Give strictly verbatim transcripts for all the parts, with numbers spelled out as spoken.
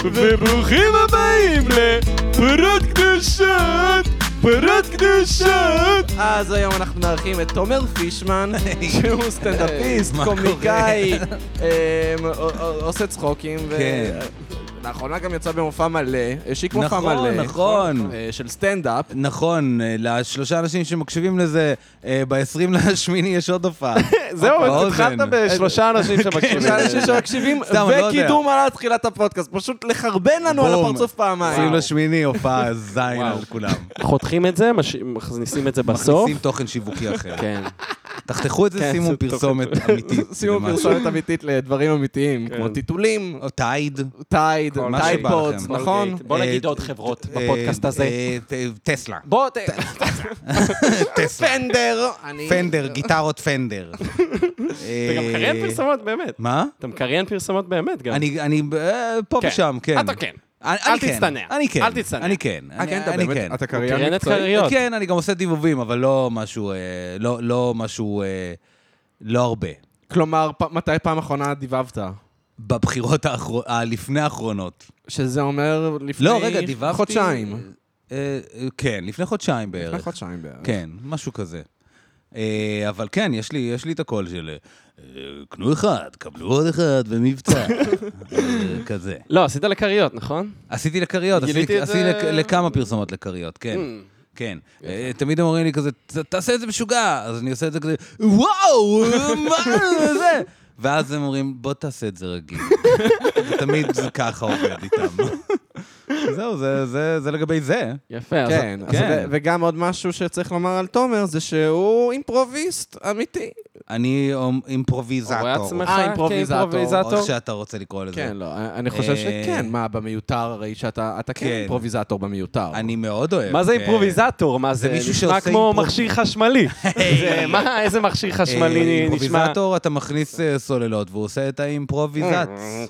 וברוכים הבאים לפרות קדושות, פרות קדושות. אז היום אנחנו מארחים את תומר פישמן, שהוא סטנדאפיסט, קומיקאי, עושה צחוקים. לאחרונה גם יצא במופע מלא, השיק מופע מלא. נכון, נכון. של סטנדאפ. נכון, לשלושה אנשים שמקשיבים לזה, ב-עשרים לשמיני יש עוד הופעה. זהו, התחלת בשלושה אנשים שמקשיבים. שלושה אנשים שמקשיבים, וקידום על תחילת הפודקאסט. פשוט לחרבן לנו על הפרצוף פעמיים. עשרים לשמיני הופעה זין על כולם. חותכים את זה, מכניסים את זה בסוף. מכניסים תוכן שיווקי אחר. כן. תחתכו את זה, שימו פרסומת אמיתית. שימו פרסומת אמיתית לדברים אמיתיים, כמו טיטולים. או טייד. טייד, טייד פודס, נכון? בוא נגיד עוד חברות בפודקאסט הזה. טסלה. בוא, פנדר. פנדר, גיטרות פנדר. אתה גם מקריין פרסומות באמת. מה? אתה מקריין פרסומות באמת גם. אני פה ושם, כן. אתה כן. אל תצטנע. אני כן. אל תצטנע. אני כן. אני כן. אתה קריין מקצועי? כן, אני גם עושה דיבובים, אבל לא משהו, לא משהו, לא הרבה. כלומר, מתי פעם אחרונה דיבבת? בבחירות הלפני האחרונות. שזה אומר לפני לא, רגע, דיבבתי... חודשיים. כן, לפני חודשיים בערך. לפני חודשיים בערך. כן, משהו כזה. אבל כן, יש לי, יש לי את הקול של קנו אחד, קבלו עוד אחד במבצע. כזה. לא, עשית לקריות, נכון? עשיתי לקריות, עשיתי לכמה פרסומות לקריות, כן. כן. תמיד הם אומרים לי כזה, תעשה את זה משוגע. אז אני עושה את זה כזה, וואו, מה זה? ואז הם אומרים, בוא תעשה את זה רגיל. תמיד זה ככה עובד איתם. זהו, זה לגבי זה. יפה. כן, וגם עוד משהו שצריך לומר על תומר, זה שהוא אימפרוביסט אמיתי. אני אימפרוביזטור. רואה עצמך כאימפרוביזטור. איך שאתה רוצה לקרוא לזה. כן, לא, אני חושב שכן. מה, במיותר הרי שאתה כן אימפרוביזטור במיותר. אני מאוד אוהב. מה זה אימפרוביזטור? מה זה? נשמע כמו מכשיר חשמלי. מה, איזה מכשיר חשמלי נשמע? אימפרוביזטור, אתה מכניס סוללות, והוא עושה את האימפרוביזציה.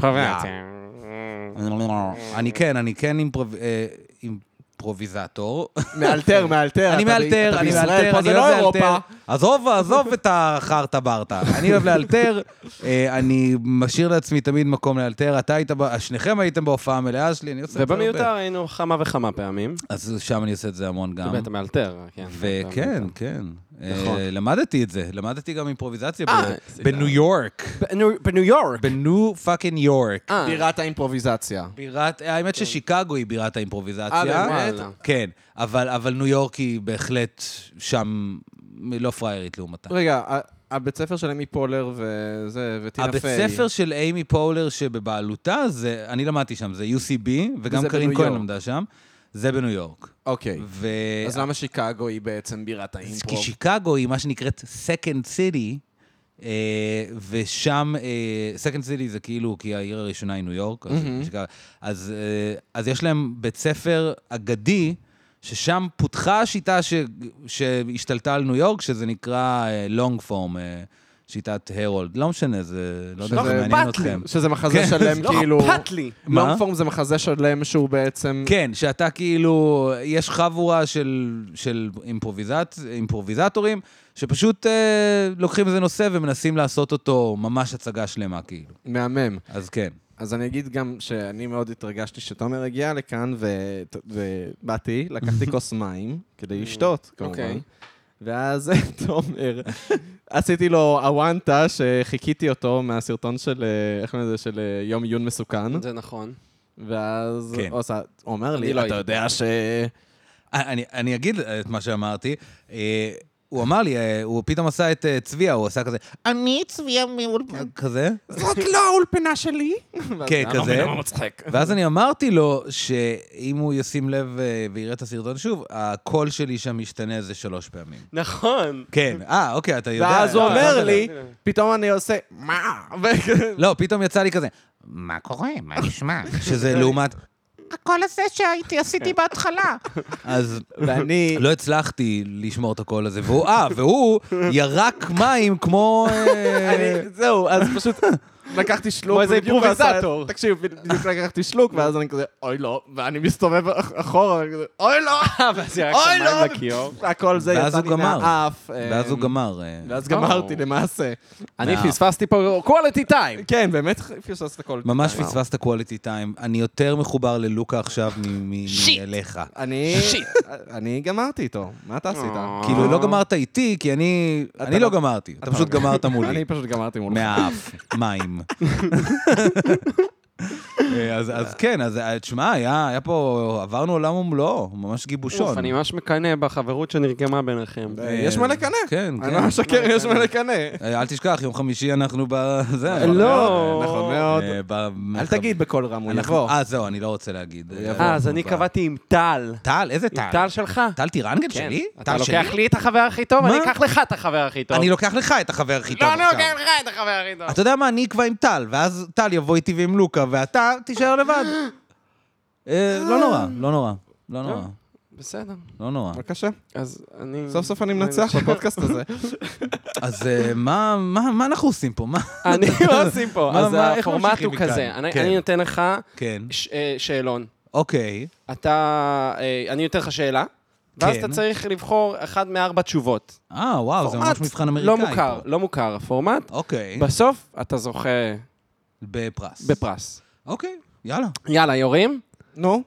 אני כן, אני כן אימפרוביזטור. מאלתר, מאלתר. אני מאלתר, אני מאלתר. פה זה לא אירופה. עזוב, עזוב את החרטה ברטה. אני אוהב לאלתר, אני משאיר לעצמי תמיד מקום לאלתר. אתה היית, שניכם הייתם בהופעה מלאה שלי, אני עושה את זה הרבה. ובמיותר היינו כמה וכמה פעמים. אז שם אני עושה את זה המון גם. באמת, מאלתר, כן. וכן, כן. למדתי את זה, למדתי גם אימפרוביזציה בניו יורק. בניו יורק? בניו פאקינג יורק. בירת האימפרוביזציה. האמת ששיקגו היא בירת האימפרוביזציה. אה, באמת? כן, אבל ניו יורק היא בהחלט שם לא פריירית לעומתה. רגע, הבית ספר של אימי פולר וזה, וטינה פיי. הבית ספר של אימי פולר שבבעלותה, אני למדתי שם, זה יו סי בי, וגם קרין כהן למדה שם. זה בניו יורק. אוקיי. אז למה שיקגו היא בעצם בירת האימפרוב? כי שיקגו היא מה שנקראת Second City, ושם, Second City זה כאילו, כי העיר הראשונה היא ניו יורק, אז יש להם בית ספר אגדי, ששם פותחה השיטה שהשתלטה על ניו יורק, שזה נקרא לונג פורם, שיטת הרולד, לא משנה, זה לא יודע, זה מעניין אתכם. שזה מחזה שלם כאילו... לא אכפת לי. לונג פורם זה מחזה שלם שהוא בעצם... כן, שאתה כאילו, יש חבורה של אימפרוביזטורים, שפשוט לוקחים איזה נושא ומנסים לעשות אותו ממש הצגה שלמה כאילו. מהמם. אז כן. אז אני אגיד גם שאני מאוד התרגשתי שתומר הגיע לכאן, ובאתי, לקחתי כוס מים כדי לשתות, כמובן. ואז תומר, עשיתי לו הוואנטה שחיכיתי אותו מהסרטון של, איך נדע, של יום עיון מסוכן. זה נכון. ואז הוא אומר לי, אתה יודע ש... אני אגיד את מה שאמרתי. הוא אמר לי, הוא פתאום עשה את צביה, הוא עשה כזה, אני צביה מאולפנה, כזה. זאת לא האולפנה שלי. כן, כזה. ואז אני אמרתי לו, שאם הוא ישים לב ויראה את הסרטון שוב, הקול שלי שם משתנה איזה שלוש פעמים. נכון. כן, אה, אוקיי, אתה יודע. ואז הוא אומר לי, פתאום אני עושה, מה? לא, פתאום יצא לי כזה, מה קורה? מה נשמע? שזה לעומת... הקול הזה שהייתי, עשיתי בהתחלה. אז ואני לא הצלחתי לשמור את הקול הזה, והוא, אה, והוא ירק מים כמו... זהו, אז פשוט... לקחתי שלוק. כמו איזה אימפרוביזטור. תקשיב, בדיוק לקחתי שלוק, ואז אני כזה, אוי לא, ואני מסתובב אחורה, אוי לא! ואז ירק שמים לכיור. הכל זה יצא לי מהאף. ואז הוא גמר. ואז גמרתי למעשה. אני פספסתי פה quality time. כן, באמת פספסת quality time. ממש פספסת quality time. אני יותר מחובר ללוקה עכשיו מאליך. אני גמרתי איתו. מה אתה עשית? כאילו, לא גמרת איתי, כי אני... אני לא גמרתי. אתה פשוט גמרת מולי. אני פשוט גמרתי מולך. מהאף, מים. אז כן, אז תשמע, היה פה, עברנו עולם ומלואו, ממש גיבושון. אני ממש מקנא בחברות שנרגמה ביניכם. יש מה לקנא. כן, כן. אני ממש שקר, יש מה לקנא. אל תשכח, יום חמישי אנחנו בזה. לא. נכון מאוד. אל תגיד בקול רם, הוא יבוא. אה, זהו, אני לא רוצה להגיד. אה, אז אני קבעתי עם טל. טל? איזה טל? עם טל שלך. טל טירנגל שלי? אתה לוקח לי את החבר הכי טוב, אני אקח לך את החבר הכי טוב. אני לוקח לך את החבר הכי טוב לא, עכשיו. אני לוקח לך את החבר הכי טוב. אתה יודע מה, אני אקבע עם טל, ואז טל יבוא איתי ועם לוקה, ואתה תישאר לבד. לא נורא, לא נורא, לא נורא. בסדר. לא נורא. בבקשה. אז אני... סוף סוף אני מנצח בפודקאסט הזה. אז מה אנחנו עושים פה? אני לא עושים פה. אז הפורמט הוא כזה. אני נותן לך שאלון. אוקיי. אתה... אני נותן לך שאלה, ואז אתה צריך לבחור אחד מארבע תשובות. אה, וואו, זה ממש מבחן אמריקאי. לא מוכר, לא מוכר הפורמט. אוקיי. בסוף אתה זוכה... בפרס. בפרס. אוקיי, יאללה. יאללה, יורים? נו.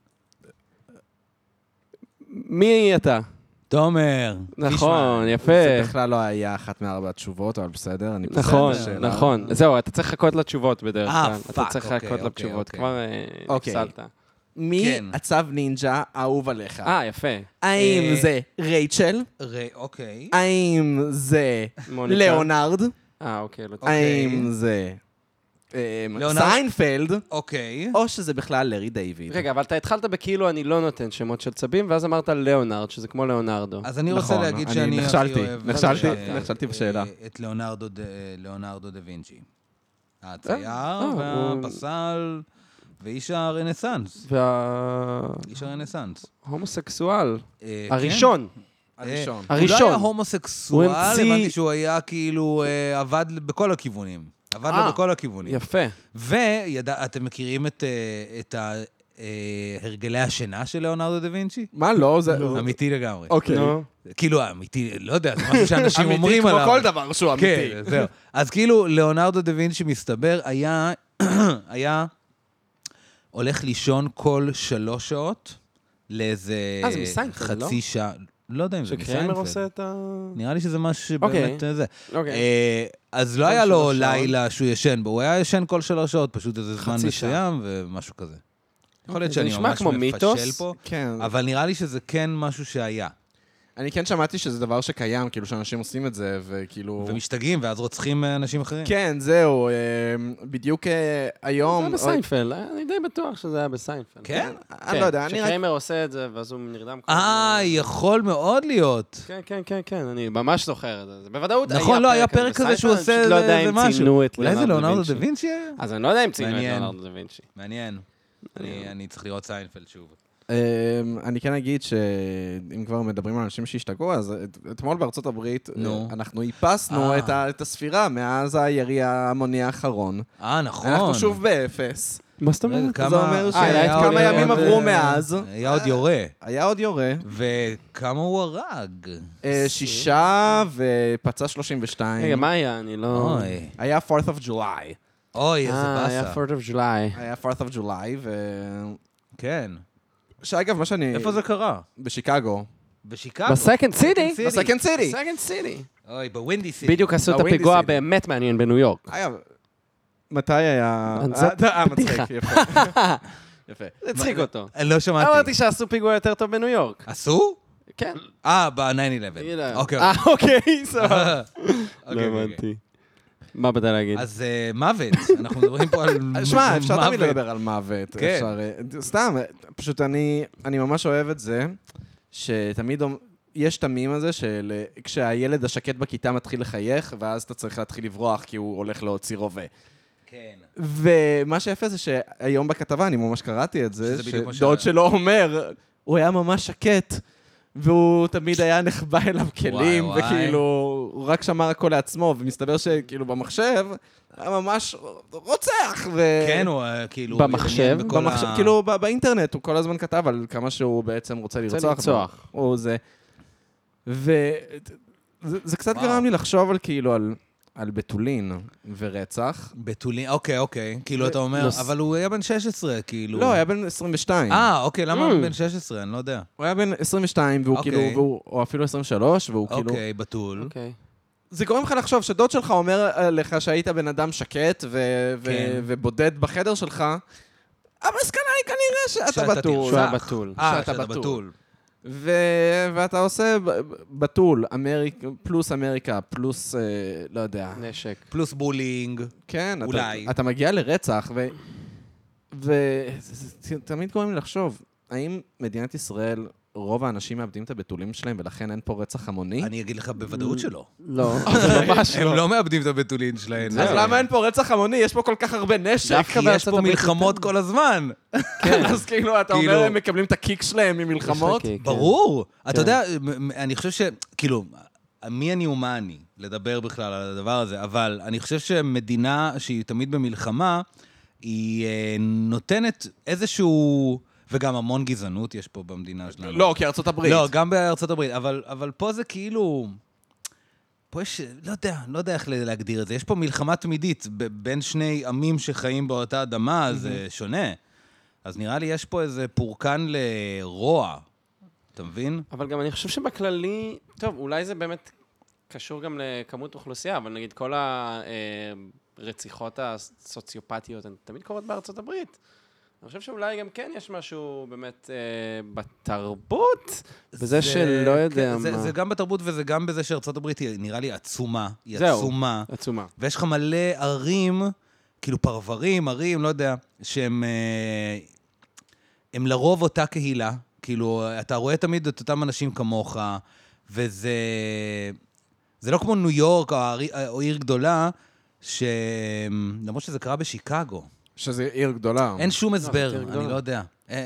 מי אתה? תומר. נכון, יפה. זה בכלל לא היה אחת מארבע התשובות, אבל בסדר, אני בסדר. נכון, נכון. זהו, אתה צריך לחכות לתשובות בדרך כלל. אה, פאק, אתה צריך לחכות לתשובות, כבר הפסלת. מי הצו נינג'ה האהוב עליך? אה, יפה. האם זה רייצ'ל? אוקיי. האם זה ליאונרד? אה, אוקיי. האם זה סיינפלד? אוקיי. או שזה בכלל לארי דיוויד? רגע, אבל אתה התחלת בכאילו אני לא נותן שמות של צבים, ואז אמרת ליאונרד, שזה כמו ליאונרדו. אז אני רוצה להגיד שאני הכי אוהב... נכשלתי, נכשלתי בשאלה. את ליאונרדו דה וינצ'י. הצייר והפסל... ואיש הרנסנס. איש הרנסנס. הומוסקסואל. הראשון. הראשון. הוא לא היה הומוסקסואל, הבנתי שהוא היה כאילו עבד בכל הכיוונים. עבד לו בכל הכיוונים. יפה. ואתם מכירים את הרגלי השינה של ליאונרדו דה וינצ'י? מה, לא? זה... אמיתי לגמרי. אוקיי. כאילו, אמיתי, לא יודע, זה משהו שאנשים אומרים עליו. אמיתי כמו כל דבר שהוא אמיתי. כן, זהו. אז כאילו, ליאונרדו דה וינצ'י מסתבר, היה... היה... הולך לישון כל שלוש שעות לאיזה חצי שעה. לא יודע אם זה מסיינפלד. שקריימר עושה את ה... נראה לי שזה משהו שבאמת זה. אוקיי. אז לא היה לו לילה שהוא ישן בו, הוא היה ישן כל שלוש שעות, פשוט איזה זמן מסוים ומשהו כזה. יכול להיות שאני ממש מפשל פה, אבל נראה לי שזה כן משהו שהיה. אני כן שמעתי שזה דבר שקיים, כאילו שאנשים עושים את זה, וכאילו... ומשתגעים, ואז רוצחים אנשים אחרים. כן, זהו, בדיוק היום... זה היה בסיינפלד, אני די בטוח שזה היה בסיינפלד. כן? אני לא יודע, אני... שקריימר עושה את זה, ואז הוא נרדם... אה, יכול מאוד להיות. כן, כן, כן, כן, אני ממש זוכר את זה. בוודאות היה פרק... נכון, לא, היה פרק כזה שהוא עושה איזה משהו. אולי זה ליאונרדו דה וינצ'י היה? אז אני לא יודע אם ציינו את ליאונרדו דה וינצ'י. מעניין. אני צריך לראות סיינפלד שוב. אני כן אגיד שאם כבר מדברים על אנשים שהשתגעו, אז אתמול בארצות הברית אנחנו איפסנו את הספירה מאז הירי ההמוני האחרון. אה, נכון. אנחנו שוב באפס. מה זאת אומרת? זה אומר שכמה ימים עברו מאז. היה עוד יורה. היה עוד יורה. וכמה הוא הרג? שישה ופצע שלושים ושתיים. רגע, מה היה? אני לא... היה פורת' אוף ג'ולי. אוי, איזה באסה. היה פורת' אוף ג'ולי. היה פורת' אוף ג'ולי, ו... כן. שאגב, מה שאני... איפה זה קרה? בשיקגו. בשיקגו? בסקנד סיטי? בסקנד סיטי. בסקנד סיטי. אוי, בווינדי סיטי. בדיוק עשו את הפיגוע באמת מעניין בניו יורק. היה... מתי היה... אה, מצחיק, יפה. יפה. זה הצחיק אותו. אני לא שמעתי. אמרתי שעשו פיגוע יותר טוב בניו יורק. עשו? כן. אה, ב-ניין אלבן. אוקיי. אה, אוקיי, סבבה. לא הבנתי. מה באת להגיד? אז מוות, אנחנו מדברים פה על מוות. שמע, אפשר תמיד לדבר על מוות. סתם, פשוט אני ממש אוהב את זה, שתמיד יש את המים הזה, שכשהילד השקט בכיתה מתחיל לחייך, ואז אתה צריך להתחיל לברוח, כי הוא הולך להוציא רובה. כן. ומה שיפה זה שהיום בכתבה, אני ממש קראתי את זה, שדוד שלו אומר, הוא היה ממש שקט, והוא תמיד היה נחבא אליו כלים, וכאילו, הוא רק שמר הכל לעצמו, ומסתבר שכאילו במחשב, היה ממש רוצח. כן, הוא כאילו... במחשב? כאילו באינטרנט, הוא כל הזמן כתב על כמה שהוא בעצם רוצה לרצוח. רוצה לרצוח. או זה... וזה קצת גרם לי לחשוב על כאילו, על בתולין ורצח. בתולין, אוקיי, אוקיי. כאילו, אתה אומר, אבל הוא היה בן שש עשרה, כאילו... לא, היה בן עשרים ושתיים. אה, אוקיי, למה הוא בן שש עשרה? אני לא יודע. הוא היה בן עשרים ושתיים, והוא כאילו, או אפילו עשרים ושלוש, והוא כאילו... אוקיי, בתול. אוקיי. זה גורם לך לחשוב שדוד שלך אומר לך שהיית בן אדם שקט ובודד בחדר שלך, המסקנה היא כנראה שאתה בתול. שאתה בתול. אה, שאתה בתול. ואתה עושה בתול, פלוס אמריקה, פלוס, לא יודע. נשק. פלוס בולינג. כן, אולי. אתה מגיע לרצח, וזה תמיד גורם לי לחשוב, האם מדינת ישראל... רוב האנשים מאבדים את הבתולים שלהם, ולכן אין פה רצח המוני? אני אגיד לך בוודאות שלא. לא, זה ממש לא. הם לא מאבדים את הבתולים שלהם. אז למה אין פה רצח המוני? יש פה כל כך הרבה נשק. כי יש פה מלחמות כל הזמן. כן, אז כאילו, אתה אומר, הם מקבלים את הקיק שלהם ממלחמות? ברור. אתה יודע, אני חושב ש... כאילו, מי אני ומה אני לדבר בכלל על הדבר הזה, אבל אני חושב שמדינה שהיא תמיד במלחמה, היא נותנת איזשהו... וגם המון גזענות יש פה במדינה שלנו. לא, כי ארצות הברית. לא, גם בארצות הברית, אבל, אבל פה זה כאילו... פה יש, לא יודע, לא יודע איך להגדיר את זה. יש פה מלחמה תמידית בין שני עמים שחיים באותה אדמה, זה שונה. אז נראה לי יש פה איזה פורקן לרוע. אתה מבין? אבל גם אני חושב שבכללי... טוב, אולי זה באמת קשור גם לכמות אוכלוסייה, אבל נגיד כל הרציחות הסוציופטיות, הן תמיד קורות בארצות הברית. אני חושב שאולי גם כן יש משהו באמת אה, בתרבות, בזה שלא יודע כן, מה. זה, זה גם בתרבות וזה גם בזה שארצות הברית היא נראה לי עצומה. היא זהו, עצומה. עצומה. ויש לך מלא ערים, כאילו פרברים, ערים, לא יודע, שהם אה, הם לרוב אותה קהילה. כאילו, אתה רואה תמיד את אותם אנשים כמוך, וזה זה לא כמו ניו יורק או, או עיר גדולה, למרות שזה קרה בשיקגו. שזה עיר גדולה. אין שום הסבר, אני לא יודע.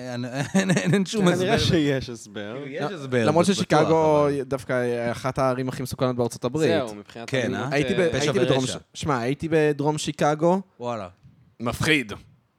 אין שום הסבר. כנראה שיש הסבר. יש הסבר. למרות ששיקגו דווקא אחת הערים הכי מסוכנות בארצות הברית. זהו, מבחינת... כן, אה? הייתי בדרום... שמע, הייתי בדרום שיקגו. וואלה. מפחיד.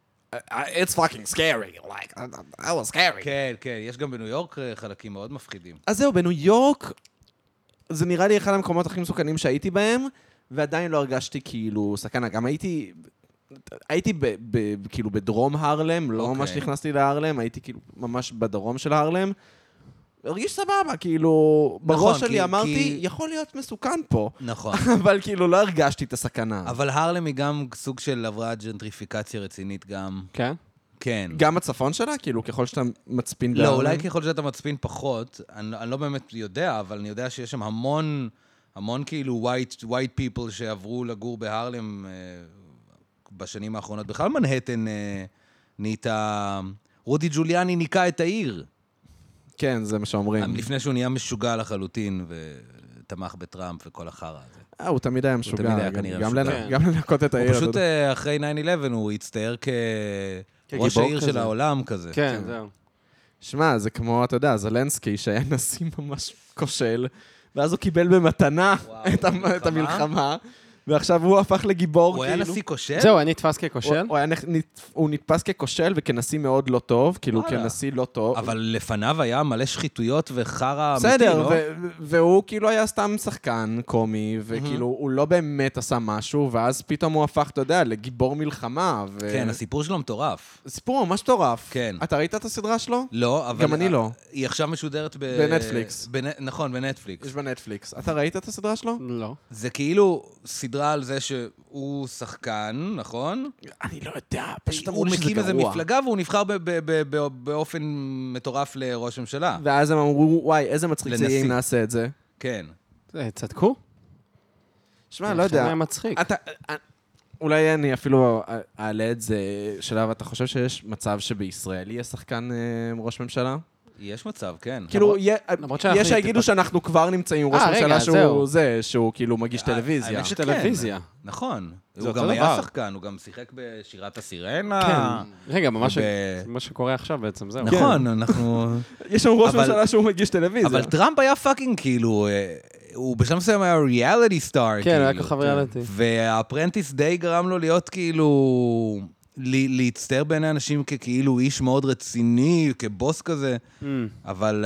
It's fucking scary. Like, that was scary. כן, כן. יש גם בניו יורק חלקים מאוד מפחידים. אז זהו, בניו יורק, זה נראה לי אחד המקומות הכי מסוכנים שהייתי בהם, ועדיין לא הרגשתי כאילו סכנה. גם הייתי... הייתי ב, ב, כאילו בדרום הרלם, לא אוקיי. ממש נכנסתי להרלם, הייתי כאילו ממש בדרום של הרלם. הרגיש סבבה, כאילו, בראש נכון, שלי כי, אמרתי, כי... יכול להיות מסוכן פה. נכון. אבל כאילו לא הרגשתי את הסכנה. אבל הרלם היא גם סוג של עברה ג'נטריפיקציה רצינית גם. כן? כן. גם הצפון שלה? כאילו, ככל שאתה מצפין לא, אולי ככל שאתה מצפין פחות, אני, אני לא באמת יודע, אבל אני יודע שיש שם המון, המון כאילו white, white people שעברו לגור בהרלם, בשנים האחרונות. בכלל מנהטן אה, נהייתה... רודי ג'וליאני ניקה את העיר. כן, זה מה שאומרים. לפני שהוא נהיה משוגע לחלוטין, ותמך בטראמפ וכל החרא הזה. אה, הוא תמיד היה משוגע. הוא תמיד היה כנראה גם משוגע. לנ... גם לנקות את העיר. הוא פשוט אה, אחרי תשע אחת עשרה הוא הצטער כראש העיר של העולם כזה. כן, זהו. שמע, זה כמו, אתה יודע, זלנסקי, שהיה נשיא ממש כושל, ואז הוא קיבל במתנה את, המ... את המלחמה. ועכשיו הוא הפך לגיבור, הוא כאילו. היה נשיא כושל? זהו, אני נתפס ככושל. הוא, הוא, היה, הוא נתפס ככושל וכנשיא מאוד לא טוב, כאילו כנשיא לא טוב. אבל לפניו היה מלא שחיתויות וחרא אמיתי, בסדר, לא? ו- והוא כאילו היה סתם שחקן קומי, וכאילו הוא לא באמת עשה משהו, ואז פתאום הוא הפך, אתה יודע, לגיבור מלחמה. ו... כן, הסיפור שלו מטורף. סיפור ממש מטורף. כן. אתה ראית את הסדרה שלו? לא, אבל... גם אני לא. היא עכשיו משודרת ב... בנטפליקס. בנ... נכון, בנטפליקס. יש בנטפליקס. אתה ראית את הסדרה שלו? לא. זה כאילו סדרה על זה שהוא שחקן, נכון? אני לא יודע, פשוט אמרו הוא לי שזה מקים איזה גרוע. מפלגה והוא נבחר ב- ב- ב- ב- באופן מטורף לראש ממשלה. ואז הם אמרו, וואי, איזה מצחיק זה יהיה אם לנשיא. נעשה את זה. כן. זה, צדקו? שמע, לא יודע. זה מצחיק. אתה, אולי אני אפילו אעלה את זה שלב, אתה חושב שיש מצב שבישראל יהיה שחקן ראש ממשלה? יש מצב, כן. כאילו, יש שיגידו שאנחנו כבר נמצאים עם ראש ממשלה שהוא זה, שהוא כאילו מגיש טלוויזיה. האמת טלוויזיה. נכון. הוא גם היה שחקן, הוא גם שיחק בשירת הסירנה. כן. רגע, ממש מה שקורה עכשיו בעצם, זהו. נכון, אנחנו... יש לנו ראש ממשלה שהוא מגיש טלוויזיה. אבל טראמפ היה פאקינג כאילו... הוא בשלב מסוים היה ריאליטי סטאר. כן, היה ככה ריאליטי. והאפרנטיס די גרם לו להיות כאילו... להצטער בעיני אנשים ככאילו איש מאוד רציני, כבוס כזה. אבל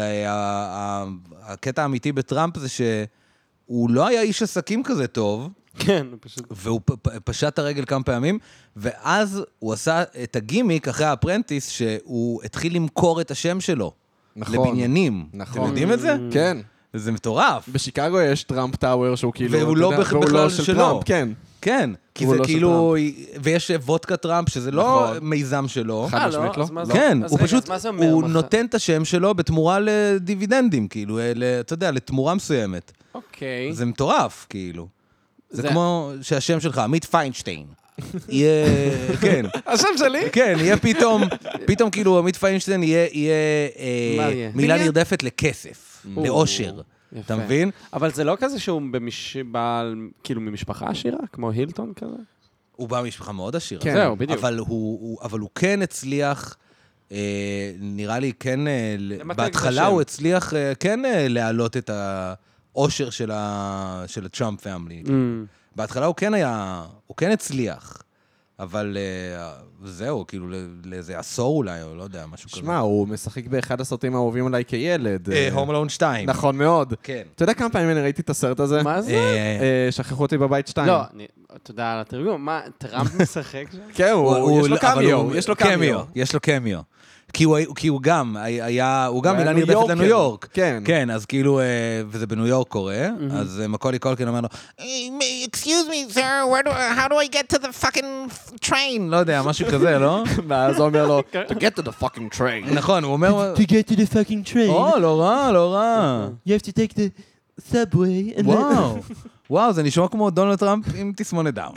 הקטע האמיתי בטראמפ זה שהוא לא היה איש עסקים כזה טוב. כן, פשוט. והוא פשט את הרגל כמה פעמים, ואז הוא עשה את הגימיק אחרי האפרנטיס, שהוא התחיל למכור את השם שלו. נכון. לבניינים. נכון. אתם יודעים את זה? כן. וזה מטורף. בשיקגו יש טראמפ טאוור שהוא כאילו... והוא לא בכלל שלו. כן. כן, כי זה כאילו... ויש וודקה טראמפ, שזה לא מיזם שלו. חד משמעית לא. כן, הוא פשוט... הוא נותן את השם שלו בתמורה לדיבידנדים, כאילו, אתה יודע, לתמורה מסוימת. אוקיי. זה מטורף, כאילו. זה כמו שהשם שלך, עמית פיינשטיין. יהיה, כן. השם שלי? כן, יהיה פתאום, פתאום כאילו עמית פיינשטיין יהיה מילה נרדפת לכסף, לאושר. אתה מבין? אבל זה לא כזה שהוא כאילו ממשפחה עשירה, כמו הילטון כזה? הוא בא ממשפחה מאוד עשירה. זהו, בדיוק. אבל הוא כן הצליח, נראה לי כן, בהתחלה הוא הצליח כן להעלות את האושר של הטראמפ פאמילי. בהתחלה הוא כן היה, הוא כן הצליח, אבל זהו, כאילו לאיזה עשור אולי, או לא יודע, משהו כזה. שמע, הוא משחק באחד הסרטים האהובים עליי כילד. הום אלון שתיים. נכון מאוד. כן. אתה יודע כמה פעמים אני ראיתי את הסרט הזה? מה זה? שכחו אותי בבית שתיים. לא, תודה על התרגום. מה, טראמפ משחק שם? כן, יש לו קמיו, יש לו קמיו. יש לו קמיו. כי הוא גם, היה, הוא גם מילה נרדפת לניו יורק. כן. כן, אז כאילו, וזה בניו יורק קורה, אז מקולי קולקין אומר לו, excuse me, sir, how do I get to the fucking train? לא יודע, משהו כזה, לא? ואז הוא אומר לו, to get to the fucking train. נכון, הוא אומר... To get to the fucking train. או, לא רע, לא רע. You have to take the subway. וואו, וואו, זה נשמע כמו דונלד טראמפ עם תסמונת דאון.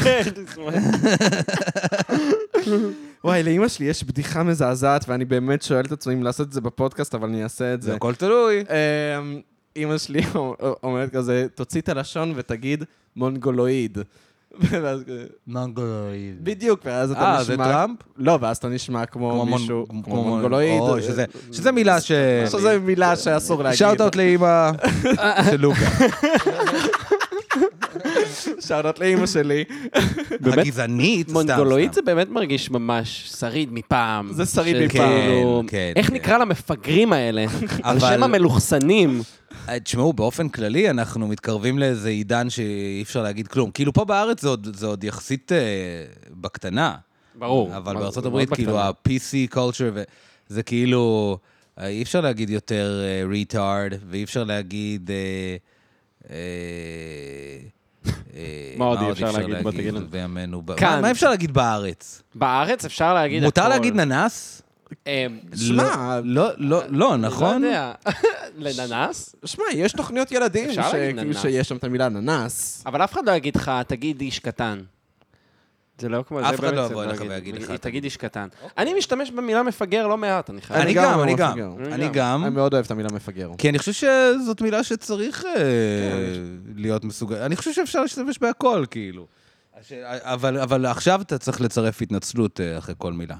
וואי, לאמא שלי יש בדיחה מזעזעת, ואני באמת שואל את עצמי אם לעשות את זה בפודקאסט, אבל אני אעשה את זה. זה הכל תלוי. אמא שלי אומרת כזה, תוציא את הלשון ותגיד מונגולואיד. מונגולואיד. בדיוק, ואז אתה נשמע... אה, זה טראמפ? לא, ואז אתה נשמע כמו מישהו, כמו מונגולואיד. שזה מילה ש... שזה מילה שאסור להגיד. שאוט-אוט לאמא של לוקה. שאוט-אוט לאמא שלי. הגזענית. מונגולואיד זה באמת מרגיש ממש שריד מפעם. זה שריד מפעם. איך נקרא למפגרים האלה? על שם המלוכסנים. תשמעו, באופן כללי אנחנו מתקרבים לאיזה עידן שאי אפשר להגיד כלום. כאילו פה בארץ זה עוד יחסית בקטנה. ברור. אבל בארצות הברית כאילו ה-פי סי culture זה כאילו, אי אפשר להגיד יותר retard, ואי אפשר להגיד... מה עוד אי אפשר להגיד? בוא תגיד לנו. מה אפשר להגיד בארץ? בארץ אפשר להגיד... מותר להגיד ננס? שמע, לא, נכון? לא יודע. לננס? שמע, יש תוכניות ילדים שיש שם את המילה ננס. אבל אף אחד לא יגיד לך, תגיד איש קטן. זה לא כמו... אף אחד לא יבוא אליך ויגיד לך. תגיד איש קטן. אני משתמש במילה מפגר לא מעט, אני חייב. אני גם, אני גם. אני גם. אני מאוד אוהב את המילה מפגר. כי אני חושב שזאת מילה שצריך להיות מסוגל. אני חושב שאפשר להשתמש בהכל, כאילו. אבל עכשיו אתה צריך לצרף התנצלות אחרי כל מילה.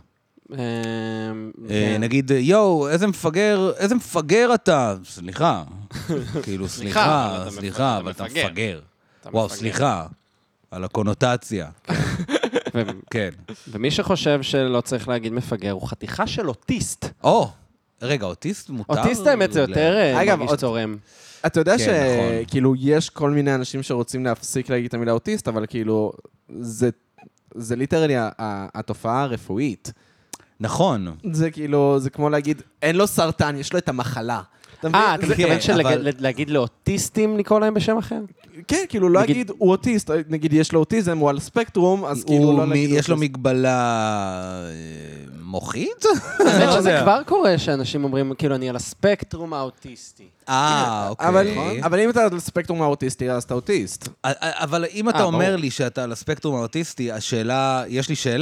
נגיד, יו, איזה מפגר, איזה מפגר אתה. סליחה. כאילו, סליחה, סליחה, אבל אתה מפגר. וואו, סליחה. על הקונוטציה. כן. ומי שחושב שלא צריך להגיד מפגר, הוא חתיכה של אוטיסט. או, רגע, אוטיסט מותר? אוטיסט האמת זה יותר מרגיש צורם. אתה יודע שכאילו יש כל מיני אנשים שרוצים להפסיק להגיד את המילה אוטיסט, אבל כאילו זה ליטרלי התופעה הרפואית. נכון. זה כאילו, זה כמו להגיד, אין לו סרטן, יש לו את המחלה. אה, אתה מתכוון שלהגיד לאוטיסטים לקרוא להם בשם אחר? כן, כאילו לא להגיד, הוא אוטיסט, נגיד יש לו אוטיזם, הוא על ספקטרום, אז כאילו לא להגיד... יש לו מגבלה מוחית? האמת שזה כבר קורה שאנשים אומרים, כאילו, אני על הספקטרום האוטיסטי. אה, אוקיי. אבל אם אתה על הספקטרום האוטיסטי, אז אתה אוטיסט. אבל אם אתה אומר לי שאתה על הספקטרום האוטיסטי, השאלה, יש לי שאלה.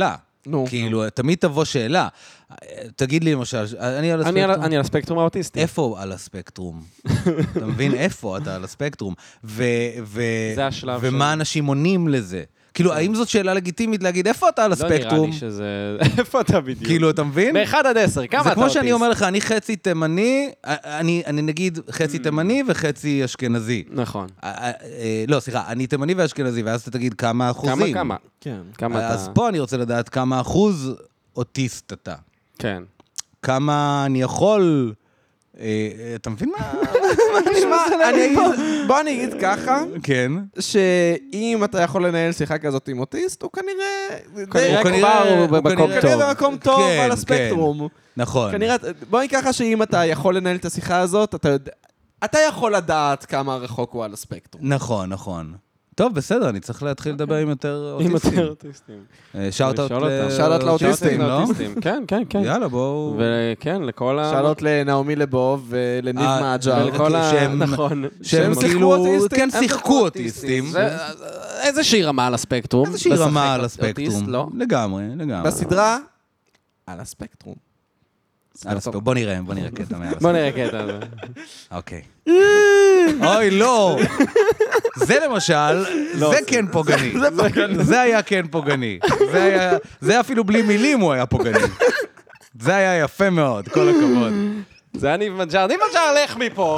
נו. כאילו, תמיד תבוא שאלה. תגיד לי למשל, אני על אני על- הספקטרום. אני על הספקטרום האוטיסטי. איפה על הספקטרום? אתה מבין? איפה אתה על הספקטרום? ו- ו- זה השלב ומה של- אנשים עונים לזה? כאילו, האם זאת שאלה לגיטימית להגיד, איפה אתה על לא נראה הספקטרום? לי שזה... איפה אתה בדיוק? כאילו, אתה מבין? באחד עד עשר, כמה אתה זה כמו אוטיסט? שאני אומר לך, אני חצי תימני, אני אני נגיד חצי תימני וחצי אשכנזי. נכון. אה, אה, לא, סליחה, אני תימני ואשכנזי, ואז אתה תגיד כמה אחוזים. כמה, כמה? כן. כמה אתה... אז פה אני רוצה לדעת כמה אחוז אוטיסט אתה. כן. כמה אני יכול... אה, אתה מבין מה? תשמע, אני אגיד, בוא אני אגיד ככה, כן. שאם אתה יכול לנהל שיחה כזאת עם אוטיסט, הוא כנראה... כנראה הוא כבר הוא הוא במקום כנראה- טוב. כנראה במקום טוב כן, על כן. הספקטרום. נכון. כנראה, בוא נגיד ככה שאם אתה יכול לנהל את השיחה הזאת, אתה יודע... אתה יכול לדעת כמה רחוק הוא על הספקטרום. נכון, נכון. טוב, בסדר, אני צריך להתחיל לדבר עם יותר עם אוטיסטים. יותר אוטיסטים. שאוט-אאוט לשאול אותם. שאלות לאוטיסטים, לא? לאוטיסטים, כן, כן, כן. יאללה, בואו... וכן, לכל ה... שאלות לנעמי לבוב ולניב אה, מעג'ר. ולכל ה... שהם- נכון. שהם שיחקו כאילו... אוטיסטים? כן, הם שיחקו שיחקו אוטיסטים. זה- איזושהי רמה על הספקטרום. איזושהי לשחק רמה על אוטיסט, הספקטרום. לא? לגמרי, לגמרי. בסדרה, על הספקטרום. על הספקטרום. בוא נראה, בוא נראה קטע מעל בוא הספקטרום. נראה קטע הזה. אוקיי. אוי, לא! זה למשל, זה כן פוגעני. זה היה כן פוגעני. זה היה, זה אפילו בלי מילים הוא היה פוגעני. זה היה יפה מאוד, כל הכבוד. זה היה ניב מג'אר. ניב מג'אר, לך מפה.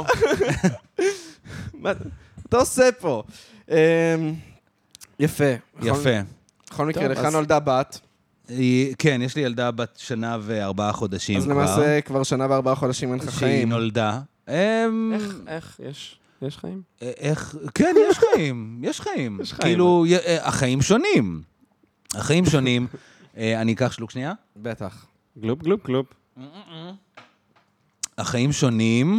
מה אתה עושה פה? אמ, יפה. יפה. בכל מקרה, טוב, לך אז- נולדה בת, היא- כן, יש לי ילדה בת שנה וארבעה חודשים אז כבר. למעשה כבר שנה וארבעה חודשים אין לך שהיא חיים. נולדה. אמ, איך, איך, יש, יש חיים? איך, כן, יש חיים, יש חיים. יש חיים. כאילו, י- אה, החיים שונים. החיים שונים. אה, אני אקח שלוק שנייה. בטח. גלופ, גלופ, גלופ. החיים שונים,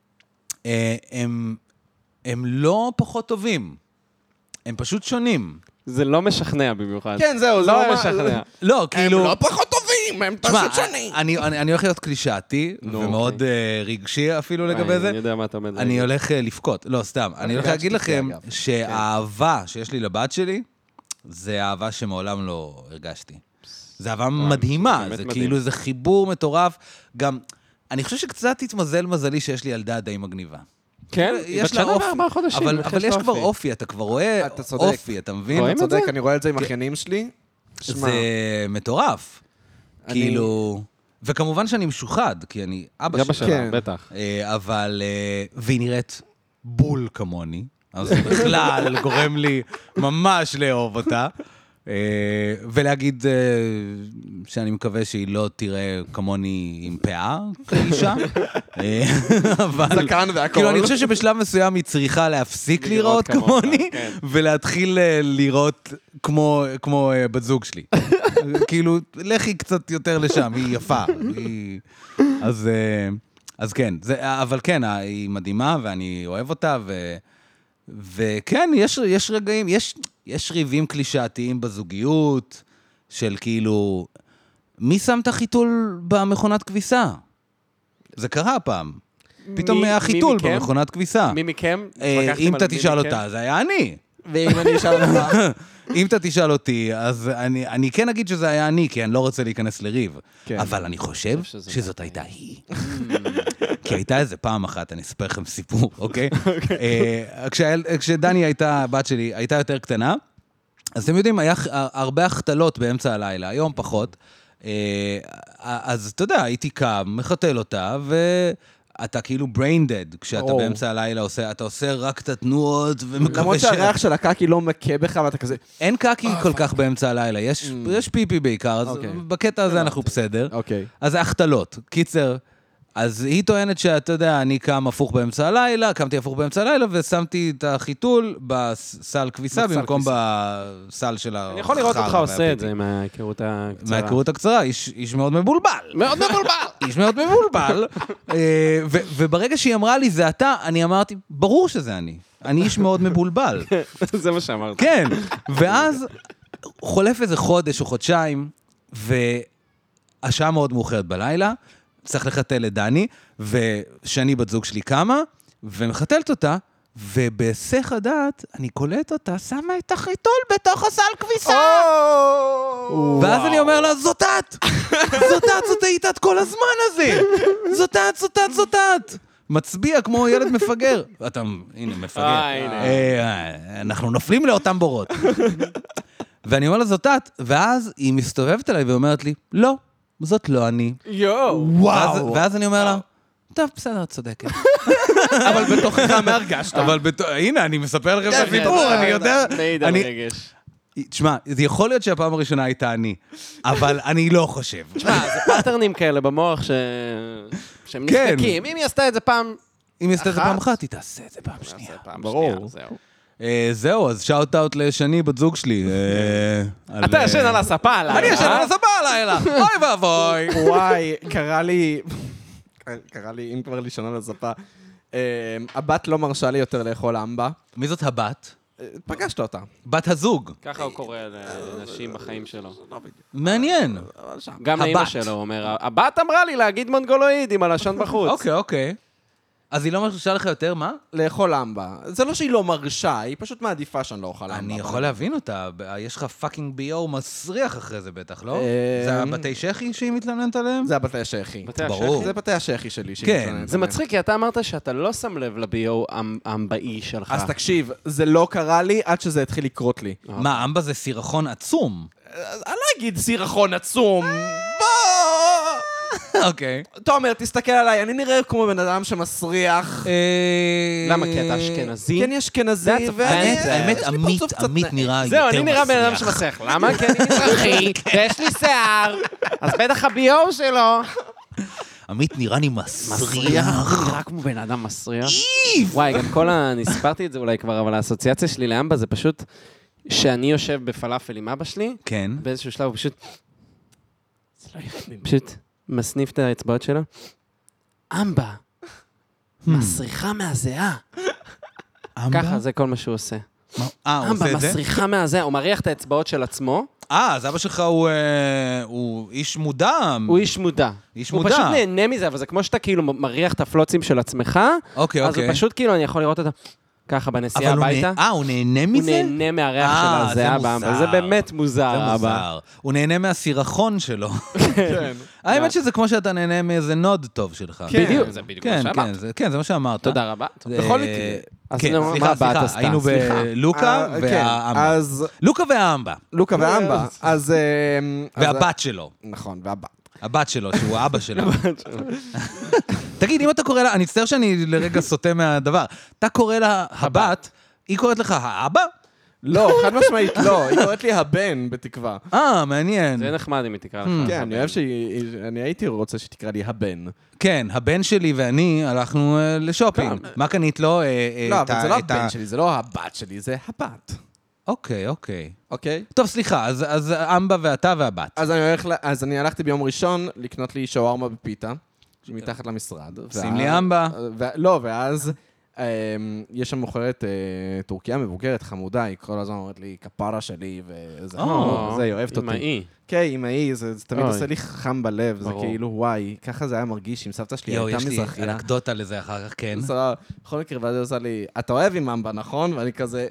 אה, הם, הם לא פחות טובים. הם פשוט שונים. זה לא משכנע במיוחד. כן, זהו, זה לא ממש- משכנע. לא, הם כאילו... לא פחות טובים, הם תשמע, פשוט שונים. אני, אני, אני הולך להיות קלישאתי, נו, ומאוד אוקיי. אה, רגשי אפילו לגבי וואי, זה. אני יודע מה אתה עומד אני להגיד. הולך אה, לבכות. לא, סתם. אני הולך להגיד שתבכה, לכם אגב. שהאהבה שיש לי לבת שלי, זה אהבה שמעולם לא הרגשתי. זה אהבה מדהימה, באמת זה מדהים. כאילו, זה חיבור מטורף. גם, אני חושב שקצת התמזל מזלי שיש לי ילדה די מגניבה. כן? יש בת לה שנה אופי, וארבעה חודשים. אבל, איך אבל יש לה כבר אופי? אופי, אתה כבר רואה אתה צודק. אופי, אתה מבין? רואים אתה את זה? צודק, אני רואה את זה עם אחיינים שלי. שמע, זה מטורף. אני- כאילו... וכמובן שאני משוחד, כי אני אבא אבא שלה. שלה, כן. בטח. אה, אבל... אה, והיא נראית בול כמוני, אז זה בכלל גורם לי ממש לאהוב אותה. אה, ולהגיד אה, שאני מקווה שהיא לא תראה כמוני עם פאה כאישה. אה, אבל... זקן והכל. כאילו, אני חושב שבשלב מסוים היא צריכה להפסיק לראות לראות כמוך, כמוני, כן. ולהתחיל אה, לראות כמו, כמו אה, בת זוג שלי. כאילו, לכי קצת יותר לשם, היא יפה. היא... אז, אה, אז כן, זה, אבל כן, אה, היא מדהימה, ואני אוהב אותה, ו... וכן, יש, יש רגעים, יש, יש ריבים קלישאתיים בזוגיות, של כאילו, מי שם את החיתול במכונת כביסה? זה קרה פעם. פתאום מי- היה מי חיתול מכם? במכונת כביסה. מי מכם? אה, התווכחתם אם על אתה מי תשאל מכם? אותה, זה היה אני. ואם אני אשאל אותך, אם אתה תשאל אותי, אז אני, אני כן אגיד שזה היה אני, כי אני לא רוצה להיכנס לריב. כן. אבל אני חושב שזה שזאת הייתה היא. כי הייתה איזה פעם אחת, אני אספר לכם סיפור, אוקיי? אה, כשהיל- כשדני הייתה, הבת שלי, הייתה יותר קטנה, אז אתם יודעים, היה ח- הרבה החתלות באמצע הלילה, היום פחות. אה, אז אתה יודע, הייתי קם, מחתל אותה, ואתה כאילו brain dead, כשאתה או. באמצע הלילה עושה, אתה עושה רק את התנועות, ומקווה למרות ש... שהריח של הקקי לא מכה בך ואתה כזה, אין קקי כל כך באמצע הלילה, יש, יש פיפי בעיקר, אז אוקיי. בקטע הזה אנחנו בסדר. אוקיי. אז זה החתלות. קיצר, אז היא טוענת שאתה יודע, אני קם הפוך באמצע הלילה, קמתי הפוך באמצע הלילה, ושמתי את החיתול בסל כביסה, בסל במקום כביסה. בסל של החרא. אני יכול לראות אותך עושה והפיפי. את זה מההיכרות הקצרה. מההיכרות הקצרה, איש, איש מאוד מבולבל. מאוד מבולבל. איש מאוד מבולבל. אה, ו- וברגע שהיא אמרה לי, זה אתה, אני אמרתי, ברור שזה אני. אני איש מאוד מבולבל. זה מה שאמרת. כן, ואז חולף איזה חודש או חודשיים, והשעה מאוד מאוחרת בלילה, צריך לחתל את דני, ושאני בת זוג שלי קמה, ומחתלת אותה, ובהיסח הדעת, אני קולט אותה, שמה את החיתול בתוך הסל כביסה. ואז אני אומר לה, זאת את! זאת את, זאת היית את כל הזמן הזה! זאת את, זאת את, זאת את! מצביע כמו ילד מפגר. אתה, הנה, מפגר. אה, הנה. אנחנו נופלים לאותם בורות. ואני אומר לה, זאת את, ואז היא מסתובבת אליי ואומרת לי, לא, זאת לא אני. יואו. ואז, ואז אני אומר לה, טוב, בסדר, את צודקת. אבל בתוכך מה הרגשת? אבל הנה, אני מספר לכם את הסיפור, אני יודע... מעיד על רגש. תשמע, זה יכול להיות שהפעם הראשונה הייתה אני, אבל אני לא חושב. תשמע, זה פאטרנים כאלה במוח שהם נחקקים. אם היא עשתה את זה פעם... אם היא עשתה את זה פעם אחת, היא תעשה את זה פעם שנייה. ברור. זהו, אז שאוט אאוט לשני, בת זוג שלי. אתה ישן על הספה הלילה. אני ישן על הספה הלילה. אוי ואבוי. וואי, קרה לי... קרה לי, אם כבר לישון על הספה. הבת לא מרשה לי יותר לאכול אמבה. מי זאת הבת? פגשת אותה. בת הזוג. ככה הוא קורא לאנשים בחיים שלו. מעניין. גם לאמא שלו, הוא אומר, הבת אמרה לי להגיד מונגולואיד עם הלשון בחוץ. אוקיי, אוקיי. אז היא לא מרשה לך יותר, מה? לאכול אמבה. זה לא שהיא לא מרשה, היא פשוט מעדיפה שאני לא אוכל אמבה. אני יכול להבין אותה, יש לך פאקינג ביו מסריח אחרי זה בטח, לא? זה הבתי שכי שהיא מתלוננת עליהם? זה הבתי השכי. ברור. זה בתי השכי שלי שהיא כן. מתלוננת עליהם. זה מצחיק, כי אתה אמרת שאתה לא שם לב לביו אמבאי שלך. אז תקשיב, זה לא קרה לי עד שזה התחיל לקרות לי. מה, אמבה זה סירחון עצום. אני לא אגיד סירחון עצום. אוקיי. תומר, תסתכל עליי, אני נראה כמו בן אדם שמסריח. למה? כי אתה אשכנזי? כן, אני אשכנזי, ואני... האמת, עמית, עמית נראה יותר זהו, מסריח. אני נראה בן אדם שמסריח. למה? כי אני מזרחי, ויש לי שיער, אז בטח הביו שלו. עמית נראה לי מסריח. נראה כמו בן אדם מסריח. וואי, גם כל ה... אני סיפרתי את זה אולי כבר, אבל האסוציאציה שלי לאמבה זה פשוט שאני יושב בפלאפל עם אבא שלי, כן. באיזשהו שלב הוא פשוט... פשוט מסניף את האצבעות שלו. אמבה, מסריחה מהזיעה. ככה, זה כל מה שהוא עושה. אה, הוא עושה אמבה, את זה? מסריחה מהזיעה, הוא מריח את האצבעות של עצמו. אה, אז אבא שלך הוא איש מודע. הוא איש מודע. איש הוא מודע. פשוט נהנה מזה, אבל זה כמו שאתה כאילו מריח את הפלוצים של עצמך, אוקיי, אז אוקיי. הוא פשוט כאילו, אני יכול לראות אותו ככה בנסיעה אבל הוא הביתה. נה- אה, הוא נהנה מזה? הוא נהנה מהריח אה, של זה הזיעה מוזר. באמבה. זה באמת מוזר, זה אבא. מוזר. הוא נהנה מהסירחון שלו. כן. האמת שזה כמו שאתה נהנה מאיזה נוד טוב שלך. בדיוק, זה בדיוק כן, מה כן, שאמרת. זה- כן, זה מה שאמרת. תודה רבה. זה- בכל מקרה. אז כן, נו, מה סליחה, הבת סליחה, עשתה? היינו סליחה. בלוקה אה, כן, והאמבה. אז לוקה והאמבה. לוקה ואמבה, אז... אה, אז- והבת שלו. נכון, והבת. הבת שלו, שהוא האבא שלה. תגיד, אם אתה קורא לה, אני מצטער שאני לרגע סוטה מהדבר, אתה קורא לה הבת, היא קוראת לך האבא? לא, חד משמעית לא, היא קוראת לי הבן, בתקווה. אה, מעניין. זה נחמד אם היא תקרא לך. כן, אני אוהב שהיא... אני הייתי רוצה שתקרא לי הבן. כן, הבן שלי ואני הלכנו אה, לשופינג. מה קנית לו? אה, אה, לא, את אבל ה- זה לא את ה- הבן שלי, זה לא הבת שלי, זה הבת. אוקיי, אוקיי. אוקיי? טוב, סליחה, אז- אז אמבה ואתה והבת. אז אני הולך, ל- אז אני הלכתי ביום ראשון לקנות לי שווארמה בפיתה, מתחת למשרד. שים ואז- לי אמבה. ו- לא, ואז אמ, יש שם מוכרת אה, טורקיה מבוגרת, חמודה, היא כל הזמן אומרת לי, כפרה שלי, וזה, או, זה, היא אוהבת עם אותי. האי. כן, עם האי, זה זה תמיד אוי. עושה לי חם בלב, זה ברור. כאילו, וואי, ככה זה היה מרגיש אם סבתא שלי יואו, הייתה יש לי מזרחייה. אנקדוטה לזה אחר כך, כן. בסדר, בכל מקרה, ואז היא עושה לי, אתה אוהב עם אמבה, נכון? ואני כזה,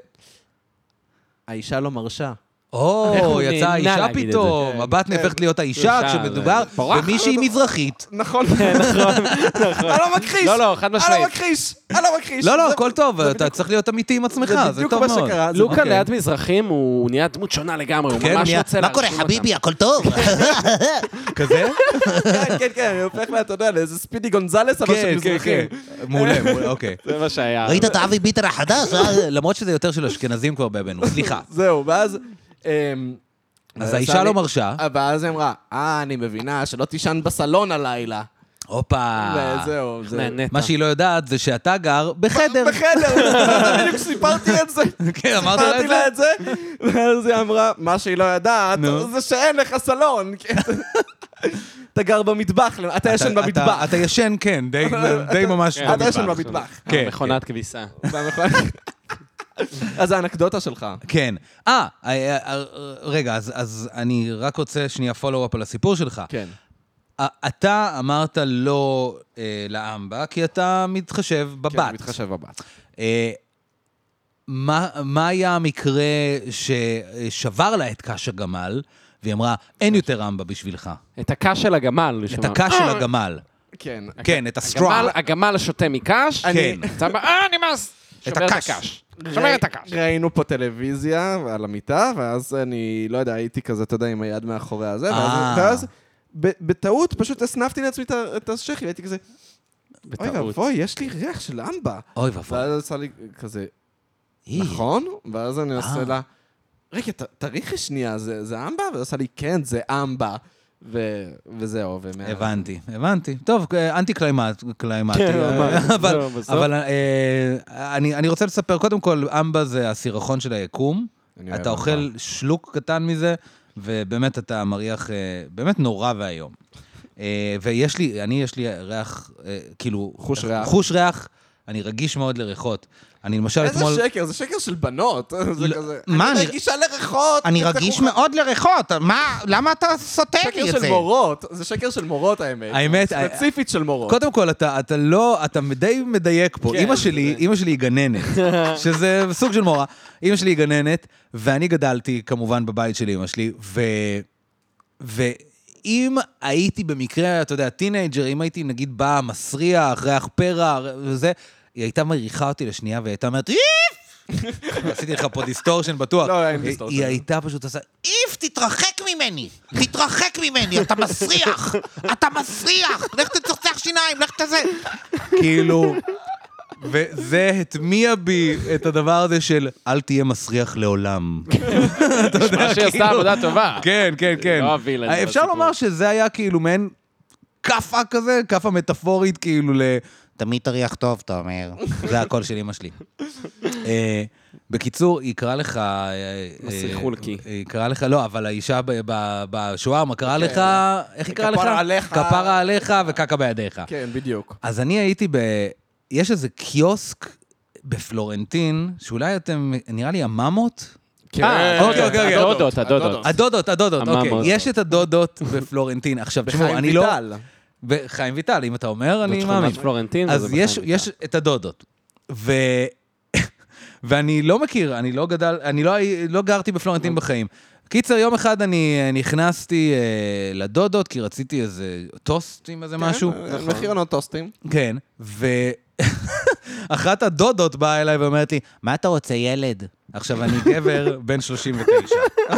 האישה לא מרשה. איך או, הוא יצאה נהנה האישה להגיד את זה. פתאום, הבת נהפכת להיות האישה אישה, כשמדובר זה פורח. במישהי מזרחית. נכון, נכון, נכון. אני לא מכחיש! לא, לא, חד אני משמעית. לא מכחיש! אני לא מכחיש! לא, לא, זה- הכל טוב, אתה צריך להיות אמיתי עם עצמך, זה זה בדיוק טוב מה מאוד. שקרה. זה לוקה אוקיי. ליד מזרחים הוא נהיה דמות שונה לגמרי, הוא כן, ממש נהיה- רוצה מה קורה, להגשים חביבי, אותם. הכל טוב? כזה? כן, כן, כן, אני הופך לה, אתה יודע, לאיזה ספידי גונזלס, אבל של כן, כן, מזרחים. כן. מעולה, מעולה, אוקיי. זה מה שהיה. ראית את האבי ביטר החדש? אה? למרות שזה יותר של אשכנזים כבר בימינו, סליחה. זהו, ואז... אמ, אז האישה אני- לא מרשה. ואז היא אמרה, אה, אני מבינה, שלא תישן בסלון הלילה. הופה. וזהו, זה... נהנית. מה שהיא לא יודעת זה שאתה גר בחדר. בחדר, בדיוק סיפרתי את זה. כן, אמרת לה סיפרתי את לה זה? את זה, ואז היא אמרה, מה שהיא לא יודעת, נו. זה שאין לך סלון. אתה גר במטבח, אתה ישן אתה- במטבח. אתה- אתה ישן, כן, די- די ממש כן, אתה ישן במטבח. במטבח. כן, מכונת כביסה. אז האנקדוטה שלך. כן. אה, אה, אה, רגע, אז- אז אני רק רוצה שנייה פולו-אפ על הסיפור שלך. כן. אה, אתה אמרת לא אה, לאמבה, כי אתה מתחשב כן, בבת. אני מתחשב בבת. אה, מה, מה היה המקרה ששבר לה את קש הגמל, והיא אמרה, אין יותר אמבה בשבילך. את הקש של הגמל. את הקש של הגמל. כן. כן, את הסטרוע. הגמל, הגמל שותה מקש. כן. אתה אומר, אה, נמאס. שובר את הקש. שובר את הקש. ראינו פה טלוויזיה על המיטה, ואז אני, לא יודע, הייתי כזה, אתה יודע, עם היד מאחורי הזה, ואז בטעות פשוט הסנפתי לעצמי את השכי, והייתי כזה, אוי ואבוי, יש לי ריח של אמבה. אוי ואבוי. ואז עשה לי כזה, נכון? ואז אני עושה לה, רגע, תריחי שנייה, זה אמבה? ואז עשה לי, כן, זה אמבה. וזהו. הבנתי, הבנתי. טוב, אנטי קליימטי. אבל אני רוצה לספר, קודם כל, אמבה זה הסירחון של היקום. אתה אוכל שלוק קטן מזה, ובאמת אתה מריח באמת נורא והיום. ויש לי, אני יש לי ריח, כאילו... חוש ריח. חוש ריח, אני רגיש מאוד לריחות. אני למשל אתמול... איזה שקר, זה שקר של בנות. זה כזה... מה, אני רגישה לריחות. אני רגיש מאוד לריחות. מה, למה אתה סותר לי את זה? שקר של מורות. זה שקר של מורות, האמת. האמת... ספציפית של מורות. קודם כל, אתה לא... אתה די מדייק פה. אמא שלי, אמא שלי היא גננת, שזה סוג של מורה. אמא שלי היא גננת, ואני גדלתי, כמובן, בבית של אמא שלי, ו... ואם הייתי במקרה, אתה יודע, טינג'ר, אם הייתי, נגיד, בא, מסריח, ריח פרע, וזה... היא הייתה מריחה אותי לשנייה, והיא הייתה אומרת, איף! עשיתי לך פה דיסטורשן בטוח. לא, אין דיסטורשן. היא הייתה פשוט עושה, איף, תתרחק ממני! תתרחק ממני, אתה מסריח! אתה מסריח! לך תצחצח שיניים, לך תזה! כאילו, וזה הטמיע בי את הדבר הזה של, אל תהיה מסריח לעולם. מה שהיא עשתה עבודה טובה. כן, כן, כן. לא אביל את זה. אפשר לומר שזה היה כאילו מעין קפה כזה, קפה מטאפורית כאילו ל... תמיד תריח טוב, אתה אומר. זה הקול של אמא שלי. בקיצור, היא קראה לך... מסריחולקי. היא קראה לך, לא, אבל האישה בשווארמה קראה לך... איך היא קראה לך? כפרה עליך. כפרה עליך וקקה בידיך. כן, בדיוק. אז אני הייתי ב... יש איזה קיוסק בפלורנטין, שאולי אתם... נראה לי הממות? כן, אוקיי, אוקיי, הדודות, הדודות. הדודות, הדודות, אוקיי. הממות. יש את הדודות בפלורנטין. עכשיו, תשמעו, אני לא... בחיים ויטל. בחיים ויטל, אם אתה אומר, אני מאמין. שכונת פלורנטין, אז וזה בחיים יש, ויטל. יש את הדודות. ו... ואני לא מכיר, אני לא גדל, אני לא, לא גרתי בפלורנטין בחיים. קיצר, יום אחד אני נכנסתי אה, לדודות, כי רציתי איזה טוסט עם איזה משהו. מחירונות טוסטים. כן, ואחת הדודות באה אליי ואומרת לי, מה אתה רוצה, ילד? עכשיו, אני גבר בן שלושים ותשע.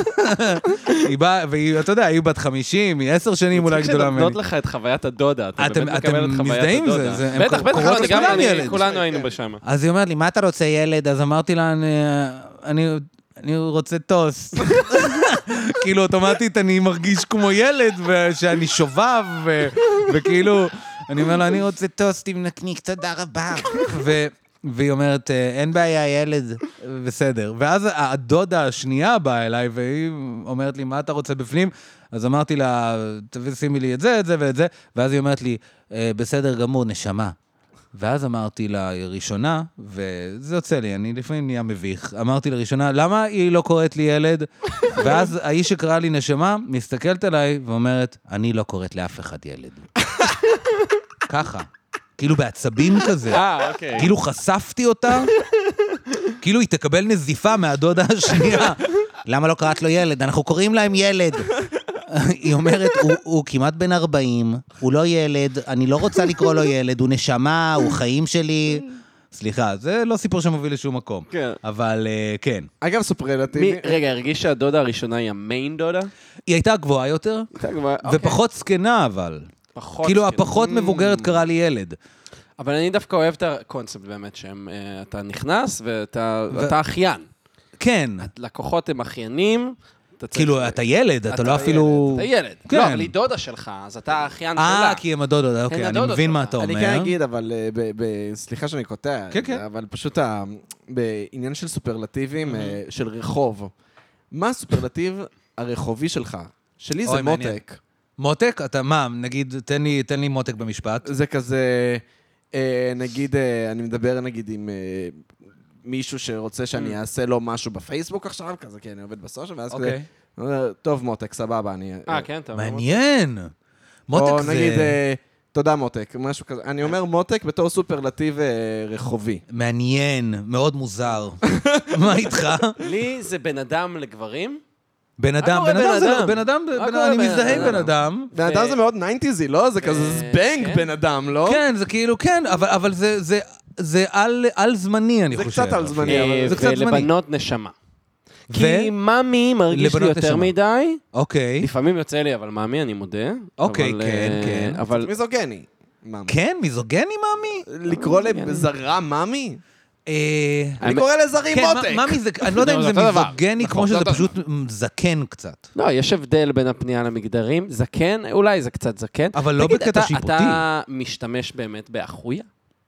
היא באה, ואתה יודע, היא בת חמישים, היא עשר שנים אולי גדולה ממני. כשנותנות לך את חוויית הדודה, אתה אתם- באמת אתם מקבל את חוויית מזדהים עם הדודה. זה? זה- הם בטח, בטח, קוראות אני גם- לכולם אני- ילד. כולנו היינו בשם. אז היא אומרת לי, מה אתה רוצה, ילד? אז אמרתי לה, אני, אני, אני רוצה טוסט. כאילו, אוטומטית אני מרגיש כמו ילד, ושאני שובב, ו, וכאילו, אני אומר לה, אני רוצה טוסט עם נקניק, תודה רבה. ו, והיא אומרת, אין בעיה, ילד, בסדר. ואז הדודה השנייה באה אליי, והיא אומרת לי, מה אתה רוצה בפנים? אז אמרתי לה, תביא, שימי לי את זה, את זה ואת זה, ואז היא אומרת לי, בסדר גמור, נשמה. ואז אמרתי לה, ראשונה, וזה יוצא לי, אני לפעמים נהיה מביך, אמרתי לראשונה, למה היא לא קוראת לי ילד? ואז האיש שקרא לי נשמה, מסתכלת עליי ואומרת, אני לא קוראת לאף אחד ילד. ככה. כאילו בעצבים כזה. אה, אוקיי. כאילו חשפתי אותה, כאילו היא תקבל נזיפה מהדודה השנייה. למה לא קראת לו ילד? אנחנו קוראים להם ילד. היא אומרת, הוא, הוא כמעט בן ארבעים, הוא לא ילד, אני לא רוצה לקרוא לו ילד, הוא נשמה, הוא חיים שלי. סליחה, זה לא סיפור שמוביל לשום מקום. כן. אבל uh, כן. אגב, סופרלטיבי. מי- רגע, הרגיש שהדודה הראשונה היא המיין דודה? היא הייתה גבוהה יותר, הייתה כבר- ופחות זקנה אבל. פחות כאילו כן. הפחות מבוגרת קרא לי ילד. אבל אני דווקא אוהב את הקונספט באמת, שאתה נכנס ואתה אתה אחיין. כן. לקוחות הם אחיינים. אתה צריך- כאילו, אתה ילד, אתה לא אפילו... אתה ילד. כן. לא, אבל היא דודה שלך, אז אתה אחיין שלה. אה, כי הם הדודות, אוקיי, אני הדודות מבין מה שלך. אתה אומר. אני כן אגיד, אבל אה, ב- ב- סליחה שאני קוטע, כן, כן. אבל פשוט ה- בעניין של סופרלטיבים, אה, של רחוב, מה הסופרלטיב הרחובי שלך? שלי זה אוי, מעניין. מותק. מותק? אתה מה, נגיד, תן לי, תן לי מותק במשפט. זה כזה, אה, נגיד, אה, אני מדבר נגיד עם אה, מישהו שרוצה שאני אעשה לו משהו בפייסבוק עכשיו, כזה, כי אני עובד בסושיאל, ואז כזה, אוקיי. אני אומר, טוב מותק, סבבה, אני... אה, כן, אתה אומר. מעניין. או מותק זה... נגיד, אה, תודה מותק, משהו כזה. אני אומר מותק בתור סופרלטיב אה, רחובי. מעניין, מאוד מוזר. מה איתך? לי זה בן אדם לגברים. בן אדם, קורה בן אדם בן זה לא, אדם? בן אדם, מה בן- קורה אני בן מזדהה עם אדם? בן אדם. בן אדם זה מאוד ניינטיזי, לא? זה כזה זבנג כן. בן אדם, לא? כן, זה כאילו, כן, אבל אבל זה- זה- זה על על זמני, אני זה חושב. קצת על זמני, אבל... אה, זה קצת זמני. ולבנות נשמה. כי מאמי מרגיש לי לבנות יותר נשמה. מדי. אוקיי. לפעמים יוצא לי, אבל מאמי, אני מודה. אוקיי, אבל, כן, אה, כן. אבל מיזוגני. מאמי. כן, מיזוגני, מאמי? לקרוא לזרה מאמי? אה, אני קורא לזרים כן, מותק. מה- מאמי זה, אני לא יודע אם זה זה אותו דבר. מיזוגני, נכון, כמו זה שזה אותו פשוט זקן קצת. לא, יש הבדל בין הפנייה למגדרים. זקן, אולי זה קצת זקן. אבל לא תגיד, בקטע אתה- שיפוטי. אתה משתמש באמת באחויה?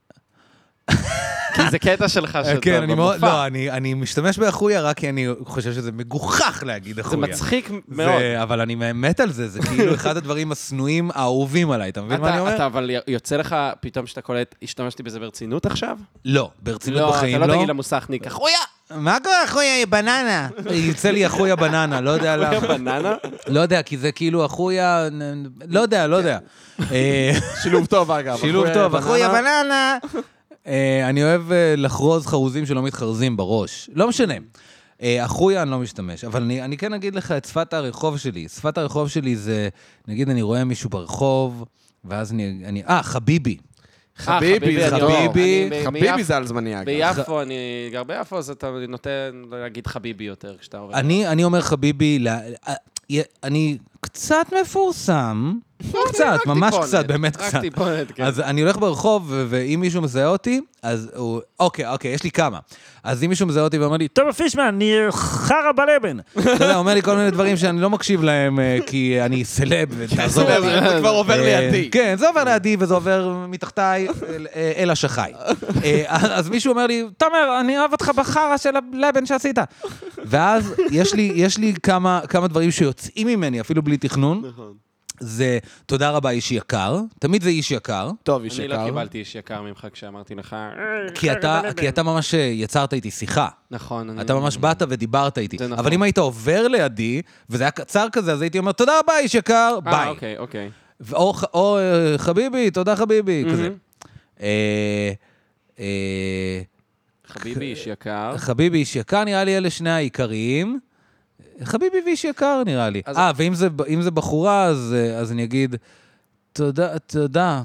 כי זה קטע שלך שאתה כן, אני מאוד, במופע. לא, אני, אני משתמש באחויה רק כי אני חושב שזה מגוחך להגיד זה אחויה. מצחיק זה, מאוד. אבל אני מת על זה, זה כאילו אחד הדברים השנואים האהובים עליי, אתה מבין מה אני אתה, אומר? אתה אבל יוצא לך פתאום שאתה קולט, השתמשתי בזה ברצינות עכשיו? לא, ברצינות לא, בחיים אתה לא. לא תגיד למוסכניק, אחויה! מה קורה אחויה, היא בננה? יוצא לי אחויה בננה, לא יודע למה. בננה? לא יודע, כי זה כאילו אחויה, לא יודע, לא יודע. אה, שילוב טוב, אגב. שילוב טוב, אחויה בננה. בננה. אה, אני אוהב אה, לחרוז חרוזים שלא מתחרזים בראש. לא משנה. אה, אחויה אני לא משתמש, אבל אני, אני כן אגיד לך את שפת הרחוב שלי. שפת הרחוב שלי זה, נגיד אני רואה מישהו ברחוב, ואז אני, אני, אה, חביבי. חביבי, אה, זה אני- טוב. אני- אני- חביבי ביפו- זה על זמני, אגב. ביפו, אני גר ביפו, אז אתה נותן להגיד חביבי יותר כשאתה עובד. אני, אני אומר חביבי, ל- אה, אני קצת מפורסם, קצת, ממש טיפונת, קצת, באמת רק קצת. טיפונת, כן. אז אני הולך ברחוב, ו- ואם מישהו מזהה אותי, אז הוא... אוקיי, אוקיי, יש לי כמה. אז אם מישהו מזהה אותי ואומר לי, תומר פישמן, אני חרא בלבן. אתה יודע, אומר לי כל מיני דברים שאני לא מקשיב להם, אה, כי אני סלב, ותעזור לי. זה כבר עובר אה, לידי. כן, זה עובר לידי, וזה עובר מתחתיי אל- אה, אל השחי. אה, אז מישהו אומר לי, תומר, אני אוהב אותך בחרא של הלבן שעשית. ואז יש לי, יש לי כמה, כמה דברים שיוצאים ממני, אפילו בלי תכנון. זה תודה רבה איש יקר, תמיד זה איש יקר, טוב, איש אני לא יקר. קיבלתי איש יקר ממך כשאמרתי לך, כי אתה, כי אתה ממש יצרת איתי שיחה. נכון. אני- אתה ממש באת ודיברת איתי. זה נכון. אבל אם היית עובר לידי, וזה היה קצר כזה, אז הייתי אומר, תודה רבה איש יקר, אה, ביי. אוקיי, אוקיי. ו- או ח- או אה, חביבי, תודה חביבי, כזה. אה, אה, חביבי, איש יקר. חביבי איש יקר, נראה לי אלה שני העיקריים. חביבי ואיש יקר נראה לי. אז- אה, ואם זה, אם זה בחורה, אז, אה, אז אני אגיד, תודה, תודה.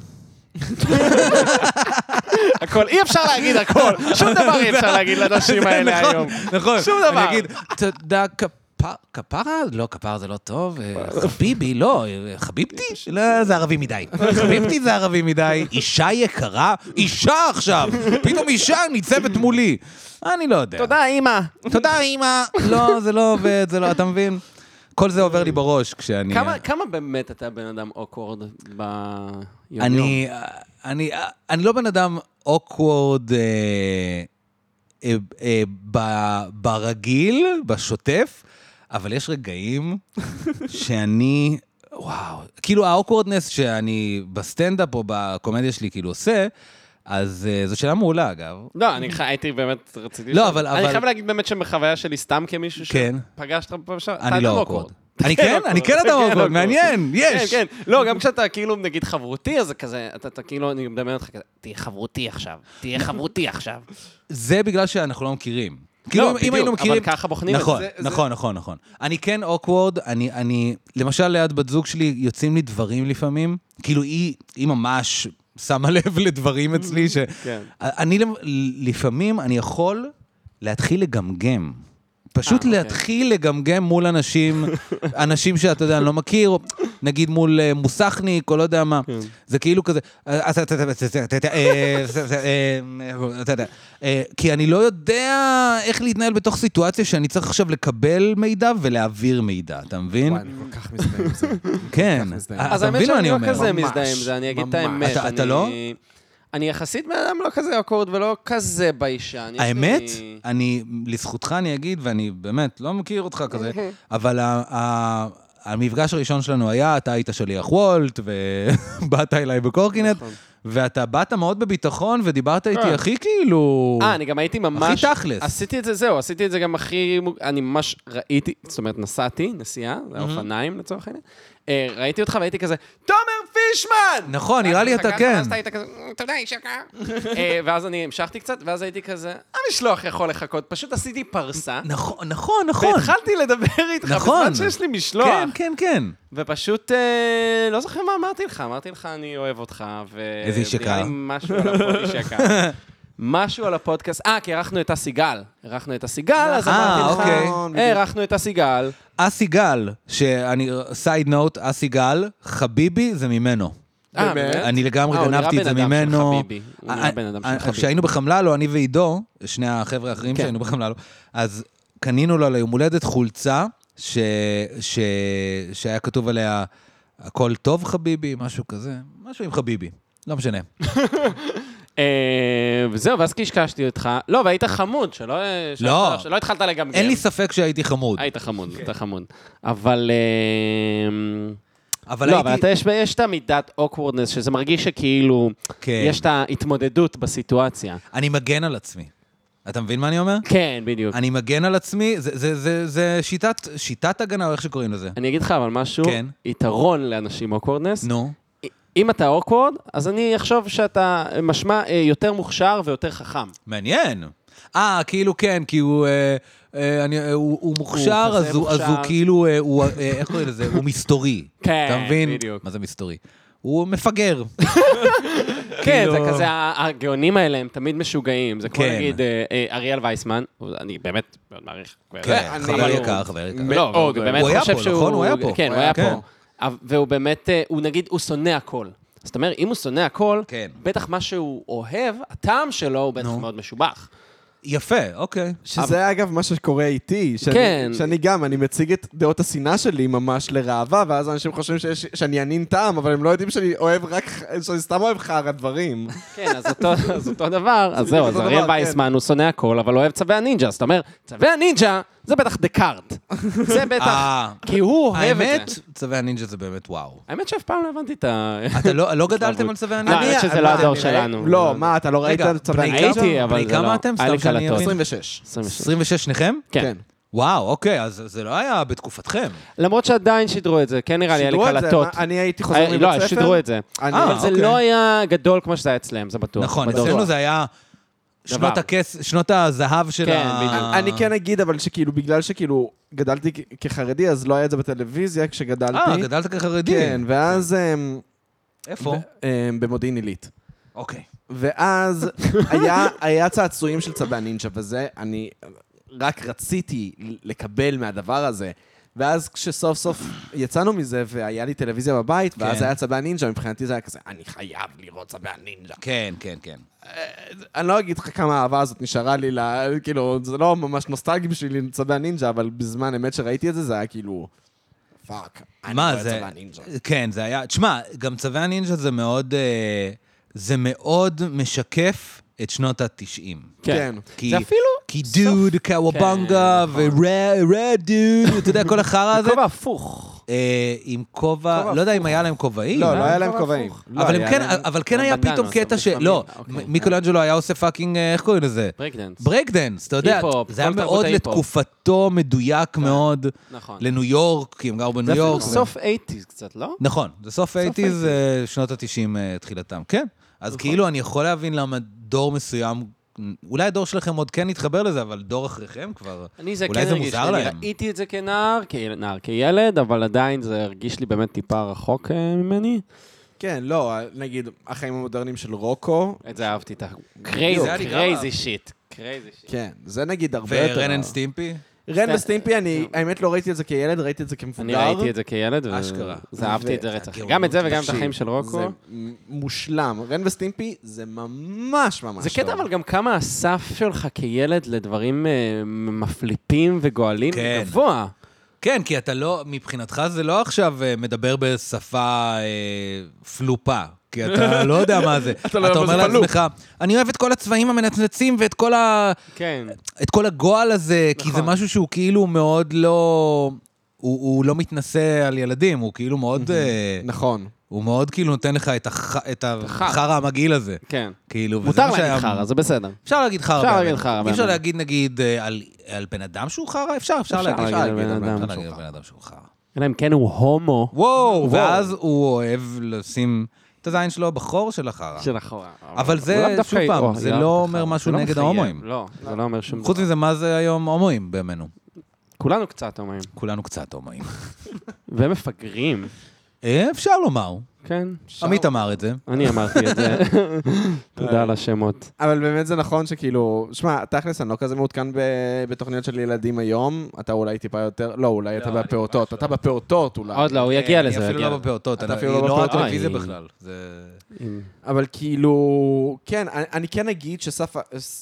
הכל, אי אפשר להגיד הכל. שום דבר אי אפשר להגיד לנשים האלה נכון, היום. נכון. שום דבר. אני אגיד, תודה, כפ- כפרה? לא, כפרה זה לא טוב. אה, חביבי, לא. אה, חביבתי? לא, זה ערבי מדי. חביבתי זה ערבי מדי. אישה יקרה? אישה עכשיו! פתאום אישה ניצבת מולי. אני לא יודע. תודה, אמא. תודה, אמא. לא, זה לא עובד, זה לא, אתה מבין? כל זה עובר לי בראש כשאני... כמה- כמה באמת אתה בן אדם אוקוורד ביום-יום? אני, אני, אני לא בן אדם אוקוורד אה, אה, אה, ב- ברגיל, בשוטף, אבל יש רגעים שאני, וואו, כאילו האוקוורדנס שאני בסטנדאפ או בקומדיה שלי כאילו עושה, אז uh, זו שאלה מעולה, אגב. לא, אני חי- הייתי באמת, רציתי... לא, ש- אבל- אני אבל- חייב להגיד באמת שבחוויה שלי, סתם כמישהו כן. שפגשת פה ושם, אתה אני אדם לא אוקוורד. אוקוורד. אני כן? אני כן אדם אוקוורד, מעניין, יש. כן, כן. לא, גם כשאתה כאילו, נגיד, חברותי, אז זה כזה, אתה אתה כאילו, אני מדמיין אותך כזה, תהיה חברותי עכשיו, תהיה חברותי עכשיו. זה בגלל שאנחנו לא מכירים. כאילו, אם- אם בדיוק, היינו מכירים... אבל ככה בוחנים את נכון, זה. זה- נכון, נכון, נכון. אני כן אוקוורד, אני, אני, למשל ליד בת זוג שלי יוצאים לי דברים לפעמים, כאילו היא, היא ממש שמה לב לדברים אצלי, ש... כן. אני לפעמים, אני יכול להתחיל לגמגם. פשוט אה, להתחיל לגמגם מול אנשים, אנשים שאתה יודע, אני לא מכיר, או נגיד מול אה, מוסכניק, או לא יודע מה. זה כאילו כזה, אה, אתה יודע, אה, אה, אתה יודע, אה, כי אני לא יודע איך להתנהל בתוך סיטואציה שאני צריך עכשיו לקבל מידע ולהעביר מידע, אתה מבין? וואי, אני כל כך מזדהה עם זה. כן. מזדהה. אה, אז אתה האמת מבין מה שאני אני לא אומר? כזה ממש, מזדהה עם זה, אני אגיד את ממש. האמת. אתה- אתה אני- לא? אני יחסית בן אדם לא כזה אוקוורד ולא כזה ביישן. יש האמת, לי- אני, לזכותך אני אגיד, ואני באמת לא מכיר אותך כזה, אבל ה- ה- המפגש הראשון שלנו היה, אתה היית שליח וולט, ובאת אליי בקורקינט, ואתה באת מאוד בביטחון, ודיברת איתי אה. הכי כאילו... אה, אני גם הייתי ממש... הכי תכלס. עשיתי את זה, זהו, עשיתי את זה גם הכי... מוג- אני ממש ראיתי, זאת אומרת, נסעתי, נסיעה, זה היה אופניים לצורך העניין. אה, ראיתי אותך והייתי כזה, תומר פישמן! נכון, נראה לי אתה כן. ואז אתה היית כזה, תודה, איש יקר. ואז אני המשכתי קצת, ואז הייתי כזה, המשלוח יכול לחכות. פשוט עשיתי פרסה. נכון, נכון, נכון. והתחלתי לדבר איתך בזמן שיש לי משלוח. כן, כן, כן. ופשוט, לא זוכר מה אמרתי לך. אמרתי לך, אני אוהב אותך. איזה איש יקר. משהו על הפודקאסט יקר. משהו על הפודקאסט. אה, כי ערכנו את הסיגל. ערכנו את הסיגל, אז אמרתי לך, ערכנו את הסיגל. אסי גל, שאני, סייד נוט, אסי גל, חביבי זה ממנו. באמת? אני לגמרי גנבתי את זה ממנו. הוא נראה בן אדם של חביבי. כשהיינו בחמללו, אני ועידו, שני החבר'ה האחרים שהיינו בחמללו, אז קנינו לו ליום הולדת חולצה, שהיה כתוב עליה, הכל טוב חביבי, משהו כזה, משהו עם חביבי, לא משנה. וזהו, ואז קשקשתי אותך. לא, והיית חמוד, שלא התחלת לגמגם. אין לי ספק שהייתי חמוד. היית חמוד, היית חמוד. אבל... אבל לא, הייתי... אבל יש את המידת אוקוורדנס, שזה מרגיש שכאילו יש את ההתמודדות בסיטואציה. אני מגן על עצמי. אתה מבין מה אני אומר? כן, בדיוק. אני מגן על עצמי, זה שיטת הגנה, או איך שקוראים לזה. אני אגיד לך אבל משהו, יתרון לאנשים אוקוורדנס. נו. אם אתה אוקוורד, אז אני אחשוב שאתה משמע יותר מוכשר ויותר חכם. מעניין. אה, כאילו כן, כי הוא... הוא מוכשר, אז הוא כאילו, איך קוראים לזה? הוא מסתורי. כן, אתה מבין? בדיוק. מה זה מסתורי? הוא מפגר. כן, זה כזה, הגאונים האלה הם תמיד משוגעים. זה כמו נגיד אריאל וייסמן, אני באמת מאוד מעריך. כן, חבר יקר, חבר יקר. מאוד, הוא באמת חושב שהוא... נכון, הוא היה פה. כן, הוא היה פה. והוא באמת, הוא נגיד, הוא שונא הכל. זאת אומרת, אם הוא שונא הכל, בטח מה שהוא אוהב, הטעם שלו הוא בטח מאוד משובח. יפה, אוקיי. שזה אגב מה שקורה איתי, שאני גם, אני מציג את דעות השנאה שלי ממש לראווה, ואז אנשים חושבים שאני ענין טעם, אבל הם לא יודעים שאני אוהב רק, שאני סתם אוהב חרא דברים. כן, אז אותו דבר, אז זהו, אז אריאל וייסמן הוא שונא הכל, אבל אוהב צווי הנינג'ה, זאת אומרת, צווי הנינג'ה זה בטח דקארט. זה בטח, כי הוא אוהב את זה. האמת, צווי הנינג'ה זה באמת וואו. האמת שאף פעם לא הבנתי את ה... אתה לא גדלתם על צווי הנינג'ה? לא, האמת שזה לא הדור שלנו. לא, מה, אתה לא ראית את צווי הנינג'ה? הייתי, אבל זה לא. כמה אתם? סתם שאני אבין. עשרים ושש. עשרים ושש שניכם? כן. וואו, אוקיי, אז זה לא היה בתקופתכם. למרות שעדיין שידרו את זה, כן נראה לי, היה לי קלטות. אני הייתי חוזר מבית ספר. לא, שידרו את זה. אבל זה לא היה גדול כמו שזה היה אצלם, זה בטוח. נכון, אצלנו זה היה שנות הכס, שנות הזהב של ה... אני כן אגיד, אבל שכאילו, בגלל שכאילו גדלתי כחרדי, אז לא היה את זה בטלוויזיה כשגדלתי. אה, גדלת כחרדי. כן, ואז... איפה? במודיעין עילית. אוקיי. ואז היה צעצועים של צווי הנינג'ה, וזה, אני רק רציתי לקבל מהדבר הזה. ואז כשסוף סוף יצאנו מזה, והיה לי טלוויזיה בבית, ואז היה צווי הנינג'ה, מבחינתי זה היה כזה, אני חייב לראות צווי הנינג'ה. כן, כן, כן. אני לא אגיד לך כמה האהבה הזאת נשארה לי, כאילו, זה לא ממש נוסטלגי בשבילי צווי הנינג'ה, אבל בזמן אמת שראיתי את זה, זה היה כאילו, פאק, אני רואה צווי הנינג'ה. כן, זה היה, תשמע, גם צווי הנינג'ה זה מאוד, זה מאוד משקף את שנות ה-תשעים. כן. זה אפילו... כי דוד, קאוואבנגה, ורד דוד, אתה יודע, כל החרא הזה. כובע הפוך. עם כובע, לא יודע אם היה להם כובעים. לא, לא היה להם כובעים. אבל כן היה פתאום קטע ש... לא, מיקלאנג'לו היה עושה פאקינג, איך קוראים לזה? ברייקדנס. ברייקדנס, אתה יודע. זה היה מאוד לתקופתו מדויק מאוד. נכון. לניו יורק, כי הם גרו בניו יורק. זה אפילו סוף שמונים, קצת, לא? נכון, זה סוף שמונים, שנות ה-תשעים תחילתם, כן. אז כאילו אני יכול להבין למה דור מסוים, אולי הדור שלכם עוד כן יתחבר לזה, אבל דור אחריכם כבר, אולי זה מוזר להם. אני ראיתי את זה כנער, כנער, כילד, אבל עדיין זה הרגיש לי באמת טיפה רחוק ממני. כן, לא, נגיד, החיים המודרניים של רוקו. את זה אהבתי, את ה-crazy, crazy shit. crazy shit. כן, זה נגיד הרבה יותר... ורן אנד סטימפי? רן וסטימפי, אני, האמת לא ראיתי את זה כילד, ראיתי את זה כמבוגר. אני ראיתי את זה כילד, ואהבתי את זה רצח. גם את זה וגם את החיים של רוקו. זה מושלם. רן וסטימפי זה ממש ממש טוב. זה קטע, אבל גם כמה הסף שלך כילד לדברים מפליפים וגואלים גבוה. כן, כי אתה לא, מבחינתך זה לא עכשיו מדבר בשפה פלופה. כי אתה לא יודע מה זה. אתה אומר לעצמך, אני אוהב את כל הצבעים המנצנצים ואת כל ה... כן. את כל הגועל הזה, כי זה משהו שהוא כאילו מאוד לא... הוא לא מתנסה על ילדים, הוא כאילו מאוד... נכון. הוא מאוד כאילו נותן לך את החרא המגעיל הזה. כן. כאילו, מותר להגיד חרא, זה בסדר. אפשר להגיד חרא. אפשר להגיד חרא. אי אפשר להגיד, נגיד, על בן אדם שהוא חרא? אפשר, אפשר להגיד. אפשר להגיד על בן אדם שהוא חרא. אלא אם כן הוא הומו. וואו, ואז הוא אוהב לשים את הזין שלו בחור של החרא. של אחורה. אבל זה, שוב פעם, זה לא אומר משהו נגד ההומואים. לא, זה לא אומר שום דבר. חוץ מזה, מה זה היום הומואים בימינו? כולנו קצת הומואים. כולנו קצת הומואים. ומפגרים. אפשר לומר. כן. עמית אמר את זה. אני אמרתי את זה. תודה על השמות. אבל באמת זה נכון שכאילו, שמע, תכלס, אני לא כזה מעודכן בתוכניות של ילדים היום, אתה אולי טיפה יותר, לא, אולי אתה בפעוטות, אתה בפעוטות אולי. עוד לא, הוא יגיע לזה. אני אפילו לא בפעוטות, אתה אני אפילו לא לא רואה בפעוטות. טלוויזיה איי. בכלל. זה... אבל כאילו, כן, אני, אני כן אגיד שסף ה-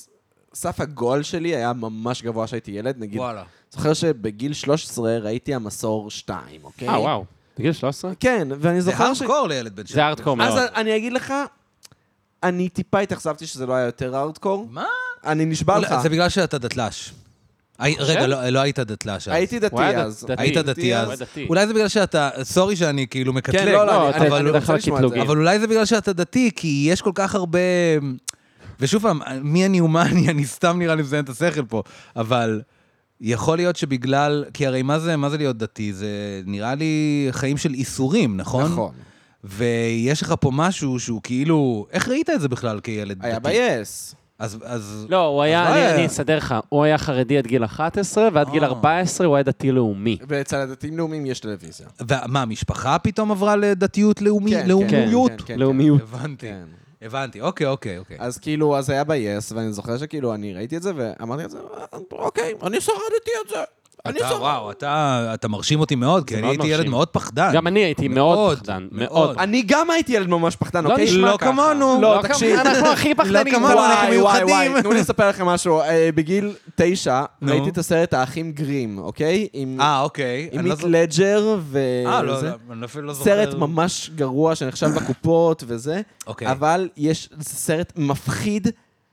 סף הגול שלי היה ממש גבוה שהייתי ילד, נגיד, וואלה. זוכר שבגיל שלוש עשרה ראיתי המסור שתיים, אוקיי? אה, וואו. בגיל שלוש עשרה? כן, ואני זה זוכר ש... הארדקור לילד בן זה הארדקור מאוד. אז אני אגיד לך, אני טיפה התאכזבתי שזה לא היה יותר הארדקור. מה? אני נשבע לך. זה בגלל שאתה דתל"ש. הי- רגע, לא לא היית דתל"ש אז. הייתי הוא היה דתי אז. דתי. היית דתי הוא היה אז. דתי. אולי זה בגלל שאתה, סורי שאני כאילו מקטלג, כן, לא, לא, לא, אני- אתה- אני- אבל אני הוא רוצה דרך לשמוע את זה. הקטלוגים. אבל אולי זה בגלל שאתה דתי, כי יש כל כך הרבה... ושוב פעם, מי אני הומני, אני סתם נראה לי מזיין את השכל פה, אבל יכול להיות שבגלל... כי הרי מה זה, מה זה להיות דתי? זה נראה לי חיים של איסורים, נכון? נכון. ויש לך פה משהו שהוא כאילו... איך ראית את זה בכלל כילד דתי? היה ב-yes. אז... אז... לא, הוא אז היה, לא אני- היה- אני אסדר לך, הוא היה חרדי עד גיל אחת עשרה, ועד גיל אה. ארבע עשרה הוא היה דתי-לאומי. ואצל הדתיים לאומיים יש טלוויזיה. ומה, המשפחה פתאום עברה לדתיות לאומי- כן, לאומיות? כן, כן, כן. לאומיות. הבנתי, כן. הבנתי, אוקיי, אוקיי, אוקיי. אז כאילו, אז היה ב-yes, ואני זוכר שכאילו, אני ראיתי את זה, ואמרתי את זה, אוקיי, אני שרדתי את זה. אני אתה, שרד. וואו, אתה, אתה מרשים אותי מאוד, כי אני מאוד הייתי ילד מרשים. מאוד פחדן. גם אני הייתי מאוד מאוד, פחדן, מאוד. מאוד. אני גם הייתי ילד ממש פחדן, לא אוקיי? נשמע לא ככה. כמונו. לא, לא תקשיב. כמונו, אנחנו הכי פחדנים. כמונו, אנחנו וואי, וואי, מיוחדים. וואי, תנו לי לספר לכם משהו. אה, בגיל תשע, נו. ראיתי את הסרט האחים גרים, אוקיי? עם אה, אוקיי. עם אני לא מיט זו- לג'ר אה, לא, וזה. לא, אני אפילו לא זוכר. סרט ממש גרוע שנחשב בקופות וזה, אוקיי. אבל יש זה סרט מפחיד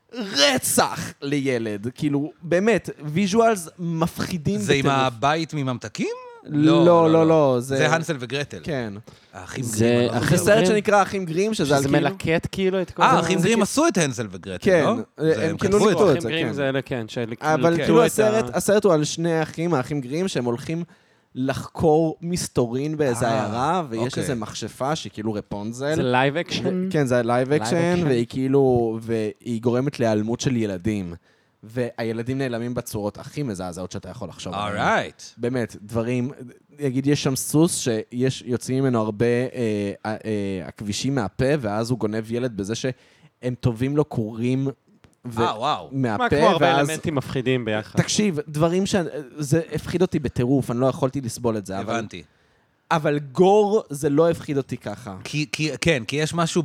רצח לילד. כאילו, באמת, ויז'ואלס מפחידים זה עם בטירוף. הבית מממתקים? לא, לא, לא. זה הנסל וגרטל. כן. האחים זה- גרים. אני לא אחי זוכר. זה סרט גרים? שנקרא האחים גרים, שזה על שזה כאילו... מלקט כאילו את כל אה, זה. האחים זה גרים כאילו- עשו את הנסל וגרטל, כן, לא? הם זה- כאילו כתבו ניתקו את אחים זה, גרים כן. זה אלה, כן. של- אבל כן. כאילו את ה- הסרט, הסרט הוא על שני אחים, האחים גרים, שהם הולכים לחקור מסתורין באיזה אה, עיירה, ויש אוקיי. איזו מכשפה שהיא כאילו רפונזל. זה לייב אקשן? כן, זה לייב אקשן, action. והיא כאילו, והיא גורמת להיעלמות של ילדים. והילדים נעלמים בצורות הכי מזעזעות שאתה יכול לחשוב עליהן. אורייט. באמת, דברים, נגיד, יש שם סוס שיוצאים ממנו הרבה אה, אה, אה, הכבישים מהפה, ואז הוא גונב ילד בזה שהם טובים לו קורים ו- אה, וואו. מה, מהפה, כמו הרבה ואז... אלמנטים מפחידים ביחד. תקשיב, דברים ש... זה הפחיד אותי בטירוף, אני לא יכולתי לסבול את זה, אבל... הבנתי. אבל גור זה לא הפחיד אותי ככה. כי, כי, כן, כי יש משהו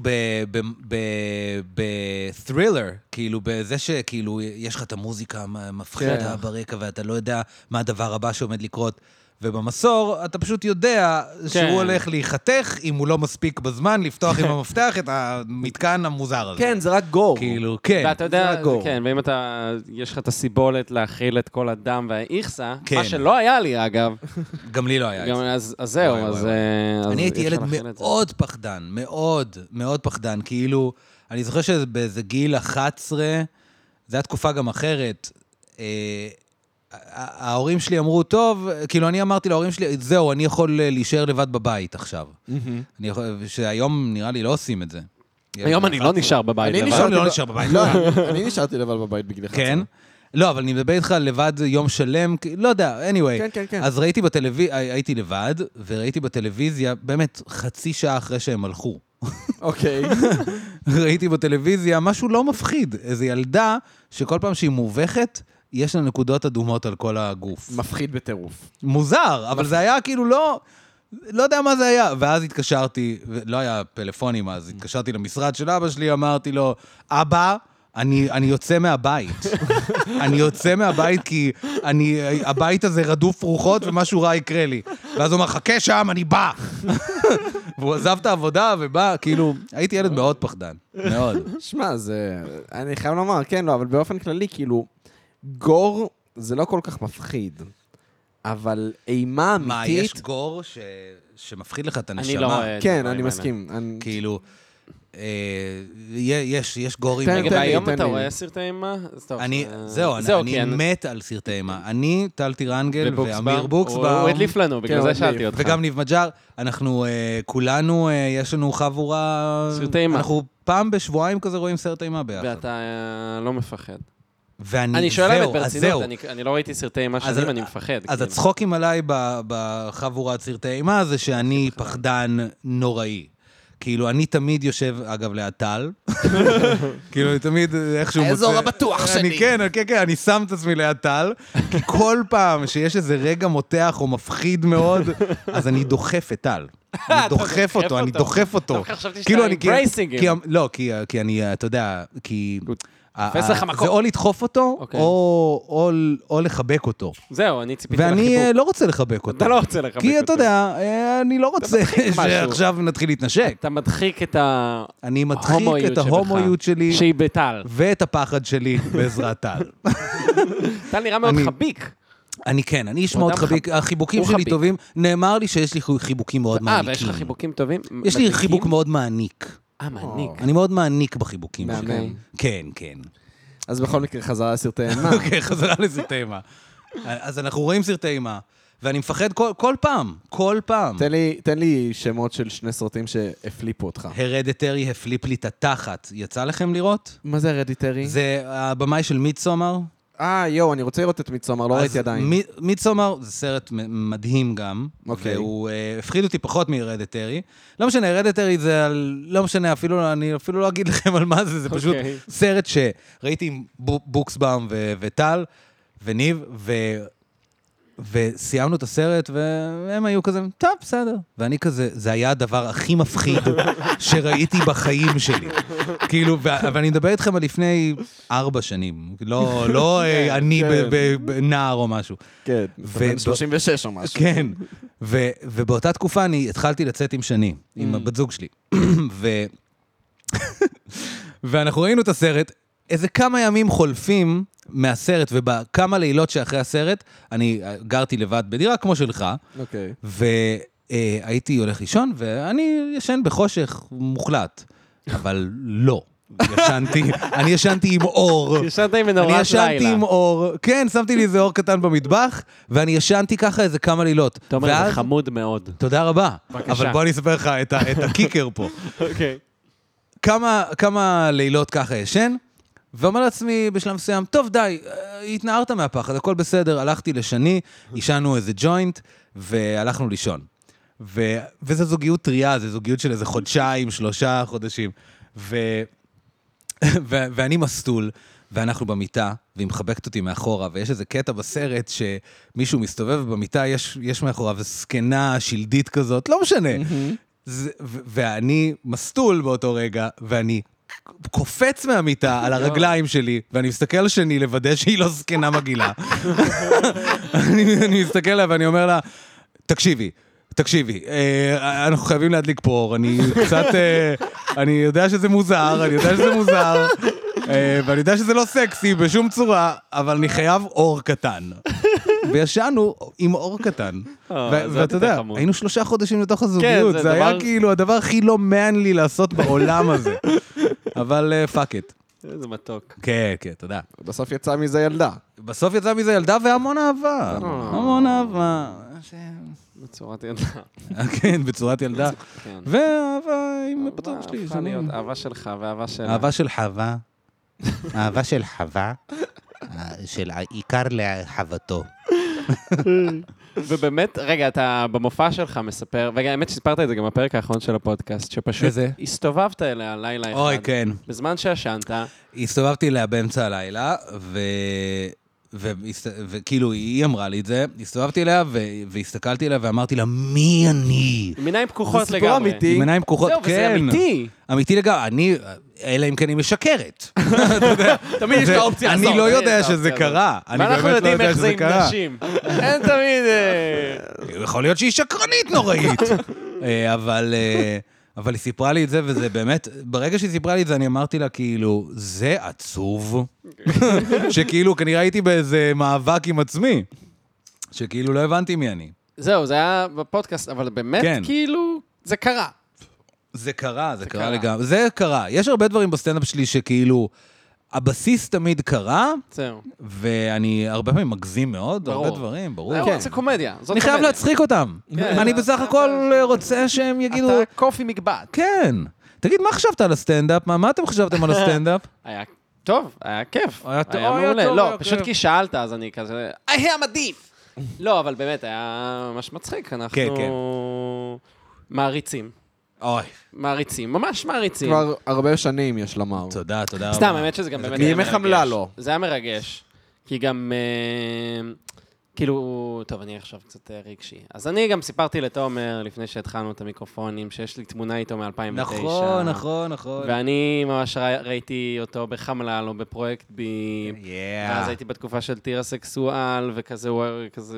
בת'רילר, כאילו בזה שכאילו יש לך את המוזיקה המפחידה כן. ברקע ואתה לא יודע מה הדבר הבא שעומד לקרות, ובמסור אתה פשוט יודע שהוא הולך להיחתך אם הוא לא מספיק בזמן לפתוח עם המפתח את המתקן המוזר הזה. כן, זה רק גור. כאילו, כן. ואתה יודע, זה הגור. כן, ואם אתה, יש לך את הסיבולת להכיל את כל הדם והאיכסה, כן. מה שלא היה לי אגב, גם לי לא היה את גם זה. אז אז זהו, וואי, אז... וואי, אה, אז אני הייתי אי אפשר ילד להכיל את זה. מאוד פחדן, מאוד, מאוד פחדן. כאילו, אני זוכר שבאיזה גיל אחת עשרה, זו הייתה תקופה גם אחרת, אה, ההורים שלי אמרו, טוב, כאילו אני אמרתי להורים שלי, זהו, אני יכול להישאר לבד בבית עכשיו. אני יכול, שהיום נראה לי לא עושים את זה. היום אני לא נשאר בבית. אני לבד. נשארתי אני לא ב- נשאר בבית. לא, אני נשארתי לבד בבית בגיל אחת עשרה. כן? לא, אבל אני מדבר איתך לבד יום שלם, כי- לא יודע, anyway. כן, כן, כן. אז ראיתי בטלוויזיה, הייתי לבד, וראיתי בטלוויזיה, באמת, חצי שעה אחרי שהם הלכו. אוקיי. ראיתי בטלוויזיה משהו לא מפחיד. איזו ילדה שכל פעם שהיא מובכת, יש לה נקודות אדומות על כל הגוף. מפחיד בטירוף. מוזר, אבל זה היה כאילו לא... לא יודע מה זה היה. ואז התקשרתי, לא היה פלאפונים אז, התקשרתי למשרד של אבא שלי, אמרתי לו, אבא, אני, אני יוצא מהבית. אני יוצא מהבית כי אני, הבית הזה רדוף רוחות ומשהו רע יקרה לי. ואז הוא אמר, חכה שם, אני בא. והוא עזב את העבודה ובא, כאילו, הייתי ילד מאוד פחדן. מאוד. שמע, זה... אני חייב לומר, כן, לא, אבל באופן כללי, כאילו, גור זה לא כל כך מפחיד. אבל אימה אמיתית... מה, יש גור ש... שמפחיד לך את הנשמה? אני לא רואה את כן, הדברים אני האלה. מסכים. אני- כאילו, יש, יש גורים. תן, רגע, תן לי, והיום תן אתה לי. רואה סרטי אימה? אז טוב, אני, אה, זהו, אני, זהו, אני כי אני- מת על סרטי אימה. אני, טל טירנגל ובוקסבאום. ואמיר הוא- בוקסבאום. הוא הדליף לנו, כן, בגלל הוא זה הדליף. שאלתי אותך. וגם ניב מג'אר, אנחנו אה, כולנו, אה, יש לנו חבורה... סרטי אימה. אנחנו פעם בשבועיים כזה רואים סרט אימה ביחד. ואתה אה, לא מפחד. ואני, אני שואל זהו, באמת אז ברצינות, זהו. אני- אני לא ראיתי סרטי אימה אז שנים, ה- אני מפחד. אז כאילו. הצחוקים עליי ב- בחבורת סרטי אימה זה שאני פחדן נוראי. כאילו, אני תמיד יושב, אגב, ליד טל. כאילו, אני תמיד איכשהו מוצא... האזור הבטוח שלי. אני כן, כן, כן, אני שם את עצמי ליד טל, כי כל פעם שיש איזה רגע מותח או מפחיד מאוד, אז אני דוחף את טל. אני דוחף אותו, אני דוחף אותו. דווקא חשבתי שאתה כאילו, אני- כי- embracing him. כי- לא, כי- כי אני, אתה יודע, כי... תופס לך מקום. זה או לדחוף אותו, אוקיי. או- או- או לחבק אותו. זהו, אני ציפיתי ואני לחיבוק. אה, לא רוצה לחבק אותו. אתה לא רוצה לחבק אותו. כי אתה יודע, אה, אני לא רוצה מדחיק משהו. שעכשיו נתחיל להתנשק. אתה מדחיק את ה... אני מדחיק ההומואיות את שבך. ההומואיות שלי שהיא בטל. ואת הפחד שלי בעזרת טל. טל נראה מאוד אני- חביק. אני כן, אני איש הוא מאוד אדם חביק, חב- החיבוקים הוא שלי חביק. טובים. נאמר לי שיש לי חיבוקים מאוד אה, מעניקים. ויש לך חיבוקים טובים? יש לי מדליקים? חיבוק מאוד מעניק. אה, מעניק. אני מאוד מעניק בחיבוקים שלי. מהמם. כן, כן. אז בכל מקרה, חזרה לסרטי אימה. אוקיי, חזרה לסרטי אימה. אז אנחנו רואים סרטי אימה, ואני מפחד כל- כל פעם, כל פעם. תן לי- תן לי שמות של שני סרטים שהפליפו אותך. הרדיטרי הפליפ לי את התחת. יצא לכם לראות? מה זה הרדיטרי? זה הבמאי של מידסומר. אה, יואו, אני רוצה לראות את מידסומר, לא אז ראיתי עדיין. מי- מידסומר זה סרט מ- מדהים גם, אוקיי. והוא אה, הפחיד אותי פחות מהרדיטרי. לא משנה, הרדיטרי זה על... לא משנה, אפילו, אני אפילו לא אגיד לכם על מה זה, זה פשוט אוקיי. סרט שראיתי עם בו- בוקסבאום ו- וטל וניב, ו... וסיימנו את הסרט, והם היו כזה, טוב, בסדר. ואני כזה, זה היה הדבר הכי מפחיד שראיתי בחיים שלי. כאילו, ו- ואני מדבר איתכם על לפני ארבע שנים. לא, לא אה, אני כן. ב- ב- בנער או משהו. כן, ו- בן שלושים ושש או משהו. כן. ו- ובאותה תקופה אני התחלתי לצאת עם שני, עם Mm. הבת זוג שלי. ו- ואנחנו ראינו את הסרט, איזה כמה ימים חולפים מהסרט, ובכמה לילות שאחרי הסרט, אני גרתי לבד בדירה כמו שלך, אוקיי. והייתי הולך לישון, ואני ישן בחושך מוחלט, אבל לא. ישנתי, אני ישנתי עם אור. ישנת עם מנורת אני לילה. ישנתי עם אור, כן, שמתי לי איזה אור קטן במטבח, ואני ישנתי ככה איזה כמה לילות. אתה אומר, זה ואז- חמוד מאוד. תודה רבה. בבקשה. אבל בוא אני אספר לך את ה- את הקיקר פה. אוקיי. כמה, כמה לילות ככה ישן, ואומר לעצמי בשלב מסוים, טוב די, אה, התנערת מהפחד, הכל בסדר, הלכתי לשני, ישנו איזה ג'וינט, והלכנו לישון. ו, וזו זוגיות טריה, זו זוגיות של איזה חודשיים, שלושה חודשים. ו, ו, ואני מסטול, ואנחנו במיטה, והיא מחבקת אותי מאחורה, ויש איזה קטע בסרט שמישהו מסתובב במיטה, יש, יש מאחוריו סקנה שלדית כזאת, לא משנה. זה, ו- ואני מסטול באותו רגע, ואני קופץ מהמיטה על הרגליים שלי, ואני מסתכל על שני לוודא שהיא לא זקנה מגעילה. אני, אני מסתכל עליה ואני אומר לה, תקשיבי, תקשיבי, אה, אנחנו חייבים להדליק פה אור, אני קצת, אה, אני יודע שזה מוזר, אני יודע שזה מוזר, אה, ואני יודע שזה לא סקסי בשום צורה, אבל אני חייב אור קטן. וישנו עם אור קטן. אה, ו- זה עוד ואתה יודע, יותר חמוד. היינו שלושה חודשים לתוך הזוגיות, זה זה היה דבר- כאילו הדבר הכי לא מנלי לעשות בעולם הזה. אבל פאק איט. איזה מתוק. כן, כן, תודה. בסוף יצא מזה ילדה. בסוף יצא מזה ילדה והמון אהבה. המון אהבה. בצורת ילדה. כן, בצורת ילדה. כן. ואהבה עם בת זוג שלי. הפכה שנים. להיות אהבה שלך ואהבה שלה. אהבה של חווה. אהבה של חווה, של העיקר לחוותו. ובאמת, רגע, אתה במופע שלך מספר, והאמת שסיפרת את זה גם בפרק האחרון של הפודקאסט, שפשוט איזה? הסתובבת אליה לילה אחד. אוי, כן. בזמן שישנת, הסתובבתי אליה באמצע הלילה, ו... וכאילו, היא אמרה לי את זה, הסתובבתי אליה ו... והסתכלתי אליה ואמרתי לה, מי אני? עם עיניים פקוחות זה סיפור לגמרי. אמיתי. עם עיניים פקוחות, זהו, וזה כן. אמיתי. אמיתי לגמרי, אני, אלא אם כן היא משקרת. תמיד יש את האופציה הזאת. אני לא תמיד יודע יש את שזה האופציה קרה. הזאת. אני ואנחנו באמת לא יודעים יודע איך זה שזה עם קרה. נשים. אין תמיד... אה, יכול להיות שהיא שקרנית נוראית. אה, אבל... אה, אבל היא סיפרה לי את זה, וזה באמת, ברגע שהיא סיפרה לי את זה, אני אמרתי לה, כאילו, זה עצוב. שכאילו, כנראה הייתי באיזה מאבק עם עצמי. שכאילו, לא הבנתי מי אני. זהו, זה היה בפודקאסט, אבל באמת, כן. כאילו, זה קרה. זה קרה, זה קרה לגמרי. זה קרה. יש הרבה דברים בסטנדאפ שלי שכאילו, הבסיס תמיד קרה, זהו. ואני הרבה פעמים מגזים מאוד, הרבה דברים, ברור. זה קומדיה. אני חייב להצחיק אותם. אני בסך הכל רוצה שהם יגידו... אתה קופי מגבעת. כן. תגיד, מה חשבת על הסטנדאפ? מה אתם חשבתם על הסטנדאפ? היה טוב, היה כיף. היה טוב, היה היה מעולה. טוב, לא, היה פשוט כיף. כי שאלת, אז אני כזה, היה מדהים. לא, אבל באמת, היה ממש מצחיק. כן, אנחנו מעריצים. אוי. מעריצים, ממש מעריצים. כבר הרבה שנים יש לומר. תודה, תודה רבה. סתם, האמת שזה גם באמת מי היה מרגש. מחמלה לו? זה היה מרגש. כי גם, אה, כאילו, טוב, אני עכשיו קצת אה, רגשי. אז אני גם סיפרתי לתומר, לפני שהתחלנו את המיקרופונים, שיש לי תמונה איתו מ-אלפיים ותשע. נכון, נכון, נכון. ואני ממש ר- ראיתי אותו בחמלל או בפרויקט בי, Yeah. ואז הייתי בתקופה של טירה סקסואל, וכזה, הוא היה כזה...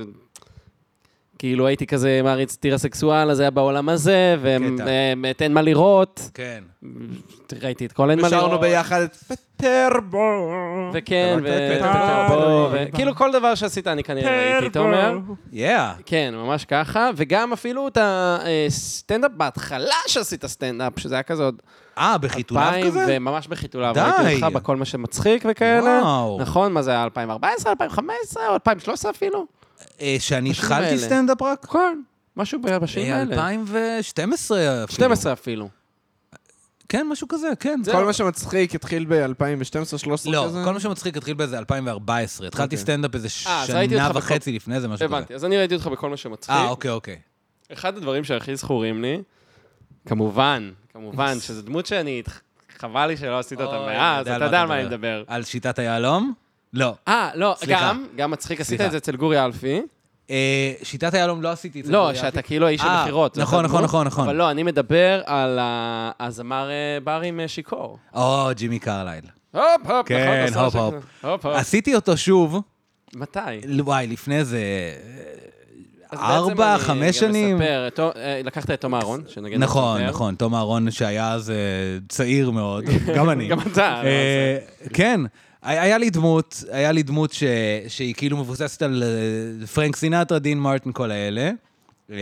כאילו הייתי כזה מעריץ טירה סקסואל, אז היה בעולם הזה, ואת אין מה לראות. כן. ראיתי את כל אין מה לראות. ושרנו ביחד את פטרבו. וכן, וטרבו, כאילו כל דבר שעשית אני כנראה ראיתי, תומר. Yeah. כן, ממש ככה, וגם אפילו את הסטנדאפ בהתחלה שעשית סטנדאפ, שזה היה כזה עוד... אה, בחיתוליו כזה? וממש בחיתוליו. די. ראיתי אותך בכל מה שמצחיק וכאלה. וואו. נכון, מה זה היה אלפיים וארבע עשרה, אלפיים וחמש עשרה, או אלפיים ושלוש עשרה אפילו? אה, שאני בשנים התחלתי האלה. סטנדאפ רק? כן, משהו בשנים האלה. אלפיים ושתים עשרה אפילו. שתים עשרה אפילו. כן, משהו כזה, כן. כל מה שמצחיק התחיל ב-אלפיים ושתים עשרה שלוש עשרה לא, כזה? כל מה שמצחיק התחיל באיזה אלפיים וארבע עשרה. התחלתי סטנדאפ איזה אז ראיתי שנה אותך בכל- וחצי לפני זה, משהו כזה. הבנתי, אז אני ראיתי אותך בכל מה שמצחיק. אה, אוקיי, אוקיי. אחד הדברים שהכי זכורים לי, כמובן, כמובן, שזו דמות שאני, חבל לי שלא עשית אותה אוי, מאז, יודע אתה על יודע מה על מה אתה אני מדבר. מדבר. על שיטת היהלום? לא. אה, לא, סליחה. גם, גם מצחיק, עשית סליחה. את זה אצל גורי אלפי. אה, שיטת היהלום לא עשיתי את זה. לא, אני שאתה אהבתי. כאילו האיש אה, המכירות. נכון, נכון, נכון, נכון. אבל לא, אני מדבר על ה- הזמר אה, בר עם אה, שיכור. או, ג'ימי קרלייל. הופ, הופ, כן, נכון, הופ, עשה הופ. שכזה. הופ, הופ. עשיתי אותו שוב, מתי? וואי, לפני זה אז ארבע, בעצם אני חמש גם שנים. אספר, תו- אה, לקחת את תום אהרון, שנגיד... נכון, נספר. נכון, תום אהרון שהיה אז אה, צעיר מאוד, גם אני. גם אתה. לא, אה, כן, היה היה לי דמות, היה לי דמות ש- שהיא כאילו מבוססת על אה, פרנק סינטרה, דין מרטין, כל האלה. אה,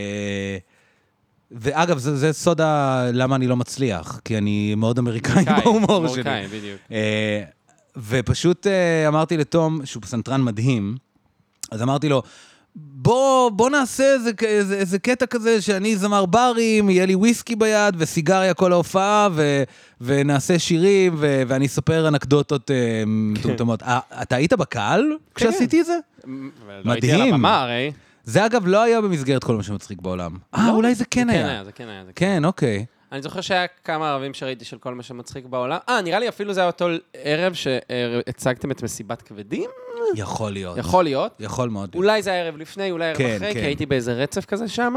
ואגב, זה, זה סוד ה- למה אני לא מצליח, כי אני מאוד אמריקאי בהומור שלי. אמריקאי, בדיוק. אה, ופשוט אה, אמרתי לתום, שהוא פסנתרן מדהים, אז אמרתי לו, בוא, בוא נעשה איזה, איזה, איזה קטע כזה שאני זמר ברים, יהיה לי וויסקי ביד וסיגריה כל ההופעה, ו, ונעשה שירים, ו, ואני אספר אנקדוטות אה, מטומטמות. אה, אתה היית בקהל כשעשיתי את זה? לא הייתי על מדהים. הבמה, הרי. זה אגב לא היה במסגרת כל מה שמצחיק בעולם. אה, אולי זה כן זה כן היה. היה, זה כן היה. זה כן, אוקיי. אני זוכר שהיה כמה ערבים שראיתי של כל מה שמצחיק בעולם. אה, נראה לי אפילו זה היה אותו ערב שהצגתם את מסיבת כבדים? יכול להיות. יכול להיות. יכול מאוד להיות. אולי זה היה ערב לפני, אולי ערב כן, אחרי, כן. כי הייתי באיזה רצף כזה שם.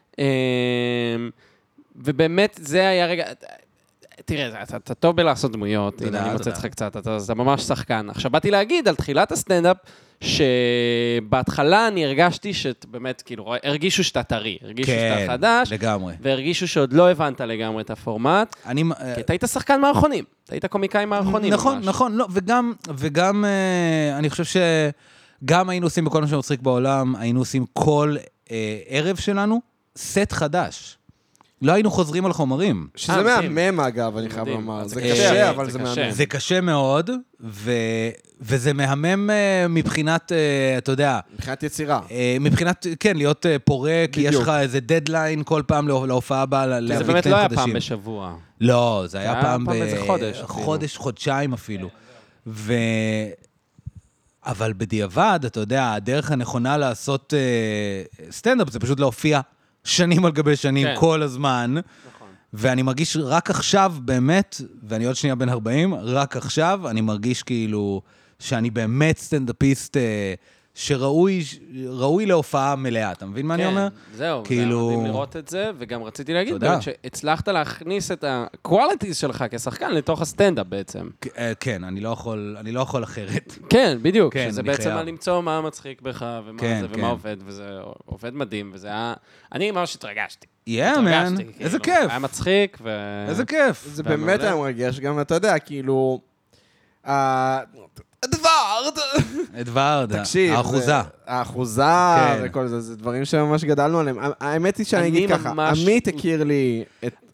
ובאמת זה היה רגע... תראה, אתה, אתה טוב בלעשות דמויות, תודה, הנה, אני מוצא תודה. אותך קצת, אתה, אתה ממש שחקן. עכשיו, באתי להגיד על תחילת הסטנדאפ, שבהתחלה אני הרגשתי שבאמת, כאילו, הרגישו שאתה טרי, הרגישו כן, שאתה חדש, לגמרי. והרגישו שעוד לא הבנת לגמרי את הפורמט, אני... כי אתה היית שחקן מערכונים, אתה היית קומיקאי מערכונים נכון, ממש. נכון, לא, וגם, וגם, אה, אני חושב שגם היינו עושים בכל מה שמצחיק בעולם, היינו עושים כל אה, ערב שלנו סט חדש. לא היינו חוזרים על חומרים. שזה אה, מדהים. מהמם, אגב, אני חייב מדהים. לומר. אז זה זה קשה, קשה, אבל זה זה קשה. מהמם. זה קשה מאוד, ו, וזה מהמם אה, מבחינת, אה, אתה יודע, מבחינת יצירה. אה, מבחינת, כן, להיות אה, פורה, כי יש בדיוק. לך איזה דדליין כל פעם לה- להופעה הבאה, כי להביא זה באמת קטעים לא היה חדשים. פעם בשבוע. לא, זה היה היה פעם פעם באיזה חודש אפילו. חודש, חודשיים אפילו. ו... אבל בדיעבד, אתה יודע, הדרך הנכונה לעשות אה, סטנדאפ זה פשוט להופיע שנים על גבי שנים כן. כל הזמן. נכון. ואני מרגיש רק עכשיו, באמת, ואני עוד שנייה בן ארבעים, רק עכשיו אני מרגיש כאילו שאני באמת סטנדאפיסט אה, שראוי ראוי להופעה מלאה. אתה מבין מה אני אומר? כן, זהו, כאילו- זה היה מדהים לראות את זה, וגם רציתי להגיד תודה. באמת שהצלחת להכניס את ה-qualities שלך כשחקן לתוך הסטנדאפ בעצם. אה, כן, אני לא יכול, אני לא יכול אחרת. כן, בדיוק, כן, שזה אני בעצם חייב. על למצוא מה מצחיק בך, ומה כן, זה, כן. ומה עובד, וזה עובד מדהים, וזה היה... אני ממש התרגשתי. Yeah, man, התרגשתי, איזה כאילו. כיף. היה מצחיק, ו... איזה כיף. זה והמעולה. באמת היה מרגש, גם אתה יודע, כאילו... ה- אדוארד! אדוארד, תקשיב. האחוזה. זה- האחוזה כן. וכל זה, זה דברים שממש גדלנו עליהם. האמת היא שאני אני אגיד ככה, ממש- עמית הכיר לי את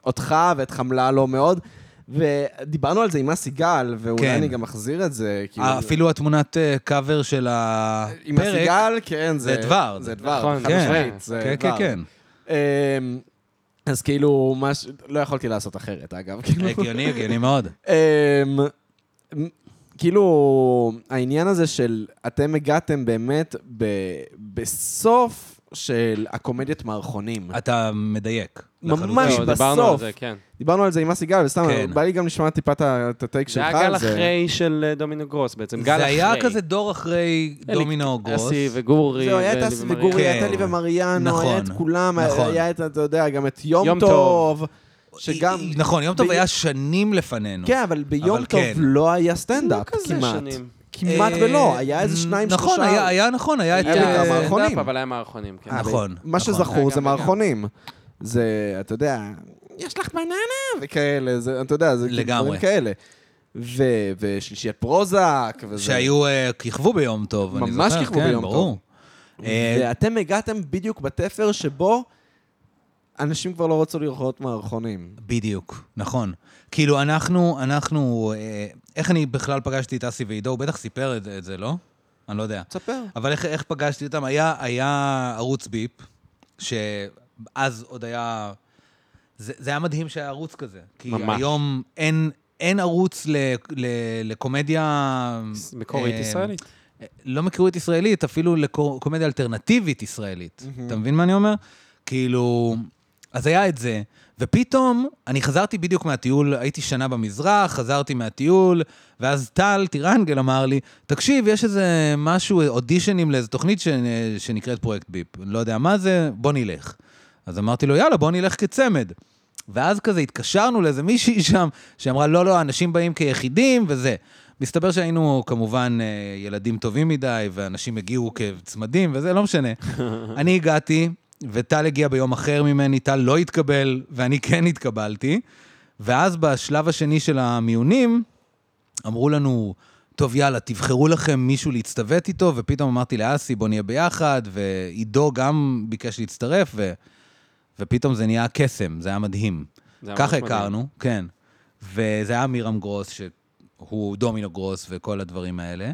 אותך ואת חמלה לא מאוד, ודיברנו על זה עם אסי גל, ואולי כן. אני גם אחזיר את זה. כאילו... אפילו התמונת קאבר של הפרק, עם אסי גל, כן, זה... זה דבר. זה דבר, נכון, חד כן. משמעית, זה כן, כן, דבר. כן. אמ, אז כאילו, מש... לא יכולתי לעשות אחרת, אגב. כאילו. הגיוני, הגיוני מאוד. אמ, כאילו, העניין הזה של אתם הגעתם באמת ב- בסוף של הקומדיית מערכונים. אתה מדייק. ממש לחלוטין. זהו, דיברנו על בסוף. זה, כן. דיברנו על זה עם אסי גל, וסתם, כן. בא לי גם לשמוע טיפה את ה- את הטייק זה שלך היה גל על זה. אחרי של אה, דומינו גרוס בעצם, גל אחרי. זה היה כזה דור אחרי אלי- דומינו גרוס. אסי וגורי. זהו, היה את ואלי אסי ומריה. וגורי, כן. היה את אלי ומריאנו, נכון, היה את כולם, נכון. היה את, אתה יודע, גם את יום יום טוב, טוב. שגם... נכון, יום טוב ב- היה שנים לפנינו. כן, אבל ביום אבל טוב כן. לא היה לא סטנדאפ, כזה כמעט. שנים. כמעט אה, ולא, היה איזה שניים, שלושה. נכון, היה, היה נכון, היה את... היה אה, בעיקר מערכונים. סטנדאפ, אבל היה מערכונים, כן. אה, נכון, מה נכון. שזכור היה זה גם מערכונים. זה, אתה יודע, יש לך בננה וכאלה, זה, אתה יודע, זה לגמרי. דברים כאלה. ו- ושלישיית פרוזק, וזה... שהיו, אה, כיכבו ביום טוב, אני זוכר. ממש כיכבו כן, ביום ברור. אה, ואתם הגעתם בדיוק בתפר שבו אנשים כבר לא רצו לראות מערכונים. בדיוק, נכון. כאילו, אנחנו, אנחנו, אה, איך אני בכלל פגשתי את אסי ועידו? הוא בטח סיפר את, את זה, לא? אני לא יודע. תספר. אבל איך, איך פגשתי אותם? היה, היה ערוץ ביפ, שאז עוד היה... זה, זה היה מדהים שהיה ערוץ כזה. כי ממש. היום אין, אין ערוץ ל, ל, לקומדיה... מקורית אה, ישראלית. לא מקורית ישראלית, אפילו לקומדיה אלטרנטיבית ישראלית. אתה מבין מה אני אומר? כאילו... אז היה את זה, ופתאום אני חזרתי בדיוק מהטיול, הייתי שנה במזרח, חזרתי מהטיול, ואז טל טירנגל אמר לי, תקשיב, יש איזה משהו, אודישנים לאיזו תוכנית ש... שנקראת פרויקט ביפ. אני לא יודע מה זה, בוא נלך. אז אמרתי לו, יאללה, בוא נלך כצמד. ואז כזה התקשרנו לאיזה מישהי שם, שאמרה, לא, לא, אנשים באים כיחידים, וזה. מסתבר שהיינו כמובן ילדים טובים מדי, ואנשים הגיעו כצמדים, וזה לא משנה. אני הגעתי, וטל הגיע ביום אחר ממני, טל לא התקבל, ואני כן התקבלתי. ואז בשלב השני של המיונים, אמרו לנו, טוב, יאללה, תבחרו לכם מישהו להצטוות איתו, ופתאום אמרתי לאסי, בוא נהיה ביחד, ועידו גם ביקש להצטרף, ו... ופתאום זה נהיה קסם, זה היה מדהים. זה היה ככה ממש מדהים. הכרנו, כן. וזה היה מירם גרוס, שהוא דומינו גרוס וכל הדברים האלה.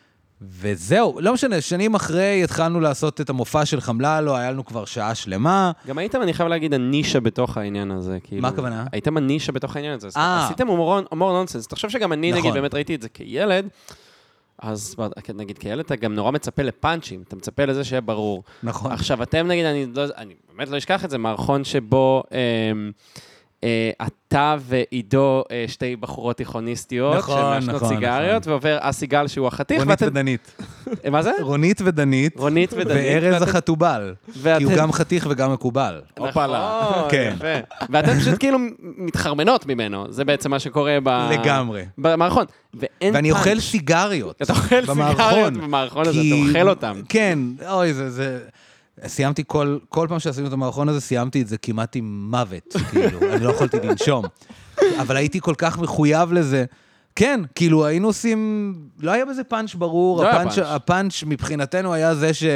וזהו, לא משנה, שנים אחרי התחלנו לעשות את המופע של חמלה, לא, היה לנו כבר שעה שלמה. גם הייתם, אני חייב להגיד, הנישה בתוך העניין הזה. כאילו, מה הכוונה? הייתם הנישה בתוך העניין הזה. אז אה. עשיתם הומור, הומור נונסנס. תחשוב שגם אני, נכון. נגיד, באמת ראיתי את זה כילד, אז נגיד, כילד אתה גם נורא מצפה לפאנצ'ים, אתה מצפה לזה שיהיה ברור. נכון. עכשיו, אתם נגיד, אני, לא, אני באמת לא אשכח את זה, מערכון שבו אה, אה, אתה ועידו אה, שתי בחורות תיכוניסטיות, נכון, שמעשנות נכון, סיגריות, נכון. ועובר אסי גל שהוא החתיך, רונית ואתם... ודנית. מה זה? רונית ודנית. רונית ודנית. וארז ואתם- החתובל. כי הוא ואתם- גם חתיך וגם מקובל. הופלה. כן. יפה. ואתם פשוט כאילו מתחרמנות ממנו, זה בעצם מה שקורה ב... לגמרי. במערכון. ואין ואני פאנץ'. אוכל סיגריות. אתה אוכל סיגריות במערכון הזה, כי- אתה אוכל אותם. כן, אוי, זה... זה... סיימתי כל, כל פעם שעשינו את המערכון הזה, סיימתי את זה כמעט עם מוות, כאילו, אני לא יכולתי לנשום. אבל הייתי כל כך מחויב לזה. כן, כאילו, היינו עושים... לא היה בזה פאנץ' ברור, לא היה הפאנץ', פאנץ'. הפאנץ' מבחינתנו היה זה ש...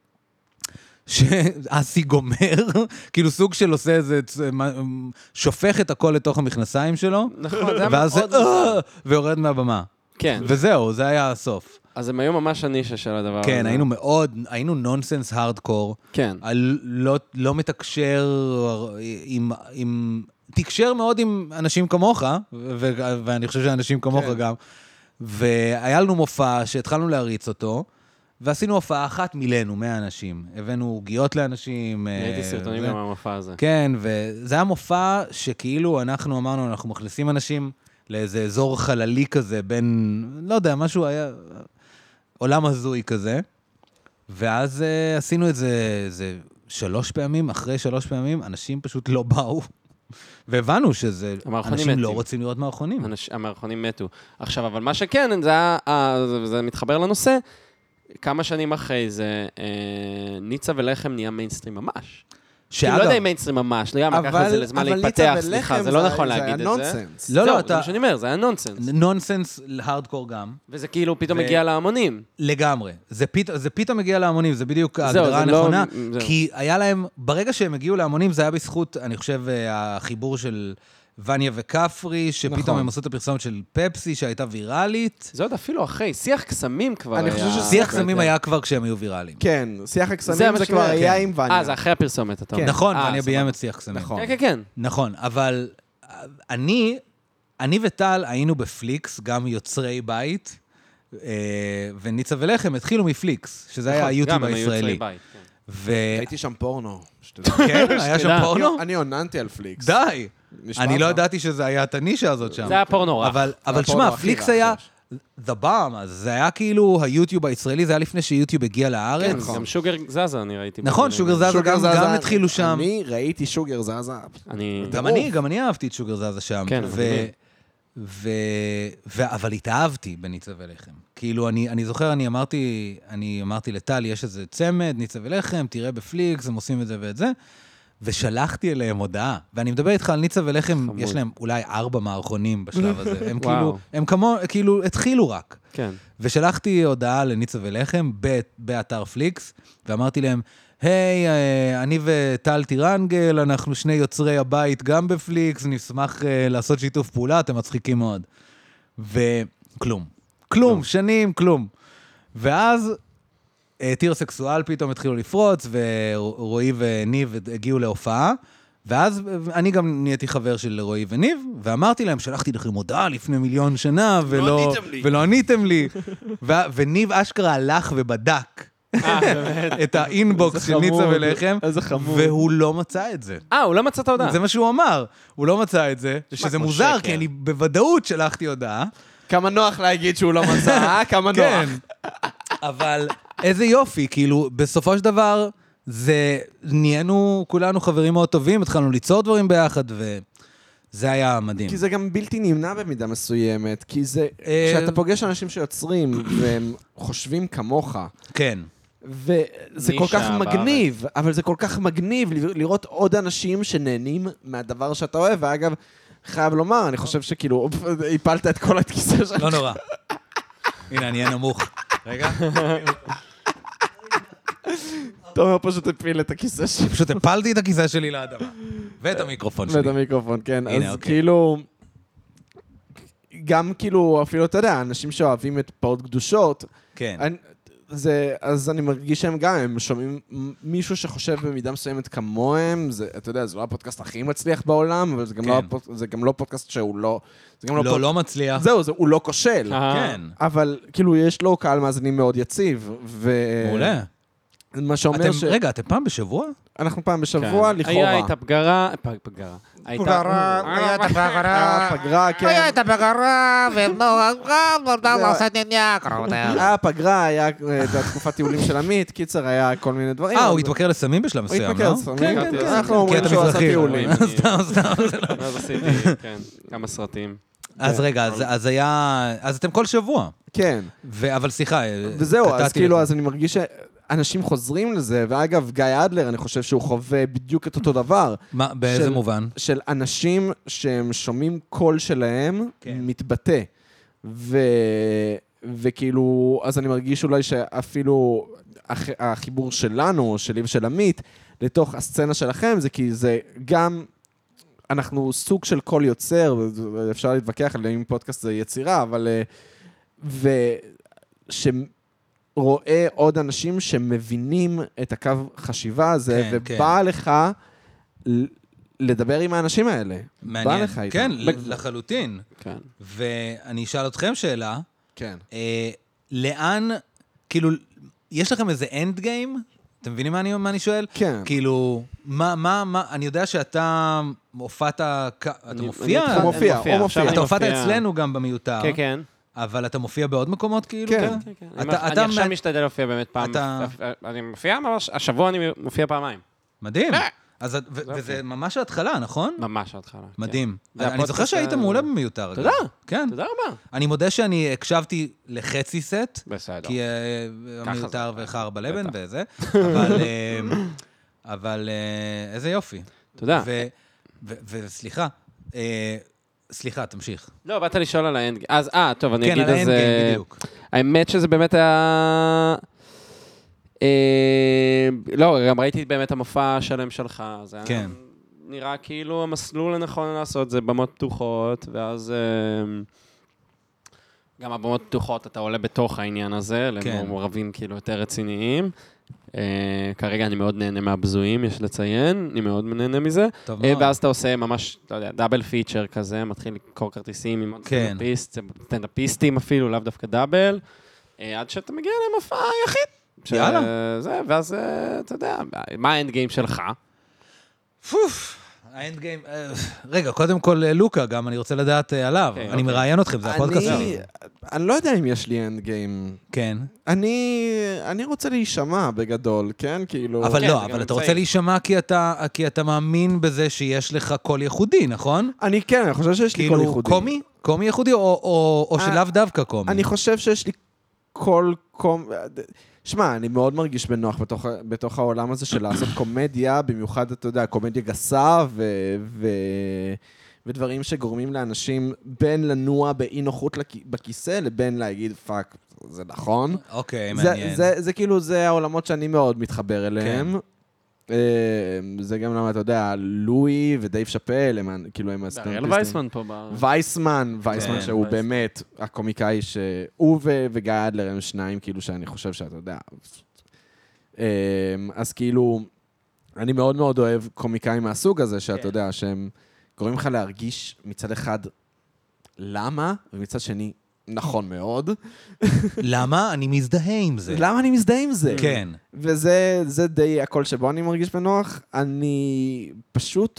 שאסי גומר, כאילו סוג של עושה איזה, שופך את הכל לתוך המכנסיים שלו, נכון, זה היה ואז זה, מאוד מוזר. "אה", ויורד מהבמה. כן, וזהו, זה היה הסוף. אז הם היו ממש הנישה של הדבר הזה. כן, היינו מאוד, היינו נונסנס הארדקור, כן. על- לא, לא מתקשר עם, עם, תקשר מאוד עם אנשים כמוך, ו, ואני חושב שאנשים כמוך כן. גם, והיה לנו מופע שהתחלנו להריץ אותו, ועשינו הופעה אחת מילאנו, מאה אנשים. הבאנו עוגיות לאנשים. ראיתי אה, סרטונים זה. גם מהמופע הזה. כן, וזה היה מופע שכאילו אנחנו אמרנו, אנחנו מכניסים אנשים לאיזה אזור חללי כזה, בין, לא יודע, משהו היה, עולם הזוי כזה, ואז uh, עשינו את זה, זה שלוש פעמים, אחרי שלוש פעמים, אנשים פשוט לא באו, והבנו שזה, המערכונים אנשים לא מתים. רוצים לראות מערכונים. אנש- המערכונים מתו. עכשיו, אבל מה שכן, זה היה, אה, זה- זה מתחבר לנושא, כמה שנים אחרי זה, אה, ניצה ולחם נהיה מיינסטרים ממש. כאילו, לא יודע אם מיינסטרים ממש, לגמרי, לקח לזה לזמן להתפתח, סליחה, זה לא נכון להגיד את זה. זה היה נונסנס. לא, לא, אתה... זה מה שאני אומר, זה היה נונסנס. נונסנס הארדקור גם. וזה כאילו פתאום מגיע להמונים. לגמרי. זה פתאום מגיע להמונים, זה בדיוק ההגדרה הנכונה, כי היה להם, ברגע שהם הגיעו להמונים, זה היה בזכות, אני חושב, החיבור של וניה וקפרי, שפתאום הם עשו את הפרסומת של פפסי, שהייתה ויראלית. זה עוד אפילו אחרי, שיח קסמים כבר היה... שיח קסמים היה כבר כשהם היו ויראליים. כן, שיח הקסמים זה כבר היה עם וניה. אה, זה אחרי הפרסומת, אתה אומר. נכון, וניה ביים את שיח קסמים. כן, כן, כן. נכון, אבל אני, אני וטל היינו בפליקס, גם יוצרי בית, וניצה ולחם התחילו מפליקס, שזה היה היוטיוב הישראלי. הייתי שם פורנו. כן, היה שם פורנו? אני עוננתי על פליקס. די. אני לא ידעתי שזה היה את הנישה הזאת שם. זה היה פורנו רך. אבל שמע, פליקס היה The Bomb, אז זה היה כאילו היוטיוב הישראלי, זה היה לפני שיוטיוב הגיע לארץ. גם שוגר זזה אני ראיתי. נכון, שוגר זזה גם התחילו שם. אני ראיתי שוגר זזה. גם אני, גם אני אהבתי את שוגר זזה שם. כן, ו... ו... אבל התאהבתי בניצה ולחם. כאילו, אני, אני זוכר, אני אמרתי, אני אמרתי לטל, יש איזה צמד, ניצה ולחם, תראה בפליקס, הם עושים את זה ואת זה, ושלחתי אליהם הודעה. ואני מדבר איתך על ניצה ולחם, יש להם אולי ארבע מערכונים בשלב הזה. הם כאילו, הם כמו, כאילו, התחילו רק. כן. ושלחתי הודעה לניצה ולחם באתר פליקס, ואמרתי להם, היי, אני וטל טירנגל, אנחנו שני יוצרי הבית גם בפליקס, נשמח לעשות שיתוף פעולה, אתם מצחיקים מאוד. וכלום. כלום, שנים, כלום. ואז טירסקסואל פתאום התחילו לפרוץ, ורועי וניב הגיעו להופעה, ואז אני גם נהייתי חבר של רועי וניב, ואמרתי להם, שלחתי לכם הודעה לפני מיליון שנה, ולא עניתם לי. וניב אשכרה הלך ובדק. את האינבוקס של ניצה ולחם, והוא לא מצא את זה. אה, הוא לא מצא את ההודעה. זה מה שהוא אמר. הוא לא מצא את זה, שזה מוזר, כי אני בוודאות שלחתי הודעה. כמה נוח להגיד שהוא לא מצא, כמה נוח. כן, אבל איזה יופי, כאילו, בסופו של דבר, זה, נהיינו כולנו חברים מאוד טובים, התחלנו ליצור דברים ביחד, וזה היה מדהים. כי זה גם בלתי נמנע במידה מסוימת, כי זה, כשאתה פוגש אנשים שיוצרים, והם חושבים כמוך. כן. וזה כל כך מגניב, אבל זה כל כך מגניב לראות עוד אנשים שנהנים מהדבר שאתה אוהב, ואגב, חייב לומר, אני חושב שכאילו, הפלת את כל הכיסא שלך. לא נורא. הנה, אני אהיה נמוך. רגע. תומר פשוט הפיל את הכיסא שלי. פשוט הפלתי את הכיסא שלי לאדמה. ואת המיקרופון שלי. ואת המיקרופון, כן. אז כאילו, גם כאילו, אפילו, אתה יודע, אנשים שאוהבים את פעות קדושות, כן. זה, אז אני מרגיש שהם גם, הם שומעים מישהו שחושב במידה מסוימת כמוהם, זה, אתה יודע, זה לא הפודקאסט הכי מצליח בעולם, אבל זה גם, כן. לא, זה גם לא פודקאסט שהוא לא... זה גם לא, לא, פוד... לא מצליח. זהו, זה, הוא לא כושל. כן. אבל כאילו, יש לו קהל מאזינים מאוד יציב, ו... מעולה. מה שאומר אתם, ש... רגע, אתם פעם בשבוע? אנחנו פעם בשבוע, כן. לכאורה. היה את הפגרה, פגרה. פגרה, היה את הפגרה, הפגרה, כן. היה את הפגרה, היה פגרה, היה תקופת טיולים של עמית, קיצר היה כל מיני דברים. אה, הוא התמכר לסמים בשלב מסוים, לא? הוא התמכר לסמים, כן, כן, אנחנו אומרים שהוא עשה טיולים. סתם, סתם. אז עשיתי, כן, כמה סרטים. אז רגע, אז היה... אז אתם כל שבוע. כן. אבל סליחה, וזהו, אז כאילו, אז אני מרגיש ש... אנשים חוזרים לזה, ואגב, גיא אדלר, אני חושב שהוא חווה בדיוק את אותו דבר. מה, באיזה של, מובן? של אנשים שהם שומעים קול שלהם, כן. מתבטא. ו, וכאילו, אז אני מרגיש אולי שאפילו הח, החיבור שלנו, שלי ושל עמית, לתוך הסצנה שלכם, זה כי זה גם, אנחנו סוג של קול יוצר, ואפשר להתווכח על אם פודקאסט זה יצירה, אבל... וש... רואה עוד אנשים שמבינים את הקו חשיבה הזה, כן, ובא כן. לך לדבר עם האנשים האלה. מעניין. בא לך איתם. כן, לחלוטין. כן. ואני אשאל אתכם שאלה. כן. אה, לאן, כאילו, יש לכם איזה אנד גיים? אתם מבינים מה אני, מה אני שואל? כן. כאילו, מה, מה, מה, אני יודע שאתה הופעת, אתה מופיע? הוא מופיע, הוא מופיע. אתה הופעת אצלנו גם במיותר. כן, כן. אבל אתה מופיע בעוד מקומות כאילו? כן. כן, כן. אני עכשיו משתדל להופיע באמת פעם. אני מופיע ממש, השבוע אני מופיע פעמיים. מדהים. וזה ממש ההתחלה, נכון? ממש ההתחלה. מדהים. אני זוכר שהיית מעולה במיותר. תודה. כן. תודה רבה. אני מודה שאני הקשבתי לחצי סט. בסדר. כי המיותר וחר בלבן וזה. אבל... אבל אה, איזה יופי. תודה. וסליחה, אה, סליחה, תמשיך. לא, באת לשאול על האנד... אז, אה, טוב, אני כן, אגיד על אז... האנד גיים, אה, בדיוק. האמת שזה באמת היה... אה, לא, גם ראיתי באמת המופע השלם שלך, זה היה כן. נראה כאילו המסלול הנכון לעשות, זה במות פתוחות, ואז... אה, גם הבמות פתוחות, אתה עולה בתוך העניין הזה, כן. למעורבים כאילו יותר רציניים. Uh, כרגע אני מאוד נהנה מהבזויים, יש לציין, אני מאוד נהנה מזה. טוב Uh, מאוד. ואז אתה עושה ממש, לא יודע, דאבל פיצ'ר כזה, מתחיל לקרוא כרטיסים עם עוד כן. סטנדאפיסט, סטנדאפיסטים אפילו, לאו דווקא דאבל, uh, עד שאתה מגיע למופע יחיד. יאללה. ש- זה, ואז, uh, אתה יודע, מה האנד גיים שלך? פוף, האנד גיים, אה, רגע, קודם כל לוקה, גם אני רוצה לדעת אה, עליו. אוקיי, אני אוקיי. מראיין אתכם, זה הפודקאסט אני- שלי. אני לא יודע אם יש לי אנד גיים. כן. אני אני רוצה להישמע בגדול, כן? כאילו... אבל כן, לא, זה אבל גם אתה רוצה אמצעי. להישמע כי אתה, כי אתה מאמין בזה שיש לך קול ייחודי, נכון? אני כן, אני חושב שיש לי קול כאילו, ייחודי. קומי? קומי ייחודי או, או, או אה, שלאו דווקא קומי? אני חושב שיש לי קול קום... שמע, אני מאוד מרגיש בנוח בתוך, בתוך העולם הזה של לעשות קומדיה, במיוחד, אתה יודע, קומדיה גסה ו... ו... ודברים שגורמים לאנשים בין לנוע באי נוחות לכ... בכיסא, לבין להגיד, פאק, זה נכון. אוקיי, זה, מעניין. זה, זה כאילו, זה העולמות שאני מאוד מתחבר אליהם. אה, זה גם למה, אתה יודע, לואי ודייב שאפל, הם, כאילו, הם אריאל הסטנדאפיסטים. וייסמן פה ב... וייסמן, וייסמן כן, שהוא וייסמן. באמת הקומיקאי שהוא ו- וגיא אדלר הם שניים, כאילו שאני חושב שאתה יודע. אמ, אז כאילו, אני מאוד מאוד אוהב קומיקאים מהסוג הזה, שאתה יודע, שהם גורמים לך להרגיש מצד אחד למה, ומצד שני, נכון מאוד. למה? אני מזדהה עם זה. למה אני מזדהה עם זה? כן. וזה זה די הכל שבו אני מרגיש בנוח. אני פשוט...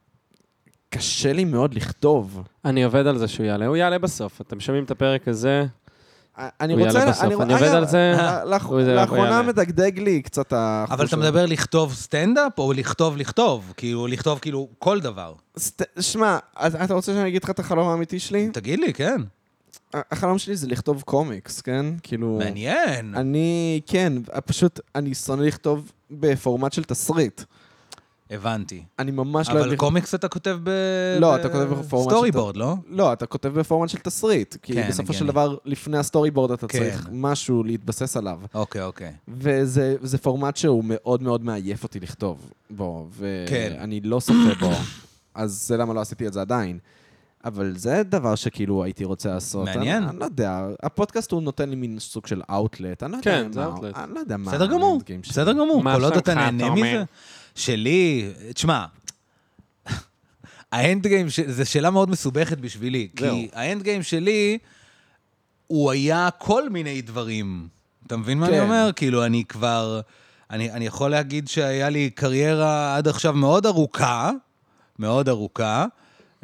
קשה לי מאוד לכתוב. אני עובד על זה שהוא יעלה, הוא יעלה בסוף. אתם שומעים את הפרק הזה? אני הוא רוצה... יעלה בסוף, אני עובד אגב, על זה. לאח- הוא זה- הוא לאחרונה יעלה. מדגדג לי קצת החוש... אבל אתה מדבר לכתוב סטנדאפ או לכתוב לכתוב? כאילו, לכתוב כאילו כל דבר. סט- שמע, אז אתה רוצה שאני אגיד לך את החלום האמיתי שלי? תגיד לי, כן. החלום שלי זה לכתוב קומיקס, כן? כאילו... מעניין. אני, כן, פשוט, אני שונא לכתוב בפורמט של תסריט. הבנתי. אני ממש לא... אוהב אבל לכ- קומיקס אתה כותב ב... לא, ב- אתה כותב בפורמט של- סטורי בורד, לא? לא, אתה כותב בפורמט של תסריט. כי כן, בסופו של הגיוני. דבר, לפני הסטורי בורד אתה כן. צריך משהו להתבסס עליו. אוקיי, אוקיי. וזה זה פורמט שהוא מאוד מאוד מעייף אותי לכתוב בו, כן. ואני לא שוחה בו, אז זה למה לא עשיתי את זה עדיין. אבל זה דבר שכאילו הייתי רוצה לעשות. מעניין. אני, אני לא יודע, הפודקאסט הוא נותן לי מין סוג של אאוטלט, אני לא יודע כן, זה מה, outlet. אני לא יודע מה. בסדר גמור, האנד גיים שלי. בסדר גמור. מה כל עוד שלומך, אתה נהנה תומר? מזה. שלי, תשמע, האנד גיים, זו שאלה מאוד מסובכת בשבילי, זהו. כי האנד גיים שלי, הוא היה כל מיני דברים. אתה מבין מה אני כן. אומר? כאילו, אני כבר, אני, אני יכול להגיד שהיה לי קריירה עד עכשיו מאוד ארוכה, מאוד ארוכה. אמ,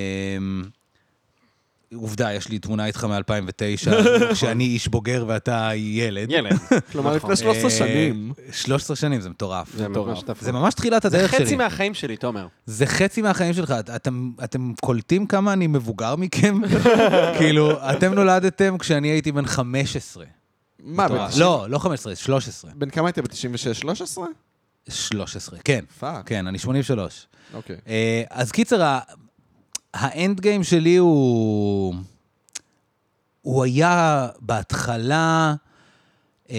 עובדה, יש לי תמונה איתך מ-אלפיים ותשע, כשאני איש בוגר ואתה ילד. ילד. כלומר, לפני שלוש עשרה שנים. אה, שלוש עשרה שנים, זה מטורף. זה ממש זה תפור. ממש תחילת הדרך זה שלי. חצי מהחיים שלי, תומר. זה חצי מהחיים שלך. את- אתם, אתם קולטים כמה אני מבוגר מכם? כאילו, אתם נולדתם כשאני הייתי בן חמש עשרה. מה, מטורף. ב- לא, לא חמש עשרה, שלוש עשרה. בן כמה היית? ב-תשעים ושש שלוש עשרה? שלוש עשרה, כן. פאק. כן, אני שמונים ושלוש. אוקיי. אה, אז קיצר, ה- האנד גיים שלי הוא... הוא היה בהתחלה... אה,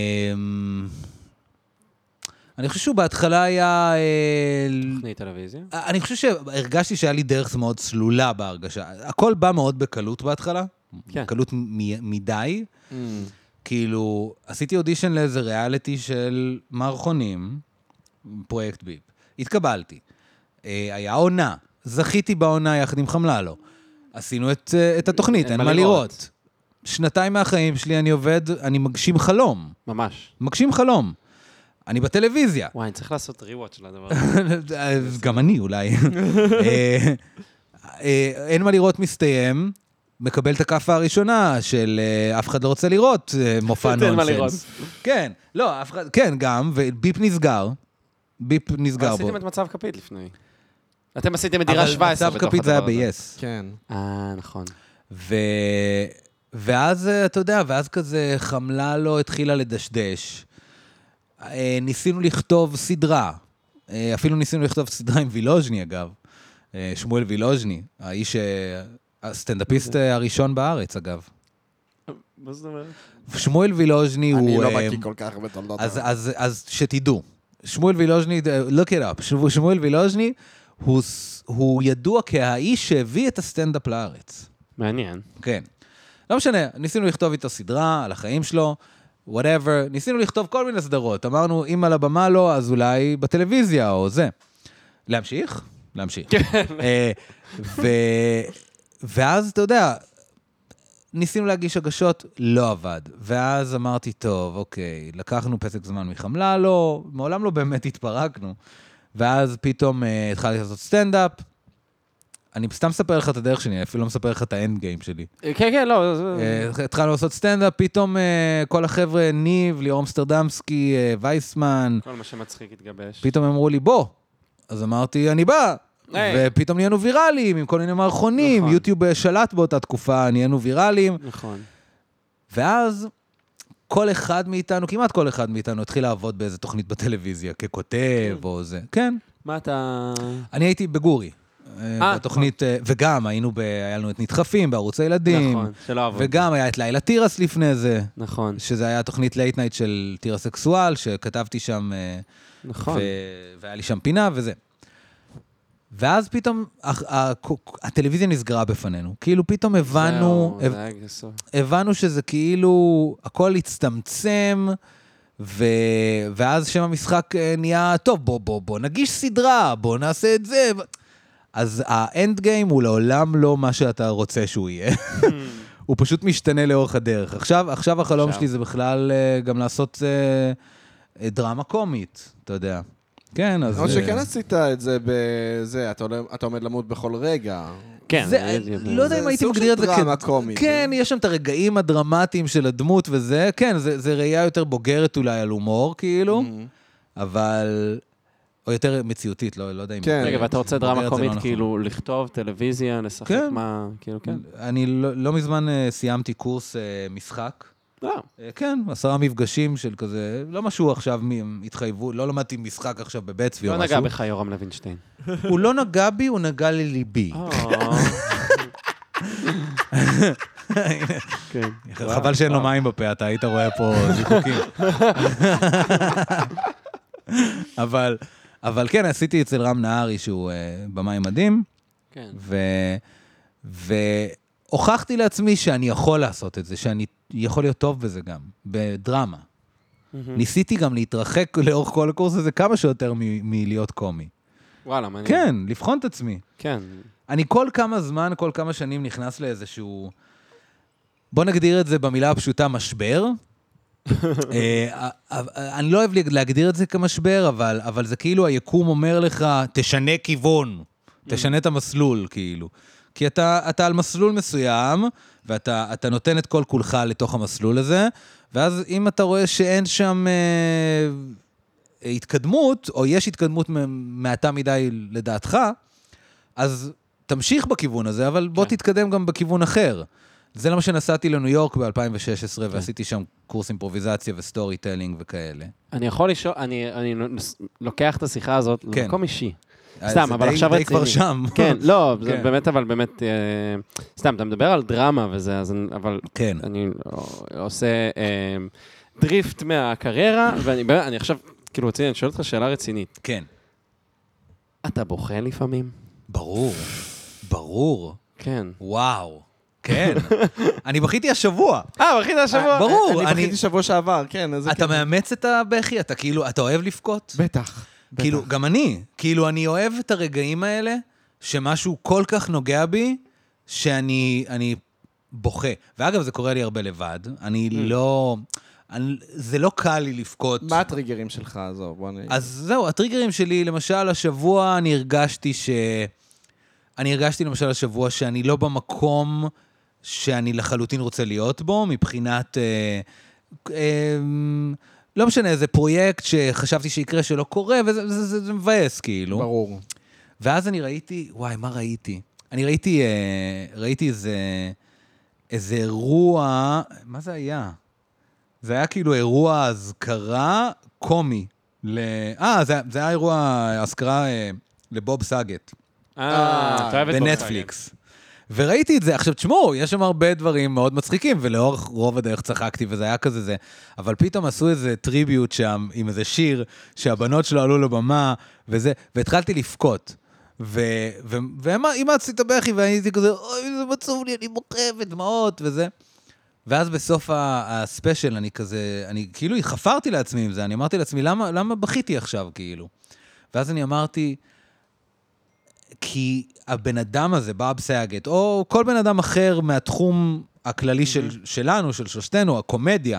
אני חושב שהוא בהתחלה היה... אה, תוכנית טלוויזיה. אני חושב שהרגשתי שהיה לי דרך מאוד סלולה בהרגשה. הכל בא מאוד בקלות בהתחלה. כן. קלות מ- מדי. כאילו, עשיתי אודישן לאיזה ריאליטי של מערכונים, פרויקט ביפ. התקבלתי. אה, היה עונה. זכיתי בעונה יחד עם חמללו. עשינו את, אה, את התוכנית, אין מה לראות. שנתיים מהחיים שלי אני עובד, אני מגשים חלום. ממש. מגשים חלום. אני בטלוויזיה. וואי, אני צריך לעשות ריוואץ' לדבר הזה. אז גם אני אולי. אה, אה, אין מה לראות מסתיים, מקבל את הכאפה הראשונה של אה, אף אחד לא רוצה לראות אה, מופע אין מה נונסנס. לראות. כן, לא, אף אחד, כן, גם, וביפ נסגר. ביפ נסגר בו. עשיתם את מצב כפית לפני. אתם עשיתם את דירה שבע עשרה אבל בתוך מצב כפית זה היה הדבר הזה. ב-yes. כן. אה, נכון. ו... ואז, אתה יודע, ואז כזה חמלה לו, התחילה לדשדש. אה, ניסינו לכתוב סדרה אפילו ניסינו לכתוב סדרה עם וילוז'ני, אגב. שמואל וילוז'ני, האיש, הסטנדאפיסט הראשון בארץ, אגב. מה זאת אומרת? שמואל וילוז'ני הוא... אני לא מכיר כל כך בתולדות. אז, אז, אז שתדעו, שמואל וילוז'ני, look it up, שמואל וילוז'ני הוא, הוא ידוע כהאיש שהביא את הסטנדאפ לארץ. מעניין. כן. לא משנה, ניסינו לכתוב איתו סדרה על החיים שלו, whatever, ניסינו לכתוב כל מיני סדרות, אמרנו, אם על הבמה לא, אז אולי בטלוויזיה או זה. להמשיך? להמשיך. ו... ואז, אתה יודע, ניסינו להגיש הגשות, לא עבד. ואז אמרתי, טוב, אוקיי, לקחנו פסק זמן מחמלה, לא, מעולם לא באמת התפרקנו. ואז פתאום אה, התחלתי לעשות סטנדאפ. אני סתם מספר לך את הדרך שלי, אני אפילו לא מספר לך את האנד גיים שלי. כן, כן, לא. אה, התחלנו לעשות סטנדאפ, פתאום אה, כל החבר'ה, ניב, ליאור אמסטרדמסקי, אה, וייסמן, כל מה שמצחיק התגבש. פתאום אמרו לי, בוא. אז אמרתי, אני בא. ופתאום נהיינו ויראליים, עם כל מיני מערכונים, נכון. יוטיוב שלט באותה תקופה, נהיינו ויראליים. נכון. ואז כל אחד מאיתנו, כמעט כל אחד מאיתנו, התחיל לעבוד באיזה תוכנית בטלוויזיה, ככותב או זה. כן. מה אתה... אני הייתי בגורי. בתוכנית, וגם היינו, היה לנו את נדחפים בערוץ הילדים. נכון, שלא עבוד. וגם היה את לילה תירס לפני זה. נכון. שזה היה תוכנית לייט נייט של תירס סקסואל, שכתבתי שם, נכון. והיה לי שם פינה וזה. ואז פתאום הטלוויזיה נסגרה בפנינו. כאילו פתאום הבנו, הבנו שזה כאילו, הכל הצטמצם, ואז שם המשחק נהיה, טוב, בוא, בוא, בוא, נגיש סדרה, בוא נעשה את זה. אז האנד גיים הוא לעולם לא מה שאתה רוצה שהוא יהיה. הוא פשוט משתנה לאורך הדרך. עכשיו, עכשיו החלום שלי זה בכלל גם לעשות דרמה קומית, אתה יודע. כן, אז... או שכן עשית את זה בזה, אתה עומד למות בכל רגע. כן. לא יודע אם הייתי מגדיר את זה... סוג של דרמה קומית. כן, יש שם את הרגעים הדרמטיים של הדמות וזה, כן, זה ראייה יותר בוגרת אולי על הומור, כאילו, אבל... או יותר מציאותית, לא יודע אם... רגע, ואתה רוצה דרמה קומית, כאילו, לכתוב, טלוויזיה, לשחק מה... כאילו, כן. אני לא מזמן סיימתי קורס משחק. לא. כן, עשרה מפגשים של כזה, לא משהו עכשיו התחייבו, לא למדתי משחק עכשיו בבית צבי או משהו. לא נגע בך יורם לוינשטיין. הוא לא נגע בי, הוא נגע לליבי. חבל שאין לו מים בפה, אתה היית רואה פה זיקוקים. אבל, אבל כן, עשיתי אצל רם נהרי שהוא במים מדהים, והוכחתי לעצמי שאני יכול לעשות את זה, שאני יכול להיות טוב בזה גם, בדרמה. ניסיתי גם להתרחק לאורך כל הקורס הזה כמה שיותר מלהיות קומי. וואלה, מעניין. כן, לבחון את עצמי. כן. אני כל כמה זמן, כל כמה שנים נכנס לאיזשהו, בוא נגדיר את זה במילה הפשוטה, משבר. אני לא אוהב להגדיר את זה כמשבר, אבל, אבל זה כאילו היקום אומר לך, תשנה כיוון, תשנה את המסלול, כאילו. כי אתה, אתה על מסלול מסוים, ואתה, אתה נותן את כל כולך לתוך המסלול הזה, ואז אם אתה רואה שאין שם אה, התקדמות, או יש התקדמות מעטה מדי לדעתך, אז תמשיך בכיוון הזה, אבל בוא כן. תתקדם גם בכיוון אחר. זה למה שנסעתי לניו יורק ב-אלפיים ושש עשרה, כן. ועשיתי שם קורס אימפרוביזציה וסטורי טיילינג וכאלה. אני יכול לשאול, אני, אני לוקח את השיחה הזאת כן. למקום אישי. סתם, אבל עכשיו רציני. די כבר שם. כן, לא, זה באמת, אבל באמת, סתם, אתה מדבר על דרמה וזה, אבל אני עושה דריפט מהקריירה, ואני עכשיו, כאילו, רציני, אני שואל אותך שאלה רצינית. כן. אתה בוכה לפעמים? ברור, ברור. כן. וואו. כן. אני בכיתי השבוע. אה, בכית השבוע? ברור. אני בכיתי שבוע שעבר, כן. אתה מאמץ את הבכי? אתה כאילו, אתה אוהב לבכות? בטח. כאילו, גם אני. כאילו, אני אוהב את הרגעים האלה, שמשהו כל כך נוגע בי, שאני אני בוכה. ואגב, זה קורה לי הרבה לבד. אני לא... אני, זה לא קל לי לבכות. מה הטריגרים שלך? זו, בוא נגיד. אז זהו, הטריגרים שלי, למשל, השבוע אני הרגשתי ש... אני הרגשתי למשל השבוע שאני לא במקום שאני לחלוטין רוצה להיות בו, מבחינת... אה, אה, לא משנה, איזה פרויקט שחשבתי שיקרה שלא קורה, וזה זה, זה, זה מבאס, כאילו. ברור. ואז אני ראיתי, וואי, מה ראיתי? אני ראיתי, אה, ראיתי איזה, איזה אירוע, מה זה היה? זה היה כאילו אירוע הזכרה קומי, אה, זה היה אירוע הזכרה לבוב סאגט. אה, אתה אוהב את בוב סאגט. בנטפליקס. וראיתי את זה, עכשיו תשמעו, יש שם הרבה דברים מאוד מצחיקים, ולאורך רוב הדרך צחקתי, וזה היה כזה זה, אבל פתאום עשו איזה טריביוט שם, עם איזה שיר, שהבנות שלו עלו לבמה, וזה, והתחלתי לפקוט. ואימצתי את הבכי, והייתי כזה, אוי, זה מצוב לי, אני בוכה ודמעות, וזה. ואז בסוף הספיישל, אני כזה, אני כאילו חפרתי לעצמי עם זה, אני אמרתי לעצמי, למה, למה בכיתי עכשיו, כאילו? ואז אני אמרתי, כי הבן אדם הזה, באב סאגט, או כל בן אדם אחר מהתחום הכללי של, שלנו, של שלושתנו, הקומדיה,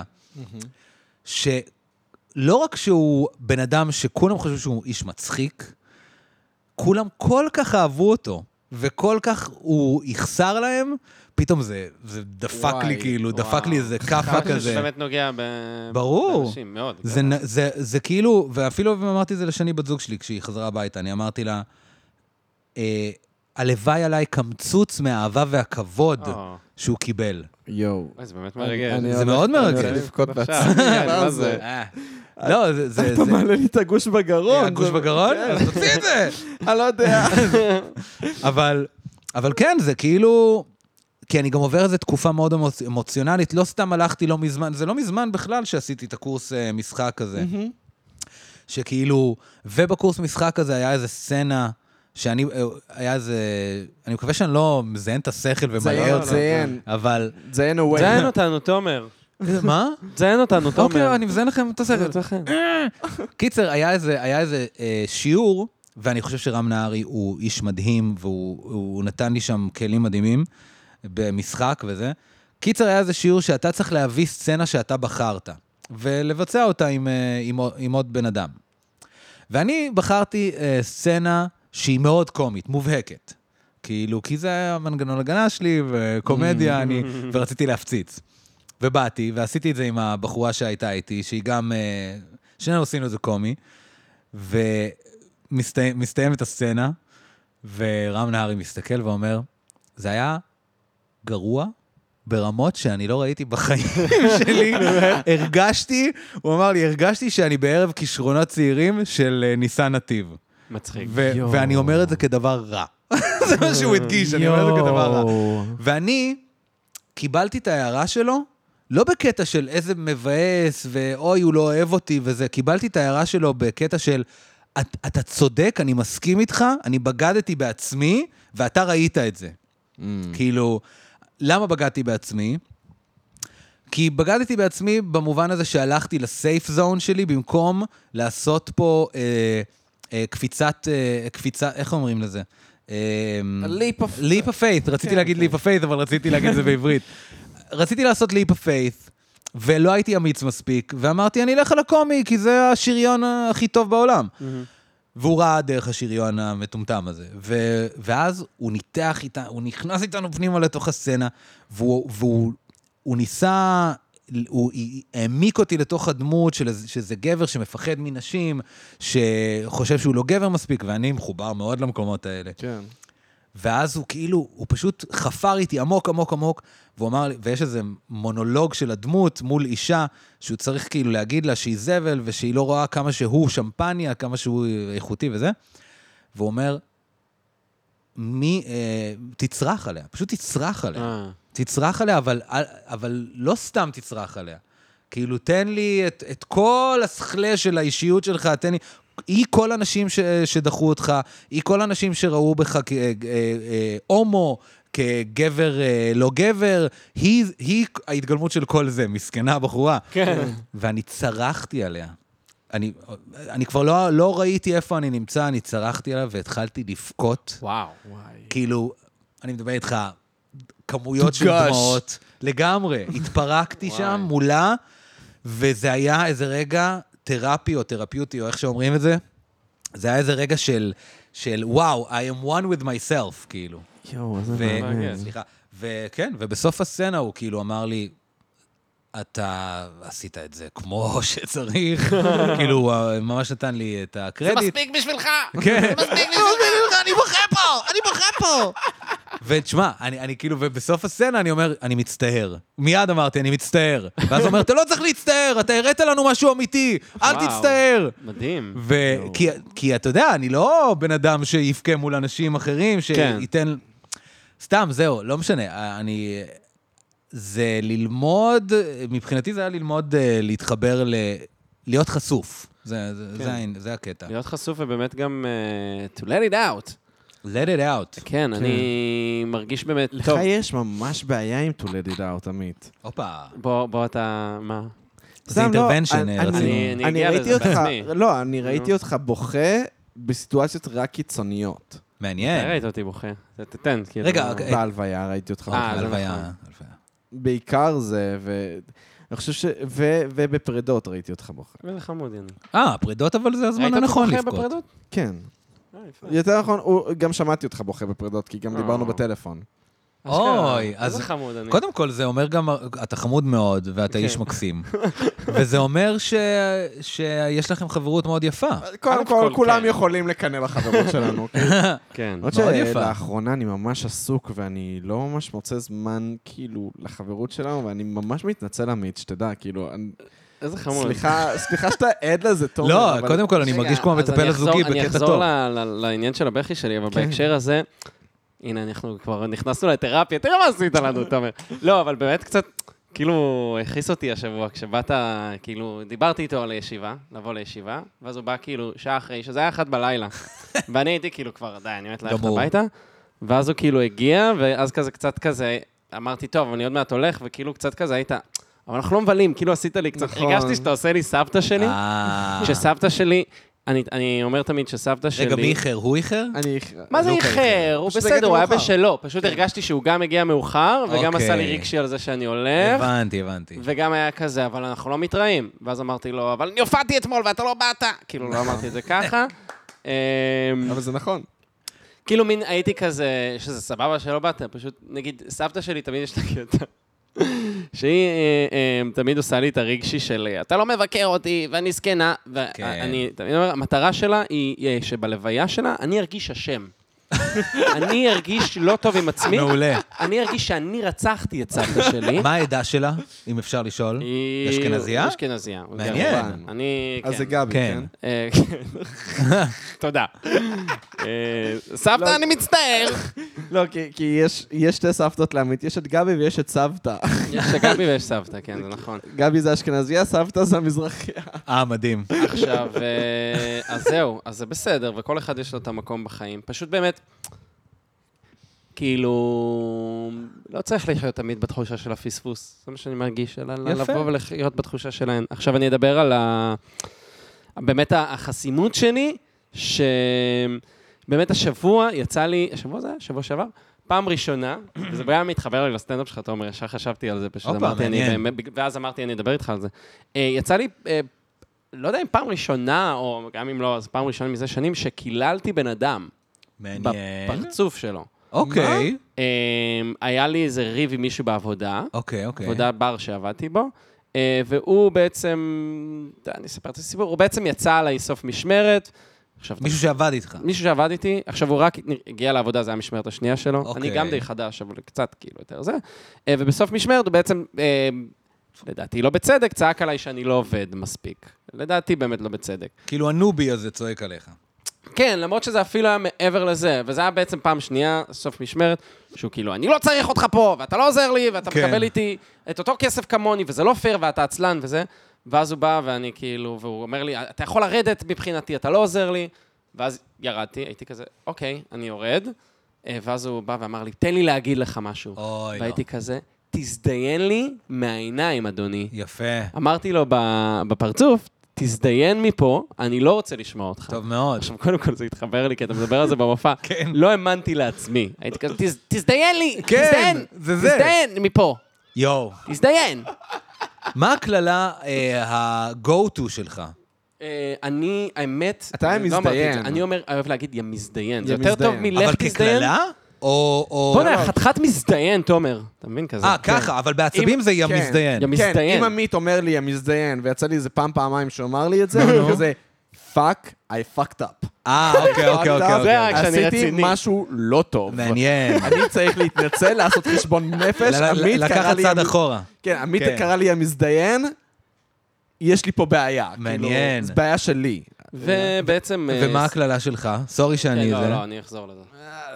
שלא רק שהוא בן אדם שכולם חושבים שהוא איש מצחיק, כולם כל כך אהבו אותו, וכל כך הוא יחסר להם, פתאום זה, זה דפק לי כאילו, דפק לי איזה כפה כזה. זה באמת נוגע באנשים, מאוד. זה, זה, זה כאילו, ואפילו אמרתי את זה לשני בת זוג שלי, כשהיא חזרה הביתה, אני אמרתי לה, אה, הלוואי עליי קמצוץ מהאהבה והכבוד שהוא קיבל. יואו. זה באמת מרגש. זה מאוד מרגש. אני הולך לבכות בעצמי. מה זה? לא, זה... אתה מעלה לי את הגוש בגרון. הגוש בגרון? אז תוציא את זה. אני לא יודע. אבל, אבל כן, זה כאילו... כי אני גם עובר איזו תקופה מאוד אמוציונלית, לא סתם הלכתי לא מזמן, זה לא מזמן בכלל שעשיתי את הקורס משחק הזה. שכאילו, ובקורס משחק הזה היה איזו סצנה, שאני, היה איזה, אני מקווה שאני לא מזיין את השכל ומלא אותו. זיין, אבל... זיין away. זיין אותנו, תומר. מה? זיין אותנו, תומר. אוקיי, אני מזיין לכם את השכל. קיצר, היה איזה, היה איזה שיעור, ואני חושב שרם נהרי הוא איש מדהים, והוא נתן לי שם כלים מדהימים, במשחק וזה. קיצר, היה איזה שיעור שאתה צריך להביא סצנה שאתה בחרת, ולבצע אותה עם, עם, עם עוד בן אדם. ואני בחרתי סצנה שהיא מאוד קומית, מובהקת. כאילו, כי זה היה המנגנון הגנה שלי, וקומדיה, אני, ורציתי להפציץ. ובאתי, ועשיתי את זה עם הבחורה שהייתה איתי, שהיא גם, שנינו עשינו את זה קומי, ומסתיימת הסצנה, ורם נהרי מסתכל ואומר, זה היה גרוע, ברמות שאני לא ראיתי בחיים שלי, הרגשתי, הוא אמר לי, הרגשתי שאני בערב כישרונות צעירים של ניסן נתיב. מצחיק. ואני אומר את זה כדבר רע. זה מה שהוא הדגיש, אני אומר את זה כדבר רע. ואני קיבלתי את ההערה שלו, לא בקטע של איזה מבאס, ואוי, הוא לא אוהב אותי וזה, קיבלתי את ההערה שלו בקטע של, אתה צודק, אני מסכים איתך, אני בגדתי בעצמי, ואתה ראית את זה. כאילו, למה בגדתי בעצמי? כי בגדתי בעצמי במובן הזה שהלכתי לסייף זון שלי, במקום לעשות פה אה, אה, קפיצת, אה, קפיצה, איך אומרים לזה? leap of faith, רציתי להגיד leap of faith, אבל רציתי להגיד את זה בעברית. רציתי לעשות leap of faith, ולא הייתי אמיץ מספיק, ואמרתי, אני אלך על הקומי, כי זה השריון הכי טוב בעולם. והוא ראה דרך השריון המטומטם הזה. ו- ואז הוא ניתח איתנו, הוא נכנס איתנו פנימה לתוך הסצנה, והוא, והוא הוא ניסה, הוא העמיק אותי לתוך הדמות של, שזה גבר שמפחד מנשים, שחושב שהוא לא גבר מספיק, ואני מחובר מאוד למקומות האלה. כן. ואז הוא כאילו, הוא פשוט חפר איתי עמוק, עמוק, עמוק, והוא אמר לי, ויש איזה מונולוג של הדמות מול אישה, שהוא צריך כאילו להגיד לה שהיא זבל, ושהיא לא רואה כמה שהוא שמפניה, כמה שהוא איכותי וזה, והוא אומר, מי, אה, תצרח עליה, פשוט תצרח עליה. אה. תצרח עליה, אבל, אבל לא סתם תצרח עליה. כאילו, תן לי את, את כל השכלה של האישיות שלך, תן לי... היא כל אנשים ש, שדחו אותך, היא כל אנשים שראו בך כהומו, כגבר לא גבר, היא, היא ההתגלמות של כל זה, מסכנה בחורה. כן. ואני צרחתי עליה. אני, אני כבר לא, לא ראיתי איפה אני נמצא, אני צרחתי עליה והתחלתי לפקוט. וואו. כאילו, אני מדבר איתך, כמויות של דמעות, לגמרי. התפרקתי שם מולה, וזה היה איזה רגע... תרפי או תרפיוטי, או איך שאומרים את זה, זה היה איזה רגע של, של, וואו, I am one with myself, כאילו. יואו, איזה מעניין. סליחה. וכן, ובסוף הסצנה הוא כאילו אמר לי, אתה עשית את זה כמו שצריך, כאילו, הוא ממש נתן לי את הקרדיט. זה מספיק בשבילך! כן. זה מספיק בשבילך, אני בוכה פה! אני בוכה פה! ותשמע, אני, אני כאילו, ובסוף הסצנה אני אומר, אני מצטער. מיד אמרתי, אני מצטער. ואז הוא אומר, אתה לא צריך להצטער, אתה הראת לנו משהו אמיתי, אל וואו. תצטער. מדהים. ו- כי, כי אתה יודע, אני לא בן אדם שיפקה מול אנשים אחרים, שייתן... סתם, זהו, לא משנה. אני... זה ללמוד, מבחינתי זה היה ללמוד להתחבר ל... להיות חשוף. זה, זה, זה, זה הקטע. להיות חשוף ובאמת גם uh, to let it out. let it out. כן, אני מרגיש באמת... לך טוב, יש ממש בעיה עם to let it out, עמית. הופה. בוא, בוא אתה... מה? זה intervention, אני- רצינו. אני- אני אני אגיע ראיתי לזה אותך, בעצמי. לא, אני ראיתי אותך בוכה בסיטואציות רק קיצוניות. מעניין. ראית אותי בוכה. תתן, כאילו... רגע, אוקיי. בהלוויה ראיתי אותך אה, בוכה. זה הלוויה, נכון. הלוויה. בעיקר זה, ואני חושב ש... ו- ובפרדות ראיתי אותך בוכה. וזה חמוד, יני. אה, פרידות אבל זה הזמן ראית אותי הנכון בוכה לבכות. בפרדות? כן. אה, יפה. יותר נכון, הוא- גם שמעתי אותך בוכה בפרדות, כי גם אה. דיברנו בטלפון. אוי, אז איזה חמוד אני. קודם כל זה אומר גם, אתה חמוד מאוד ואתה איש כן. מקסים. וזה אומר ש- שיש לכם חברות מאוד יפה. קודם כל, כל, כולם כן. יכולים לקנא בחברות שלנו. כן. למרות מאוד יפה. שלאחרונה אני ממש עסוק, ואני לא ממש מוצא זמן, כאילו, לחברות שלנו, ואני ממש מתנצל, עמית, שתדע, כאילו, אני- איזה חמוד. סליחה, סליחה שאתה עד לזה, תומר. לא, אבל- קודם כל אני רגע, מרגיש כמו אז המטפל אני אחזור- הזוגי אני בקטע אחזור טוב. ל- ל- לעניין של הבכי שלי, אבל כן. בהקשר הזה, הנה, אנחנו כבר נכנסנו לתרפיה, תראה מה עשית לנו, תומר. לא, אבל באמת קצת, כאילו, הכעיס אותי השבוע, כשבאת, כאילו, דיברתי איתו על הישיבה, לבוא לישיבה, ואז הוא בא כאילו שעה אחרי, שזה היה אחת בלילה. ואני הייתי כאילו כבר, די, אני מת ללכת גמור. הביתה, ואז הוא כאילו הגיע, ואז כזה, קצת כזה, אמרתי, טוב, אני עוד מעט הולך, וכאילו קצת כזה היית, אבל אנחנו לא מבלים, כאילו עשית לי קצת, נכון. הרגשתי שאתה עושה לי סבתא שלי, אה. שסבתא שלי, אני, אני אומר תמיד שסבתא שלי... רגע, מי איחר? הוא איחר? אני... מה זה לא איחר? הוא פשוט בסדר, הגעתי הוא היה מאוחר. בשלו. פשוט הרגשתי שהוא גם הגיע מאוחר, וגם אוקיי. עשה לי רגשי על זה שאני הולך, הבנתי, הבנתי. וגם היה כזה, אבל אנחנו לא מתראים. ואז אמרתי לו, אבל אני הופעתי אתמול ואתה לא באת. כאילו, לא אמרתי את זה ככה. אמ, אבל זה נכון. כאילו, מין הייתי כזה, שזה סבבה שלא באת, פשוט, נגיד, סבתא שלי תמיד יש לה קטע. שהיא אה, אה, תמיד עושה לי את הרגשי של, אתה לא מבקר אותי, ואני זקנה, ואני תמיד אומר, המטרה שלה היא אה, שבלוויה שלה, אני ארגיש אשם. אני ארגיש לא טוב עם עצמי, מעולה. אני ארגיש שאני רצחתי את סבתא שלי. מה העדה שלה, אם אפשר לשאול? היא- אשכנזייה? אשכנזייה. מעניין. כמובן. אני, אז כן. זה גבי, כן. כן? אה, כן. תודה. אה, סבתא, אני מצטער. לא, כי- כי יש- יש שתי סבתות לעמית, יש את גבי ויש את סבתא. יש גבי ויש סבתא, כן, זה נכון. גבי זה אשכנזיה, סבתא זה המזרחיה. אה, מדהים. עכשיו, אה, אז זהו, אז זה בסדר, וכל אחד יש לו את המקום בחיים. פשוט באמת, כאילו, לא צריך לחיות תמיד בתחושה של הפספוס. זה מה שאני מרגיש, אלא יפה. לבוא ולחיות בתחושה שלהן. עכשיו אני אדבר על ה... באמת החסינות שלי, שבאמת השבוע יצא לי, השבוע זה היה? שבוע שעבר? פעם ראשונה, וזה היה מתחבר לי לסטנדאפ שלך, תומר, ישר חשבתי על זה, פשוט הופה, אמרתי, אני, מעניין. ואז אמרתי, אני אדבר איתך על זה. אה, יצא לי, אה, לא יודע אם פעם ראשונה, או גם אם לא, אז פעם ראשונה מזה שנים, שקיללתי בן אדם, מעניין. בפרצוף שלו. אוקיי. אה, היה לי איזה ריב עם מישהו בעבודה, אוקיי, אוקיי. עבודה בר שעבדתי בו, אה, והוא בעצם, אני אספר את הסיפור, הוא בעצם יצא עליי סוף משמרת, עכשיו, מישהו שעבד איתך. מישהו שעבד איתי, עכשיו הוא רק הגיע לעבודה, זה היה המשמרת השנייה שלו. אוקיי. אני גם די חדש, אבל קצת כאילו יותר זה. אה, ובסוף משמרת הוא בעצם, אה, לדעתי לא בצדק, צעק עליי שאני לא עובד מספיק. לדעתי באמת לא בצדק. כאילו הנובי הזה צועק עליך. כן, למרות שזה אפילו היה מעבר לזה, וזה היה בעצם פעם שנייה, סוף משמרת, שהוא כאילו, אני לא צריך אותך פה, ואתה לא עוזר לי, ואתה כן. מקבל איתי את אותו כסף כמוני, וזה לא פייר, ואתה עצלן וזה. ואז הוא בא, ואני כאילו, והוא אומר לי, אתה יכול לרדת מבחינתי, אתה לא עוזר לי. ואז ירדתי, הייתי כזה, אוקיי, אני יורד. אה, ואז הוא בא ואמר לי, תן לי להגיד לך משהו. אוי, לא. והייתי כזה, תזדיין לי מהעיניים, אדוני. יפה. אמרתי לו ב- בפרצוף, תזדיין מפה, אני לא רוצה לשמוע אותך. טוב מאוד. עכשיו, קודם כל זה התחבר לי, כי אתה מדבר על זה במופע. כן. לא האמנתי לעצמי. הייתי כזה, "תז- תזדיין לי, כן, תזדיין, זה זה. תזדיין מפה, יואו. תזדיין. מה הכללה אה, ה-go-to שלך? אה, אני, האמת, אתה אני לא אמרתי את זה. מזדיין. אני אומר, אני אוהב להגיד, יא מזדיין. זה יא יותר טוב מזדיין. מלך אבל תזדיין. ככללה? או... או- בוא'נה, חתיכת מזדיין, תומר. אתה מבין כזה? אה, ככה, אבל בעצבים זה ים כן. מזדיין. יא כן, מזדיין. אם עמית אומר לי המזדיין, ויצא לי איזה פעם, פעמיים שאומר לי את זה, אני כזה, fuck, I fucked up. אה, אוקיי, אוקיי, אוקיי. זה היה כשאני עשיתי רציני. משהו לא טוב. מעניין. אני צריך להתנצל, לעשות חשבון נפש. עמית קרא לקחת לי צעד המ- אחורה. כן, עמית כן. קרא לי המזדיין, יש לי פה בעיה. מעניין. כאילו, זו בעיה שלי. ובעצם... אה, ומה הכללה שלך? סורי כן, שאני לא, זה. לא, אני אחזור לזה.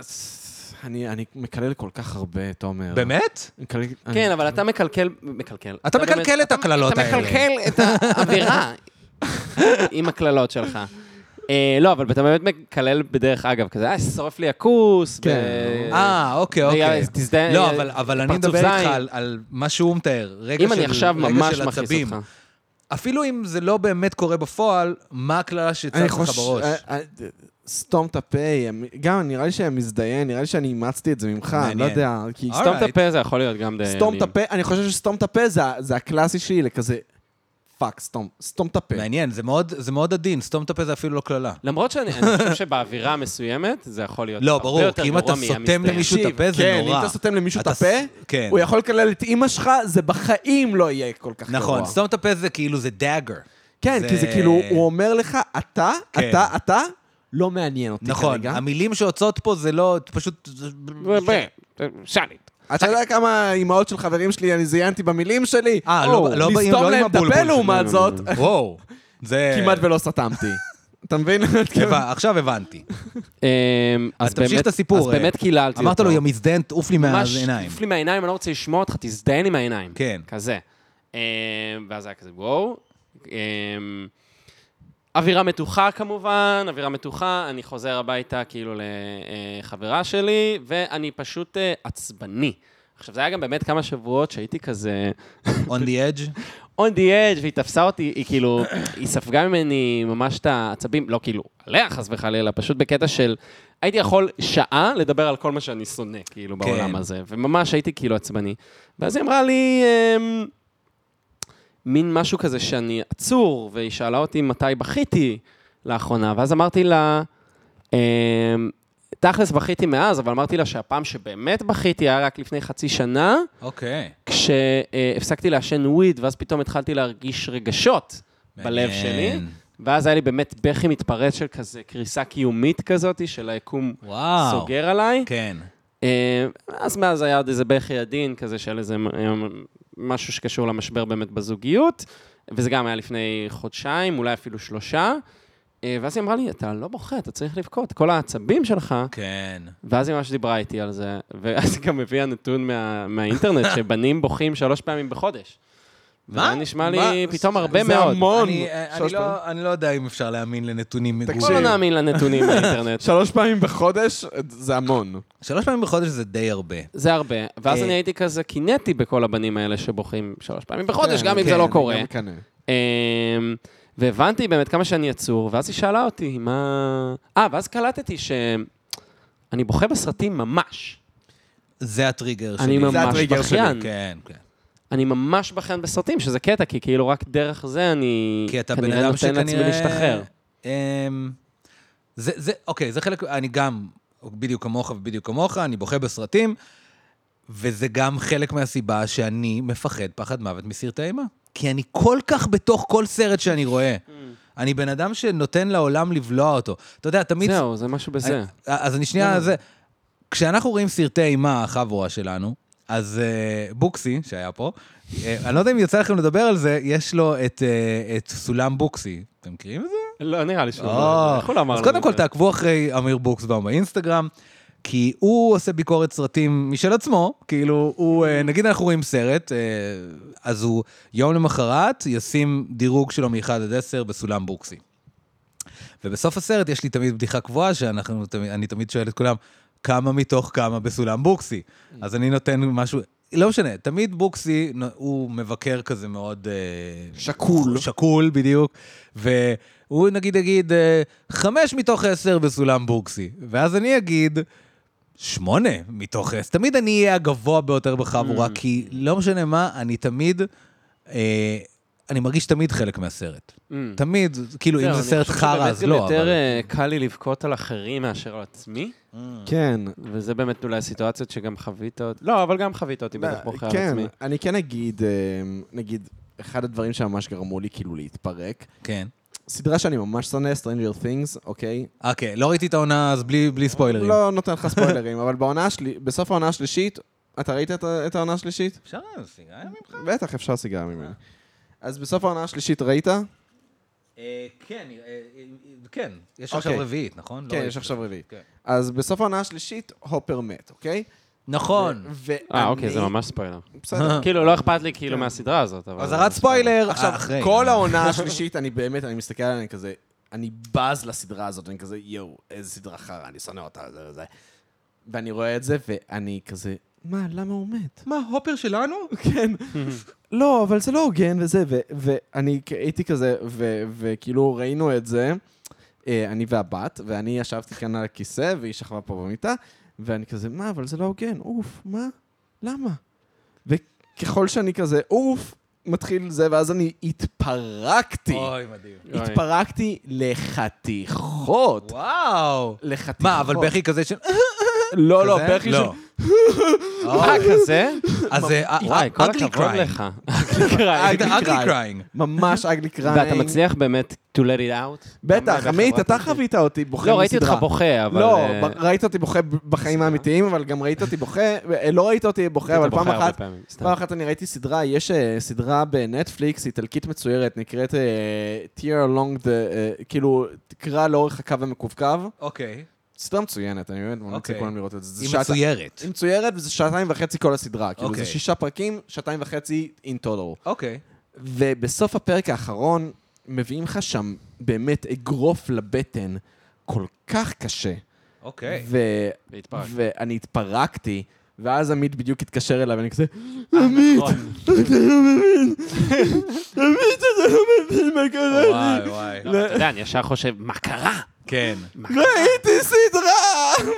אני אני מקלל כל כך הרבה, תומר. באמת? מקלל- אני- כן, אבל אתה מקלקל... מקלקל. אתה באמת- מקלקל את הקללות אתה האלה. מקלקל את האווירה עם הקללות שלך. אה, לא, אבל אתה באמת מקלל בדרך אגב, כזה, אה, שורף לי הכוס. כן. ו- אה, אוקיי, אוקיי. תזדהה- לא, אבל- אבל אני פרצוף מדבר איתך זין. על- על מה שהוא מתאר. רגע אם אני של- עכשיו רגע ממש של מכניס עצבים. אותך. אפילו אם זה לא באמת קורה בפועל, מה הכללה שצאת אני לך חושב... בראש? אה, אה, סתום את הפה, גם נראה לי שהם מזדיין, נראה לי שאני אימצתי את זה ממך, אני לא מעניין. יודע, כי... אה, סתום את Alright. הפה זה יכול להיות גם די... סתום את אלים. הפה, אני חושב שסתום את הפה זה, זה הקלאסי שלי לכזה, פאק, סתום, סתום את הפה. מעניין, זה מאוד, זה מאוד עדין, סתום את הפה זה אפילו לא כללה. למרות שאני אני חושב שבאווירה מסוימת זה יכול להיות לא, הרבה ברור, יותר כי אם גרוע אתה סותם מהמזדיין. למישהו את הפה, זה כן, נורא. אם אתה סותם למישהו את אתה הפה, ס- כן. הוא יכול לקלל את אימא שלך, זה בחיים לא יהיה כל כך גרוע. נכון, סתום את הפה זה כאילו, זה דאגר. כן, כי זה כאילו, הוא אומר לך, אתה, כן. אתה, אתה, לא מעניין אותי נכון, כרגע. המילים שיוצאות פה זה לא, פשוט... שנית. אתה יודע כמה אימהות של חברים שלי אני זיינתי במילים שלי? אה, או, לא- לא באים- לסתום לא עם להם את הבולבול הפה שלי. לעומת זאת, וואו. זה... כמעט ולא סתמתי. אתה מבין? הבנ- עכשיו הבנתי. אמ, אז תמשיך באמת- את הסיפור, אז אה. באמת קיללתי אותו. אמרת לו, יא מזדיין, תעוף לי ממש מהעיניים. תעוף לי מהעיניים, אני לא רוצה לשמוע אותך, תזדיין עם העיניים. כן. כזה. אמ, ואז היה כזה, וואו. אמ, אווירה מתוחה כמובן, אווירה מתוחה, אני חוזר הביתה כאילו לחברה שלי, ואני פשוט אה, עצבני. עכשיו, זה היה גם באמת כמה שבועות שהייתי כזה On the edge? on the edge, והיא תפסה אותי, היא כאילו, היא ספגה ממני ממש את העצבים, לא כאילו עליה חס וחלילה, פשוט בקטע של, הייתי יכול שעה לדבר על כל מה שאני שונא, כאילו, כן. בעולם הזה, וממש הייתי כאילו עצבני. ואז היא אמרה לי, אמ, מין משהו כזה שאני עצור, והיא שאלה אותי מתי בכיתי לאחרונה, ואז אמרתי לה, אמ, תכלס בכיתי מאז, אבל אמרתי לה שהפעם שבאמת בכיתי היה רק לפני חצי שנה, אוקיי. כשהפסקתי לעשן וויד, ואז פתאום התחלתי להרגיש רגשות בלב שלי, מעניין. ואז היה לי באמת בכי מתפרץ של כזה קריסה קיומית כזאת, של היקום וואו. סוגר עליי. כן. אז מאז היה עוד איזה בכי עדין כזה של איזה משהו שקשור למשבר באמת בזוגיות, וזה גם היה לפני חודשיים, אולי אפילו שלושה, ואז היא אמרה לי, אתה לא בוכה, אתה צריך לבכות, כל העצבים שלך, כן. ואז היא ממש דיברה איתי על זה, ואז היא גם הביאה נתון מה, מהאינטרנט, שבנים בוכים שלוש פעמים בחודש. מה? זה נשמע מה? לי פתאום הרבה זה מאוד. המון. אני- אני שלוש לא- אני לא יודע אם אפשר להאמין לנתונים תקשיב. בוא מגורים. לא נאמין לנתונים באינטרנט. שלוש פעמים בחודש, זה המון. שלוש פעמים בחודש זה די הרבה. זה הרבה. ואז אה. אני הייתי כזה, קינאתי בכל הבנים האלה שבוכים שלוש פעמים בחודש, כן, גם אם כן, זה לא אני קורה. גם מקנא. אמ, והבנתי באמת כמה שאני עצור, ואז היא שאלה אותי, מה... אה, ואז קלטתי שאני בוכה בסרטים ממש. זה הטריגר שלי. אני ממש הטריגר שלי, בכיין. כן, כן. אני ממש בכיין בסרטים, שזה קטע, כי כאילו רק דרך זה אני כי אתה בן כנראה אדם נותן לעצמי שכנראה... להשתחרר. אמ, זה, זה, אוקיי, זה חלק, אני גם בדיוק כמוך ובדיוק כמוך, אני בוכה בסרטים, וזה גם חלק מהסיבה שאני מפחד פחד מוות מסרטי אימה. כי אני כל כך בתוך כל סרט שאני רואה. אני בן אדם שנותן לעולם לבלוע אותו. אתה יודע, תמיד... זהו, זה משהו בזה. אז אני שנייה, זה... כשאנחנו רואים סרטי אימה, החבורה שלנו, אז uh, בוקסי, שהיה פה, uh, אני לא יודע אם יצא לכם לדבר על זה, יש לו את, uh, את סולם בוקסי. אתם מכירים את זה? לא, נראה לי שהוא או, לא... איך הוא לא אמר אז לנו קודם את כל זה? תעקבו אחרי אמיר בוקסבאום באינסטגרם, כי הוא עושה ביקורת סרטים משל עצמו, כאילו, הוא, uh, נגיד אנחנו רואים סרט, uh, אז הוא יום למחרת ישים דירוג שלו מ-אחד עד עשר בסולם בוקסי. ובסוף הסרט יש לי תמיד בדיחה קבועה, שאני תמיד שואל את כולם, כמה מתוך כמה בסולם בוקסי. אז אני נותן משהו, לא משנה, תמיד בוקסי הוא מבקר כזה מאוד... שקול. שקול, בדיוק. והוא נגיד יגיד, חמש מתוך עשר בסולם בוקסי. ואז אני אגיד, שמונה מתוך עשר. תמיד אני אהיה הגבוה ביותר בחבורה, כי לא משנה מה, אני תמיד... אני מרגיש תמיד חלק מהסרט. תמיד, כאילו, אם זה סרט חרא, אז לא. אני חושב שבאמת גם יותר קל לי לבכות על אחרים מאשר על עצמי, כן. וזה באמת אולי סיטואציות שגם חווית אותי, לא, אבל גם חווית אותי בטח בוכה על כן, עצמי. אני כן אגיד, אה, נגיד, אחד הדברים שממש גרמו לי כאילו להתפרק, כן. סדרה שאני ממש שונא, Stranger Things, אוקיי? אוקיי, לא ראיתי את העונה, אז בלי ספוילרים. לא נותן לך ספוילרים, אבל בסוף העונה השלישית, אתה ראית את העונה השלישית? אפשר סיגריה ממך? בטח, אפשר סיגריה ממני. אז בסוף העונה השלישית ראית? כן, כן. יש עכשיו רביעית, נכון? כן, יש עכשיו רביעית. אז בסוף העונה השלישית, הופר מת, אוקיי? נכון. אה, אוקיי, זה ממש ספוילר. בסדר. כאילו, לא אכפת לי כאילו מהסדרה הזאת, אבל... אז הרד ספוילר. עכשיו, כל העונה השלישית, אני באמת, אני מסתכל עליה, אני כזה, אני בז לסדרה הזאת, אני כזה, יואו, איזה סדרה חרה, אני שונא אותה, זה וזה. ואני רואה את זה, ואני כזה, מה, למה הוא מת? מה, הופר שלנו? כן. לא, אבל זה לא הוגן וזה, ואני הייתי כזה, וכאילו ראינו את זה, אני והבת, ואני ישבתי כאן על הכיסא, והיא שכבה פה במיטה, ואני כזה, מה, אבל זה לא הוגן, אוף, מה? למה? וככל שאני כזה, אוף, מתחיל זה, ואז אני התפרקתי. אוי, מדהים. התפרקתי לחתיכות. וואו. לחתיכות. מה, אבל בכי כזה של... לא, לא, בכי של... אה, כזה? אז זה... וואי, כל הכבוד לך. אגלי קריינג. ממש אגלי קריינג. ואתה מצליח באמת to let it out? בטח, עמית, אתה חווית אותי בוכה מסדרה. לא, ראיתי אותך בוכה, אבל... לא, ראית אותי בוכה בחיים האמיתיים, אבל גם ראית אותי בוכה, לא ראית אותי בוכה, אבל פעם אחת, פעם אחת אני ראיתי סדרה, יש סדרה בנטפליקס, איטלקית מצוירת, נקראת Tear Along the, כאילו, תקרא לאורך הקו המקווקו. אוקיי. סדרה מצוינת, אני באמת ממליץ לכולם לראות את זה. היא מצוירת. היא מצוירת, וזה שעתיים וחצי כל הסדרה. כאילו, זה שישה פרקים, שעתיים וחצי in total. אוקיי. ובסוף הפרק האחרון, מביאים לך שם באמת אגרוף לבטן כל כך קשה. אוקיי. ואני התפרקתי, ואז עמית בדיוק התקשר אליי, ואני כזה, עמית, אתה לא מבין. עמית, אתה לא מבין מה קרה לי. וואי, וואי. אתה יודע, אני ישר חושב, מה קרה? כן. ראיתי סדרה!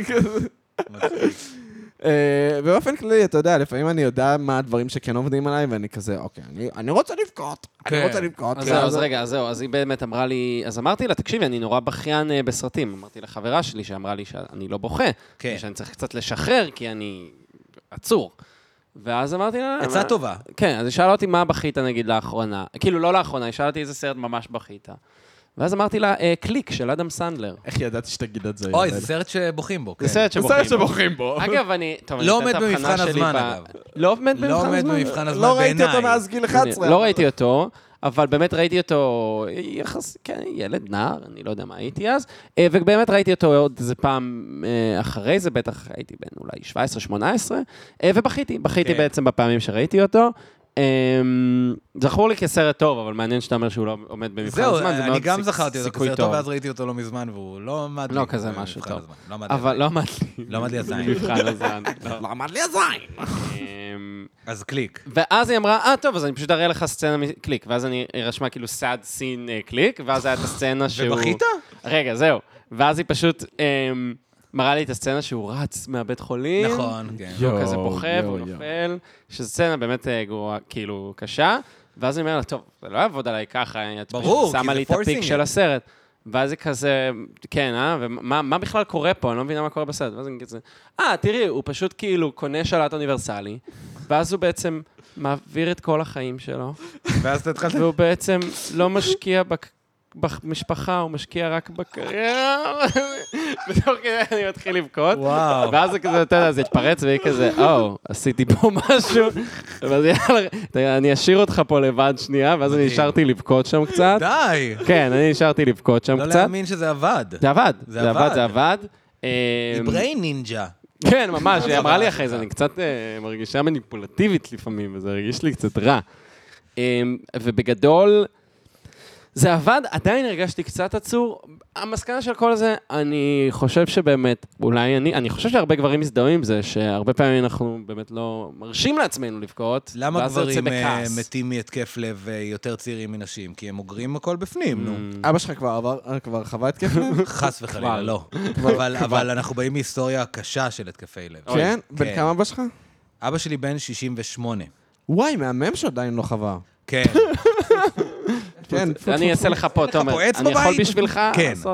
ובאופן כללי, אתה יודע, לפעמים אני יודע מה הדברים שכן עובדים עליי, ואני כזה, אוקיי, אני רוצה לבכות, אני רוצה לבכות. אז רגע, אז זהו, אז היא באמת אמרה לי, אז אמרתי לה, תקשיבי, אני נורא בכיין בסרטים. אמרתי לחברה שלי שאמרה לי שאני לא בוכה, שאני צריך קצת לשחרר, כי אני עצור. ואז אמרתי לה... עצה טובה. כן, אז היא שאלה אותי מה בכית נגיד לאחרונה. כאילו, לא לאחרונה, היא שאלה אותי איזה סרט ממש בכית. ואז אמרתי לה, קליק של אדם סנדלר. איך ידעתי שתגיד את זה? אוי, זה סרט שבוכים בו. זה סרט שבוכים בו. זה סרט שבוכים בו. אגב, אני... לא עומד במבחן הזמן, אגב. לא עומד במבחן הזמן? לא עומד במבחן הזמן בעיניי. לא ראיתי אותו בעיניי. מאז גיל אחת עשרה. לא ראיתי אותו, אבל באמת ראיתי אותו, יחס, כן, ילד נער, אני לא יודע מה הייתי אז, ובאמת ראיתי אותו עוד איזה פעם אחרי זה, בטח הייתי בן אולי שבע עשרה שמונה עשרה, ובכיתי, בכיתי בעצם בפעמים שראיתי אותו. זכור לי כסרט טוב, אבל מעניין שאתה אומר שהוא לא עומד במבחן הזמן, זה מאוד סיכוי טוב. זהו, אני גם זכרתי אותו כסרט טוב, ואז ראיתי אותו לא מזמן, והוא לא עמד לי. לא כזה משהו טוב. אבל לא עמד לי. לא עמד לי הזין. במבחן הזמן. לא עמד לי הזין. אז קליק. ואז היא אמרה, אה, טוב, אז אני פשוט אראה לך סצנה מקליק, ואז אני רשמה כאילו sad scene קליק, ואז היה את הסצנה שהוא... ובכית? רגע, זהו. ואז היא פשוט מראה לי את הסצנה שהוא רץ מהבית חולים. נכון, כן. הוא כזה בוכה והוא נופל, שזו סצנה באמת גרועה, כאילו, קשה. ואז אני אומר לה, טוב, זה לא יעבוד עליי ככה, את פשוט שמה לי את הפיק של הסרט. ואז היא כזה, כן, אה? ומה בכלל קורה פה? אני לא מבינה מה קורה בסרט. ואז אני כזה, אה, תראי, הוא פשוט כאילו קונה שלט אוניברסלי, ואז הוא בעצם מעביר את כל החיים שלו, ואז תתחלת... והוא בעצם לא משקיע במשפחה, הוא משקיע רק בקריירה, בתוך כדי אני מתחיל לבכות, ואז זה כזה, אתה יודע, זה התפרץ, והיא כזה, או, עשיתי פה משהו, ואז אני אשאיר אותך פה לבד שנייה, ואז אני נשארתי לבכות שם קצת. די! כן, אני נשארתי לבכות שם קצת. לא להאמין שזה עבד. זה עבד, זה עבד, זה עבד. היא בריין נינג'ה. כן, ממש, היא אמרה לי אחרי זה, אני קצת מרגישה מניפולטיבית לפעמים, וזה הרגיש לי קצת רע. ובגדול, זה עבד, עדיין הרגשתי קצת עצור. המסקנה של כל זה, אני חושב שבאמת, אולי אני, אני חושב שהרבה גברים מזדהים עם זה, שהרבה פעמים אנחנו באמת לא מרשים לעצמנו לבכות. למה גברים מתים מהתקף לב יותר צעירים מנשים? כי הם אוגרים הכל בפנים, נו. אבא שלך כבר חווה התקף לב? חס וחלילה, לא. אבל אנחנו באים מהיסטוריה קשה של התקפי לב. כן? בן כמה אבא שלך? אבא שלי בן שישים ושמונה. וואי, מהמם שעדיין לא חווה. כן. כן. אני אעשה לך פה, תומר. אני יכול בשבילך לעשות?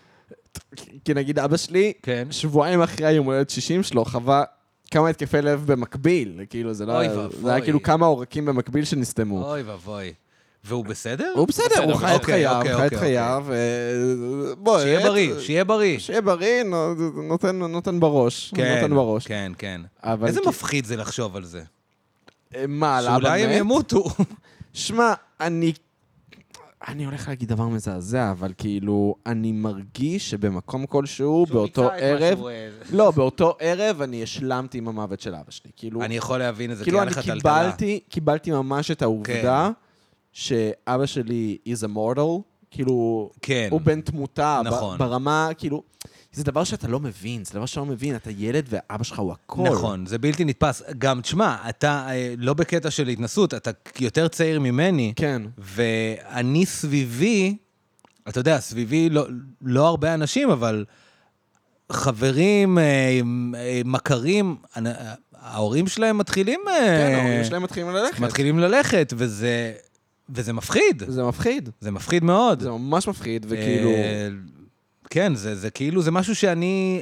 כי נגיד אבא שלי, שבועיים אחרי היום הולדת שישים שלו, חווה כמה התקפי לב במקביל. כאילו, זה היה כאילו כמה עורקים במקביל שנסתמו. אוי ואבוי. והוא בסדר? הוא בסדר, הוא חי את אוקיי, חייו, אוקיי, חי את אוקיי, חייו, בוא, שיהיה בריא, שיהיה בריא. שיהיה בריא, נותן בראש, כן, נותן בראש. כן, כן. אבל איזה כי- מפחיד זה לחשוב על זה. מה, על אבא שאולי הם מת? ימותו. שמע, אני... אני הולך להגיד דבר מזעזע, אבל כאילו, אני מרגיש שבמקום כלשהו, באותו ערב... לא, באותו ערב אני השלמתי עם המוות של אבא שלי. כאילו, אני יכול להבין את זה, כי כאילו היה אני לך טלטלה. קיבלתי, קיבלתי ממש את העובדה שאבא שלי is immortal, כאילו, כן. הוא בן תמותה, נכון. ב- ברמה, כאילו, זה דבר שאתה לא מבין, זה דבר שאתה לא מבין, אתה ילד ואבא שלך הוא הכל. נכון, זה בלתי נתפס. גם, תשמע, אתה אה, לא בקטע של התנסות, אתה יותר צעיר ממני, כן. ואני סביבי, אתה יודע, סביבי לא, לא הרבה אנשים, אבל חברים, אה, אה, מכרים, אה, ההורים שלהם מתחילים... אה, כן, ההורים שלהם מתחילים ללכת. מתחילים ללכת, וזה, וזה מפחיד. זה מפחיד. זה מפחיד מאוד. זה ממש מפחיד, וכאילו... אה, כן, זה, זה כאילו, זה משהו שאני...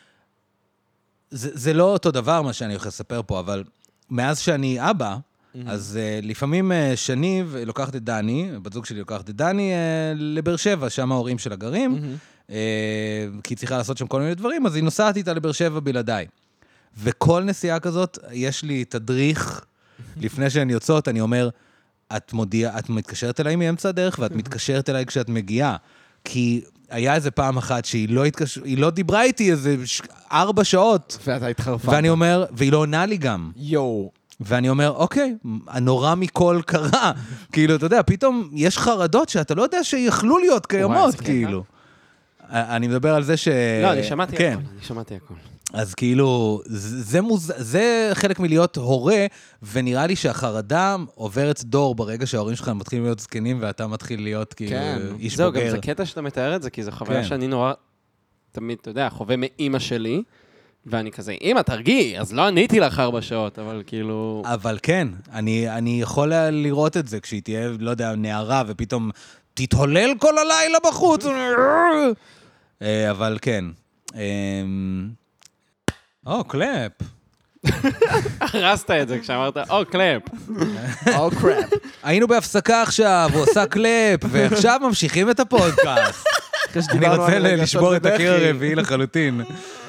זה, זה לא אותו דבר מה שאני הולך לספר פה, אבל מאז שאני אבא, אז uh, לפעמים uh, שניב לוקחת את דני, בת זוג שלי לוקחת את דני uh, לבאר שבע, שם ההורים שלה גרים, uh, כי היא צריכה לעשות שם כל מיני דברים, אז היא נוסעת איתה לבאר שבע בלעדיי. וכל נסיעה כזאת, יש לי תדריך, לפני שאני יוצאות, אני אומר, את מודיעה, את מתקשרת אליי מאמצע הדרך, ואת מתקשרת אליי כשאת מגיעה. כי היה איזה פעם אחת שהיא לא התקשר, היא לא דיברה איתי איזה ש... ארבע שעות. ואתה התחרפת. ואני אומר, והיא לא עונה לי גם. יואו. ואני אומר, אוקיי, הנורא מכל קרה. כאילו, אתה יודע, פתאום יש חרדות שאתה לא יודע שיכלו להיות קיימות, כאילו. אני מדבר על זה ש... לא, אני שמעתי כן. הכל, אני שמעתי הכל. אז כאילו, זה, מוז... זה חלק מלהיות הורה, ונראה לי שהחרדה עוברת דור ברגע שההורים שלך מתחילים להיות זקנים, ואתה מתחיל להיות כאילו כן. איש זהו, בוגר. גם זה קטע שאתה מתאר את זה, כי זו חוויה כן. שאני נורא, תמיד, אתה יודע, חווה מאמא שלי, ואני כזה, אמא, תרגיעי, אז לא עניתי לך ארבע שעות, אבל כאילו... אבל כן, אני, אני יכול לראות את זה, כשהיא תהיה, לא יודע, נערה, ופתאום תתהולל כל הלילה בחוץ. אבל כן. או, קלאפ. הרסת את זה כשאמרת, או, קלאפ. או קראפ. היינו בהפסקה עכשיו, הוא עושה קלאפ, ועכשיו ממשיכים את הפודקאסט. אני רוצה לשבור את הקיר הרביעי לחלוטין.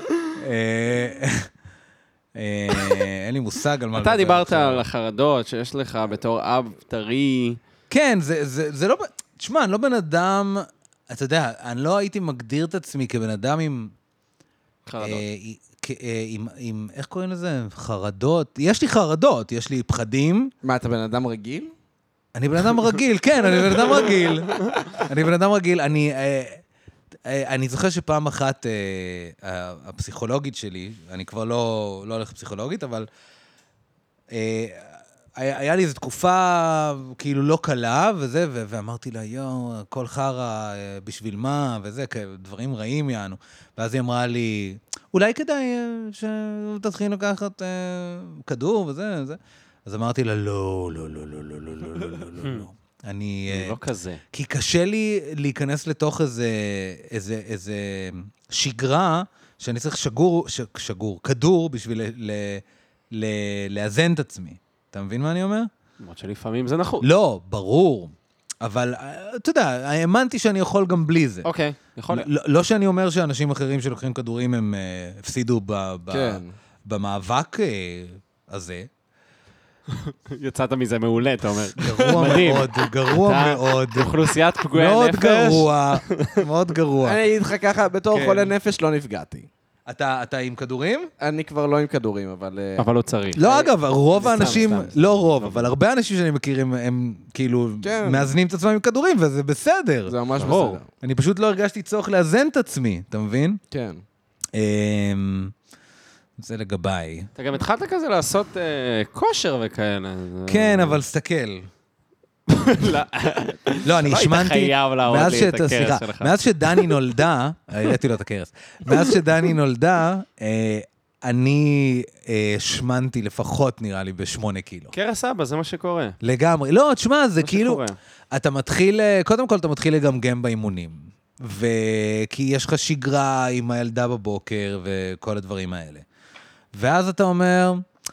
אין לי מושג על מה... אתה דיברת על החרדות שיש לך בתור אב טרי. כן, זה לא... תשמע, אני לא בן אדם... אתה יודע, אני לא הייתי מגדיר את עצמי כבן אדם עם... חרדות. עם, עם, איך קוראים לזה? חרדות. יש לי חרדות, יש לי פחדים. מה, אתה בן אדם רגיל? אני בן אדם רגיל, כן, אני בן אדם רגיל. אני בן אדם רגיל. אני, אני זוכר שפעם אחת הפסיכולוגית שלי, אני כבר לא, לא הולך פסיכולוגית, אבל היה לי איזו תקופה כאילו לא קלה, וזה, ואמרתי לה, יו, כל חרה בשביל מה, וזה, דברים רעים יענו. ואז היא אמרה לי, אולי כדאי שתתחיל לקחת כדור וזה, וזה. אז אמרתי לה, לא, לא, לא, לא, לא, לא, לא, לא, לא, לא. אני... לא כזה. כי קשה לי להיכנס לתוך איזה, איזה, איזה שגרה, שאני צריך שגור, שגור, כדור בשביל ל, ל, לאזן את עצמי. אתה מבין מה אני אומר? למרות שלפעמים זה נחוץ. לא, ברור. אבל, אתה יודע, האמנתי שאני יכול גם בלי זה. אוקיי, יכול להיות. לא, לא שאני אומר שאנשים אחרים שלוקחים כדורים הם uh, הפסידו ב, ב, כן. במאבק uh, הזה. יצאת מזה מעולה, אתה אומר. גרוע מדהים. מאוד, גרוע אתה- מאוד. אוכלוסיית פגועי נפש. מאוד גרוע, מאוד גרוע. אני אגיד לך ככה, בתור כן. חולה נפש לא נפגעתי. אתה, אתה עם כדורים? אני כבר לא עם כדורים, אבל... אה, אבל הוא צריך. לא, אגב, רוב סתם, האנשים, סתם, לא רוב, אבל הרבה אנשים שאני מכיר, הם- הם כאילו כן. מאזנים את עצמם עם כדורים, וזה בסדר. זה ממש ברור. בסדר. אני פשוט לא הרגשתי צורך לאזן את עצמי, אתה מבין? כן. אמ, זה לגביי. אתה גם התחלת כזה לעשות אה, כושר וכאלה. זה- כן, אבל סתכל. לא. לא, אני לא היית השמנתי... חייב להראות מאז לי את שאת- הכרס סליחה, שלך. מאז שדני נולדה, הראיתי לו את הכרס, מאז שדני נולדה, אה, אני אה, השמנתי לפחות, נראה לי, בשמונה קילו. קרס אבא, זה מה שקורה. לגמרי. לא, תשמע, זה מה כאילו... שקורה. אתה מתחיל, אה, קודם כל אתה מתחיל לגמגם באימונים. וכי יש לך שגרה עם הילדה בבוקר וכל הדברים האלה. ואז אתה אומר,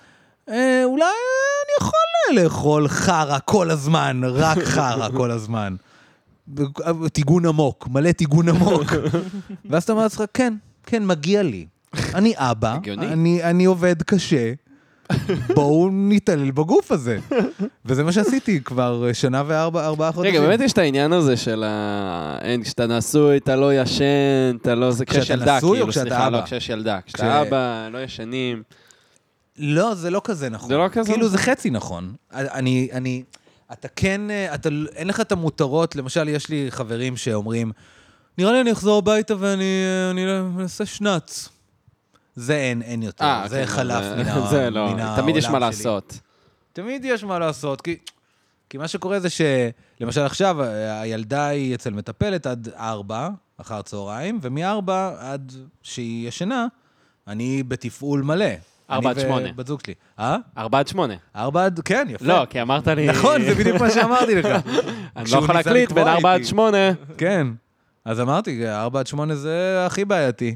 אה, אולי אני יכול לאכול חרה כל הזמן, רק חרה כל הזמן. תיגון עמוק, מלא תיגון עמוק. ואז אתה אומר לעצמך, כן, כן, מגיע לי. אני אבא, אני, אני עובד קשה, בואו נתעלל בגוף הזה. וזה מה שעשיתי כבר שנה וארבע, ארבעה חודשים. רגע, באמת יש את העניין הזה של ה... אין, כשאתה נשוי, אתה לא ישן, אתה לא... זה כשיש ילדה, כאילו, סליחה, לא כשיש ילדה. כשאתה אבא, לא ישנים. לא, זה לא כזה נכון. זה לא כזה כאילו, זה חצי נכון. אני, אני, אתה כן, אתה, אין לך את המותרות, למשל, יש לי חברים שאומרים, נראה לי אני אחזור הביתה ואני אני אעשה שנץ. זה אין, אין יותר. 아, זה כן, חלף זה, מן, ה, זה לא. מן העולם תמיד יש מה שלי. לעשות. תמיד יש מה לעשות, כי, כי מה שקורה זה שלמשל עכשיו, הילדה היא אצל מטפלת עד ארבע, אחר צהריים, ומארבע עד שהיא ישנה, אני בתפעול מלא. ארבע עד שמונה. בת זוג שלי. אה? ארבע עד שמונה. ארבע עד, כן, יפה. לא, כי אמרת לי... נכון, זה בדיוק מה שאמרתי לך. אני לא יכול להקליט בין ארבע עד שמונה. כן. אז אמרתי, ארבע עד שמונה זה הכי בעייתי.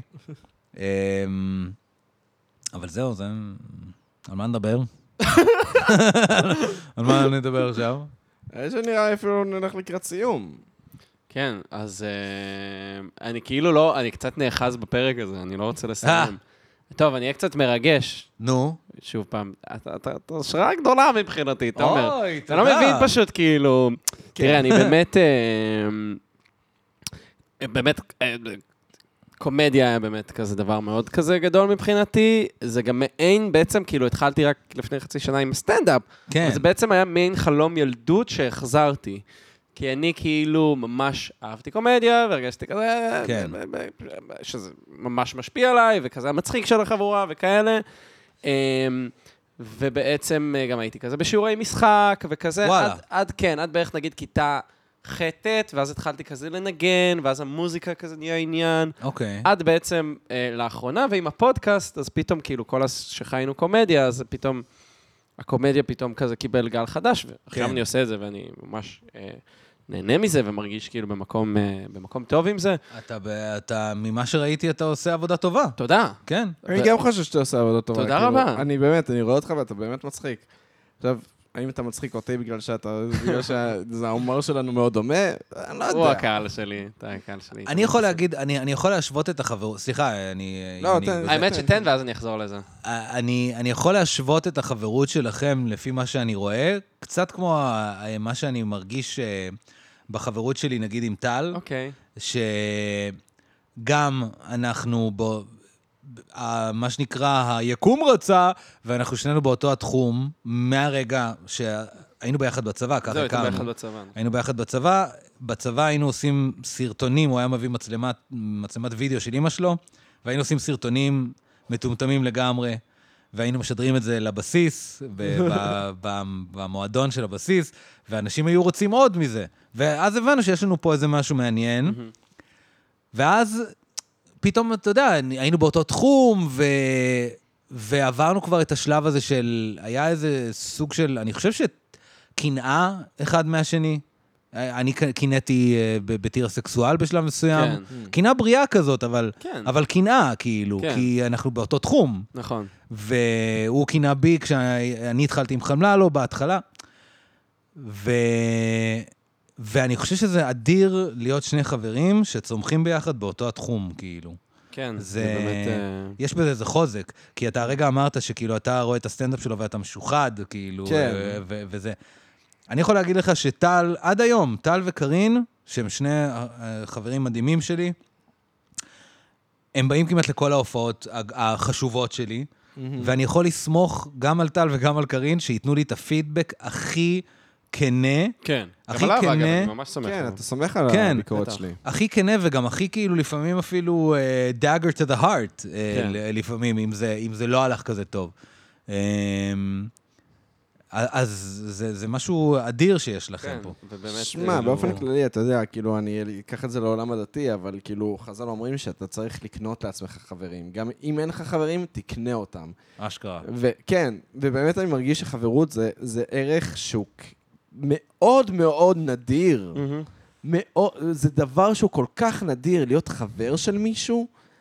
אבל זהו, זה... על מה נדבר? על מה נדבר עכשיו? יש שנראה אפילו נלך לקראת סיום. כן, אז אני כאילו לא, אני קצת נאחז בפרק הזה, אני לא רוצה לסיים. טוב, אני אהיה קצת מרגש. נו. שוב פעם, אתה השראה גדולה מבחינתי, תומר. אוי, אתה לא מבין פשוט, כאילו... תראה, אני באמת... באמת... קומדיה היה באמת כזה דבר מאוד כזה גדול מבחינתי. זה גם מעין, בעצם, כאילו, התחלתי רק לפני חצי שנה עם הסטנדאפ. כן. אז זה בעצם היה מעין חלום ילדות שהחזרתי. כי אני כאילו ממש אהבתי קומדיה, והרגשתי כזה, כן. שזה ממש משפיע עליי, וכזה המצחיק של החבורה וכאלה. ובעצם גם הייתי כזה בשיעורי משחק, וכזה, עד, עד כן, עד בערך נגיד כיתה חטאת, ואז התחלתי כזה לנגן, ואז המוזיקה כזה נהיה עניין. אוקיי. עד בעצם לאחרונה, ועם הפודקאסט, אז פתאום כאילו כל שחיינו קומדיה, אז פתאום, הקומדיה פתאום כזה קיבל גל חדש, ועכשיו אני עושה את זה, ואני ממש... נהנה מזה ומרגיש כאילו במקום, במקום טוב עם זה. אתה, אתה, ממה שראיתי, אתה עושה עבודה טובה. תודה. כן. אני גם חושב שאתה עושה עבודה טובה. תודה רבה. אני באמת, אני רואה אותך ואתה באמת מצחיק. עכשיו, האם אתה מצחיק אותי בגלל שאתה, בגלל שההומור שלנו מאוד דומה? אני לא יודע. הוא הקהל שלי, אתה הקהל שלי. אני יכול להגיד, אני, אני יכול להשוות את החברות, סליחה, אני... לא, תן. האמת שתן ואז אני אחזור לזה. אני, אני יכול להשוות את החברות שלכם לפי מה שאני רואה, קצת כמו מה שאני מרגיש בחברות שלי, נגיד עם טל, אוקיי. שגם אנחנו בו... מה שנקרא, היקום רצה, ואנחנו שנינו באותו התחום, מהרגע שהיינו ביחד בצבא, ככה זהו, הכרנו. היינו ביחד בצבא. היינו ביחד בצבא, בצבא היינו עושים סרטונים, הוא היה מביא מצלמת, מצלמת וידאו של אמא שלו, והיינו עושים סרטונים מטומטמים לגמרי, והיינו משדרים את זה לבסיס, במועדון של הבסיס, ואנשים היו רוצים עוד מזה. ואז הבנו שיש לנו פה איזה משהו מעניין, ואז... פתאום, אתה יודע, היינו באותו תחום, ו... ועברנו כבר את השלב הזה של, היה איזה סוג של, אני חושב שקנאה אחד מהשני. אני קינאתי בטיר הסקסואל בשלב מסוים. כן. קנאה בריאה כזאת, אבל, כן. אבל קנאה, כאילו, כן. כי אנחנו באותו תחום. נכון. והוא קינאה בי כשאני התחלתי עם חמלה לו בהתחלה. ו... ואני חושב שזה אדיר להיות שני חברים שצומחים ביחד באותו התחום, כאילו. כן, זה, זה באמת... יש בזה איזה חוזק, כי אתה הרגע אמרת שכאילו אתה רואה את הסטנדאפ שלו ואתה משוחד, כאילו, כן. ו- ו- וזה. אני יכול להגיד לך שטל, עד היום, טל וקרין, שהם שני חברים מדהימים שלי, הם באים כמעט לכל ההופעות החשובות שלי, mm-hmm. ואני יכול לסמוך גם על טל וגם על קרין, שיתנו לי את הפידבק הכי... כנה, כן. הכי כנה, אני ממש סומך. כן, אתה סומך על כן, הביקורת שלי. הכי כנה וגם הכי כאילו לפעמים אפילו uh, dagger to the heart, כן. uh, לפעמים, אם זה, אם זה לא הלך כזה טוב. Um, אז זה, זה משהו אדיר שיש לכם כן, פה. ובאמת... שמע, באופן כללי, אתה יודע, כאילו, אני אקח את זה לעולם הדתי, אבל כאילו, חז"ל אומרים שאתה צריך לקנות לעצמך חברים. גם אם אין לך חברים, תקנה אותם. אשכרה. וכן, ובאמת אני מרגיש שחברות זה, זה ערך שהוא מאוד מאוד נדיר. מאוד, זה דבר שהוא כל כך נדיר, להיות חבר של מישהו,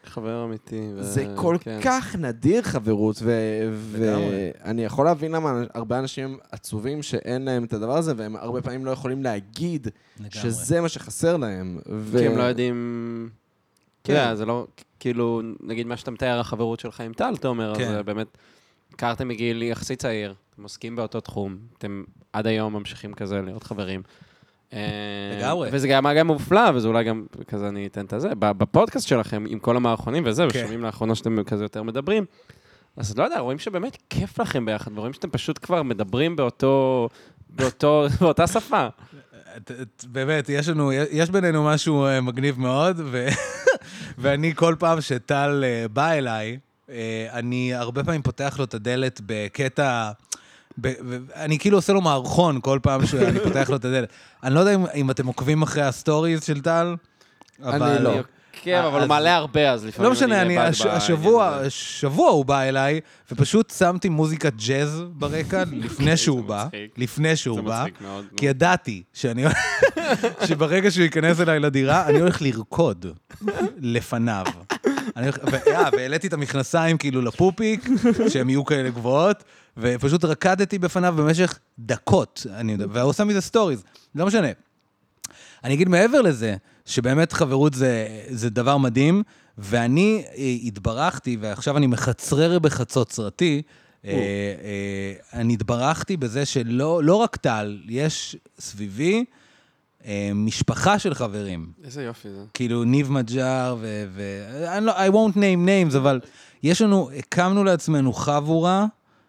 חבר אמיתי. זה כל כך נדיר חברות, ואני יכול להבין למה הרבה אנשים עצובים שאין להם את הדבר הזה, והם הרבה פעמים לא יכולים להגיד שזה מה שחסר להם. כי הם לא יודעים... כן, זה לא... כאילו, נגיד מה שאתה מתאר החברות שלך עם טל, אתה אומר, אז באמת, הכרתם מגיל יחסית צעיר, אתם עוסקים באותו תחום, אתם עד היום ממשיכים כזה להיות חברים. לגמרי. וזה גם היה גם מופלא, וזה אולי גם כזה אני אתן את זה, בפודקאסט שלכם, עם כל המערכונים וזה, ושומעים לאחרונה שאתם כזה יותר מדברים, אז לא יודע, רואים שבאמת כיף לכם ביחד, ורואים שאתם פשוט כבר מדברים באותו, באותו, באותה שפה. באמת, יש לנו, יש בינינו משהו מגניב מאוד, ואני כל פעם שטל בא אליי, אני הרבה פעמים פותח לו את הדלת בקטע... אני כאילו עושה לו מערכון כל פעם שאני פותח לו את הדלת. אני לא יודע אם אתם עוקבים אחרי הסטוריז של טל, אני לא. כן, אבל הוא מעלה הרבה, אז לפעמים... לא משנה, אני, השבוע, השבוע הוא בא אליי, ופשוט שמתי מוזיקת ג'אז ברקע, לפני שהוא בא, לפני שהוא בא, כי ידעתי שאני, שברגע שהוא ייכנס אליי לדירה, אני הולך לרקוד לפניו. והעליתי את המכנסיים כאילו לפופיק, שהם יהיו כאלה גבוהות, ופשוט רקדתי בפניו במשך דקות, והוא עושה מזה סטוריז, לא משנה. אני אגיד מעבר לזה, שבאמת חברות זה, זה דבר מדהים, ואני התברכתי, ועכשיו אני מחצרר בחצות סרטי, אה, אה, אני התברכתי בזה שלא לא רק טל, יש סביבי אה, משפחה של חברים. איזה יופי זה. כאילו ניב מג'אר, ו... ו I, I won't name names, אבל יש לנו, הקמנו לעצמנו חבורה,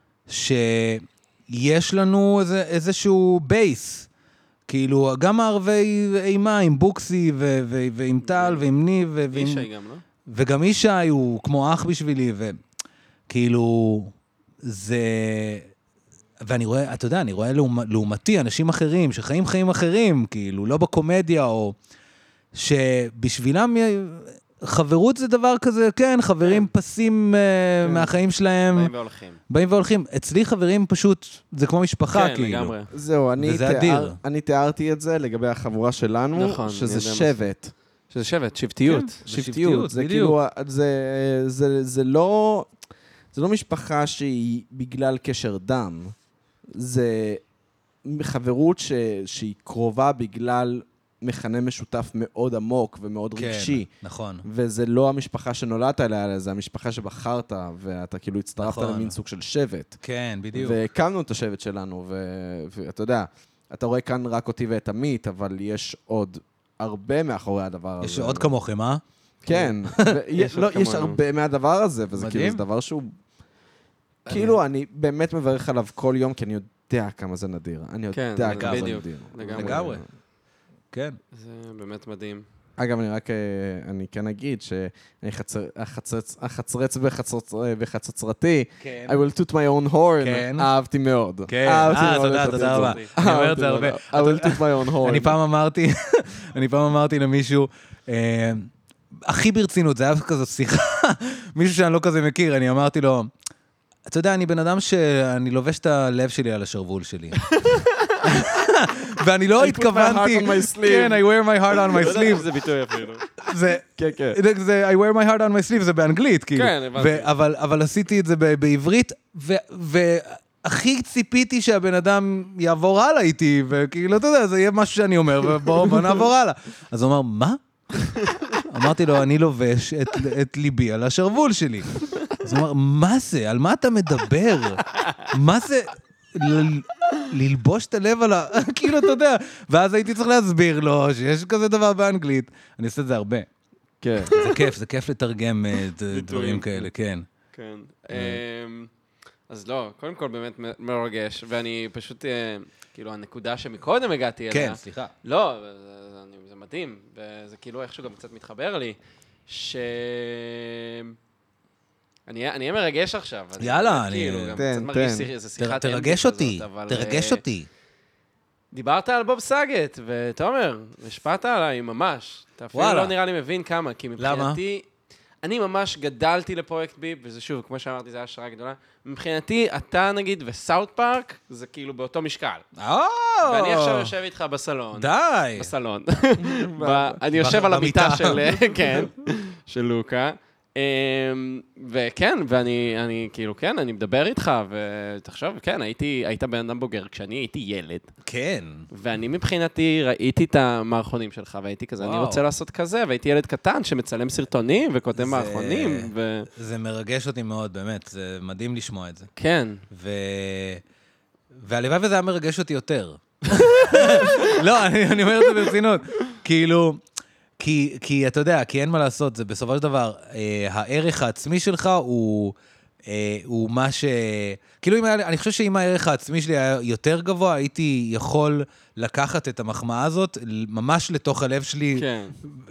שיש לנו איזה, איזשהו בייס, כאילו, גם הערבי אימה עם בוקסי ועם טל ועם ניב. אישי גם, לא? וגם אישי הוא כמו אח בשבילי, וכאילו, זה... ואני רואה, אתה יודע, אני רואה לעומתי אנשים אחרים, שחיים חיים אחרים, כאילו, לא בקומדיה, או שבשבילם חברות זה דבר כזה, כן, חברים פסים מהחיים שלהם. באים והולכים. באים והולכים. אצלי חברים פשוט, זה כמו משפחה, כאילו. כן, לגמרי. זהו, אני תיארתי את זה לגבי החברה שלנו, שזה שבט. שזה שבט, שבטיות. שבטיות, זה כאילו, זה לא... זה לא משפחה שהיא בגלל קשר דם. זה חברות שהיא קרובה בגלל מכנה משותף מאוד עמוק ומאוד רגשי. כן, נכון. וזה לא המשפחה שנולדת אליה, זה המשפחה שבחרת, ואתה כאילו הצטרפת למין סוג של שבט. כן, בדיוק. והקמנו את השבט שלנו, ואתה יודע, אתה רואה כאן רק אותי ואת עמית, אבל יש עוד הרבה מאחורי הדבר הזה. יש עוד כמוכם, אה? כן. יש הרבה מהדבר הזה, וזה כאילו, זה דבר שהוא... כאילו, אני באמת מברך עליו כל יום, כי אני יודע כמה זה נדיר. אני יודע כמה זה נדיר. לגמרי. כן. זה באמת מדהים. אגב, אני רק, אני כן אגיד שאני החצרץ בחצוצרתי, I will toot my own horn, אהבתי מאוד. כן, אה, תודה, תודה רבה. אני אומר את זה הרבה. I will toot my own horn. אני פעם אמרתי, אני פעם אמרתי למישהו, הכי ברצינות, זה היה כזו שיחה, מישהו שאני לא כזה מכיר, אני אמרתי לו, אתה יודע, אני בן אדם שאני לובש את הלב שלי על השרוול שלי. ואני לא התכוונתי... כן, I wear my heart on my sleeve. זה ביטוי אפילו. זה, I wear my heart on my sleeve, זה באנגלית, כאילו. כן, הבנתי. אבל עשיתי את זה בעברית, והכי ציפיתי שהבן אדם יעבור הלאה איתי, וכאילו, אתה יודע, זה יהיה משהו שאני אומר, ובואו נעבור הלאה. אז הוא אמר, מה? אמרתי לו, אני לובש את ליבי על השרוול שלי. אז הוא אמר, מה זה? על מה אתה מדבר? מה זה... ללבוש את הלב על ה... כאילו, אתה יודע. ואז הייתי צריך להסביר לו שיש כזה דבר באנגלית. אני עושה את זה הרבה. כן. זה כיף, זה כיף לתרגם דברים כאלה, כן. כן. אז לא, קודם כל באמת מרגש, ואני פשוט, כאילו, הנקודה שמקודם הגעתי אליה... כן, סליחה. לא, זה מדהים, וזה כאילו איכשהו גם קצת מתחבר לי, ש... אני אהיה מרגש עכשיו. יאללה, אני... תן, תן. תרגש אותי, תרגש אותי. דיברת על בוב סאגט, ותומר, השפעת עליי ממש. אתה אפילו לא נראה לי מבין כמה, כי מבחינתי... אני ממש גדלתי לפרויקט ביפ, וזה שוב, כמו שאמרתי, זה השראה גדולה. מבחינתי, אתה נגיד וסאוט פארק, זה כאילו באותו משקל. ואני עכשיו יושב איתך בסלון. די. בסלון. אני יושב על המיטה של, כן, של לוקה. וכן, ואני, אני, כאילו, כן, אני מדבר איתך, ותחשוב, כן, הייתי, היית בן אדם בוגר כשאני הייתי ילד. כן. ואני מבחינתי ראיתי את המערכונים שלך, והייתי כזה, אני רוצה לעשות כזה, והייתי ילד קטן שמצלם סרטונים וכותב מערכונים. זה מרגש אותי מאוד, באמת, זה מדהים לשמוע את זה. כן. והלוואי וזה היה מרגש אותי יותר. לא, אני אומר את זה ברצינות. כאילו... כי, כי אתה יודע, כי אין מה לעשות, זה בסופו של דבר, אה, הערך העצמי שלך הוא, אה, הוא מה ש... כאילו, אם היה, אני חושב שאם הערך העצמי שלי היה יותר גבוה, הייתי יכול לקחת את המחמאה הזאת ממש לתוך הלב שלי, כן.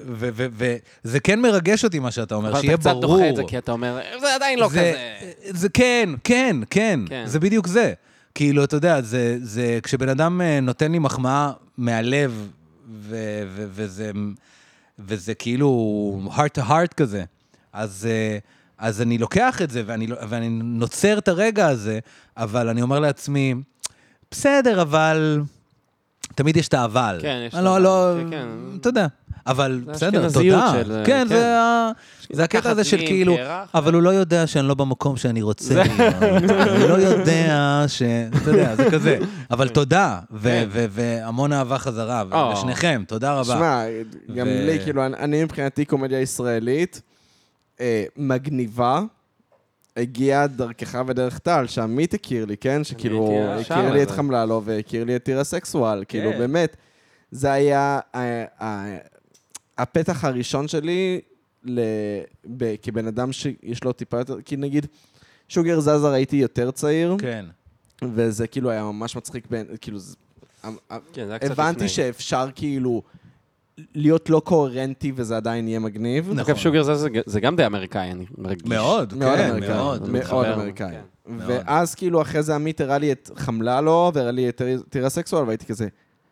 וזה כן מרגש אותי מה שאתה אומר, שיהיה ברור. אבל אתה קצת דוחה את זה, כי אתה אומר, זה עדיין לא זה, כזה. זה כן, כן, כן, כן. זה בדיוק זה. כאילו, אתה יודע, זה, זה, כשבן אדם נותן לי מחמאה מהלב, ו, ו, וזה... וזה כאילו heart to heart כזה. אז, אז אני לוקח את זה, ואני, ואני נוצר את הרגע הזה, אבל אני אומר לעצמי, בסדר, אבל... תמיד יש את האבל. כן, יש את לא, לא, כן. אתה יודע. אבל בסדר, אשכנזיות תודה. של- כן, כן. זה ה- זה הקטע הזה של פנים, כאילו, קרח. אבל הוא לא יודע שאני לא במקום שאני רוצה להיות. הוא לא יודע ש... אתה יודע, זה כזה. אבל תודה, ו- ו- והמון אהבה חזרה, או. לשניכם, תודה רבה. שמע, גם ו- לי, כאילו, אני- אני מבחינתי קומדיה ישראלית אה, מגניבה, הגיעה דרכך ודרך טל, שעמית הכיר לי, כן? שכאילו, הייתי השער הכיר לי את הזה. חמללו והכיר לי את טירה סקסואל, כאילו, כן. באמת, זה היה אה, אה, הפתח הראשון שלי ל- ב- כבן אדם שיש לו טיפה יותר, כי נגיד, שוגר זזה ראיתי יותר צעיר, כן. וזה כאילו היה ממש מצחיק, בין- כאילו, זה- כן, זה היה קצת הבנתי לפני. שאפשר כאילו להיות לא קוהרנטי וזה עדיין יהיה מגניב. נכון. אגב, שוגר זה, זה גם די אמריקאי, אני מרגיש. מאוד, מאוד כן, אמריקאי. מאוד. זה מאוד מתחבר. אמריקאי. כן. ואז כאילו אחרי זה עמית הראה לי את חמללו, והראה לי את טירה סקסואל, והייתי כזה,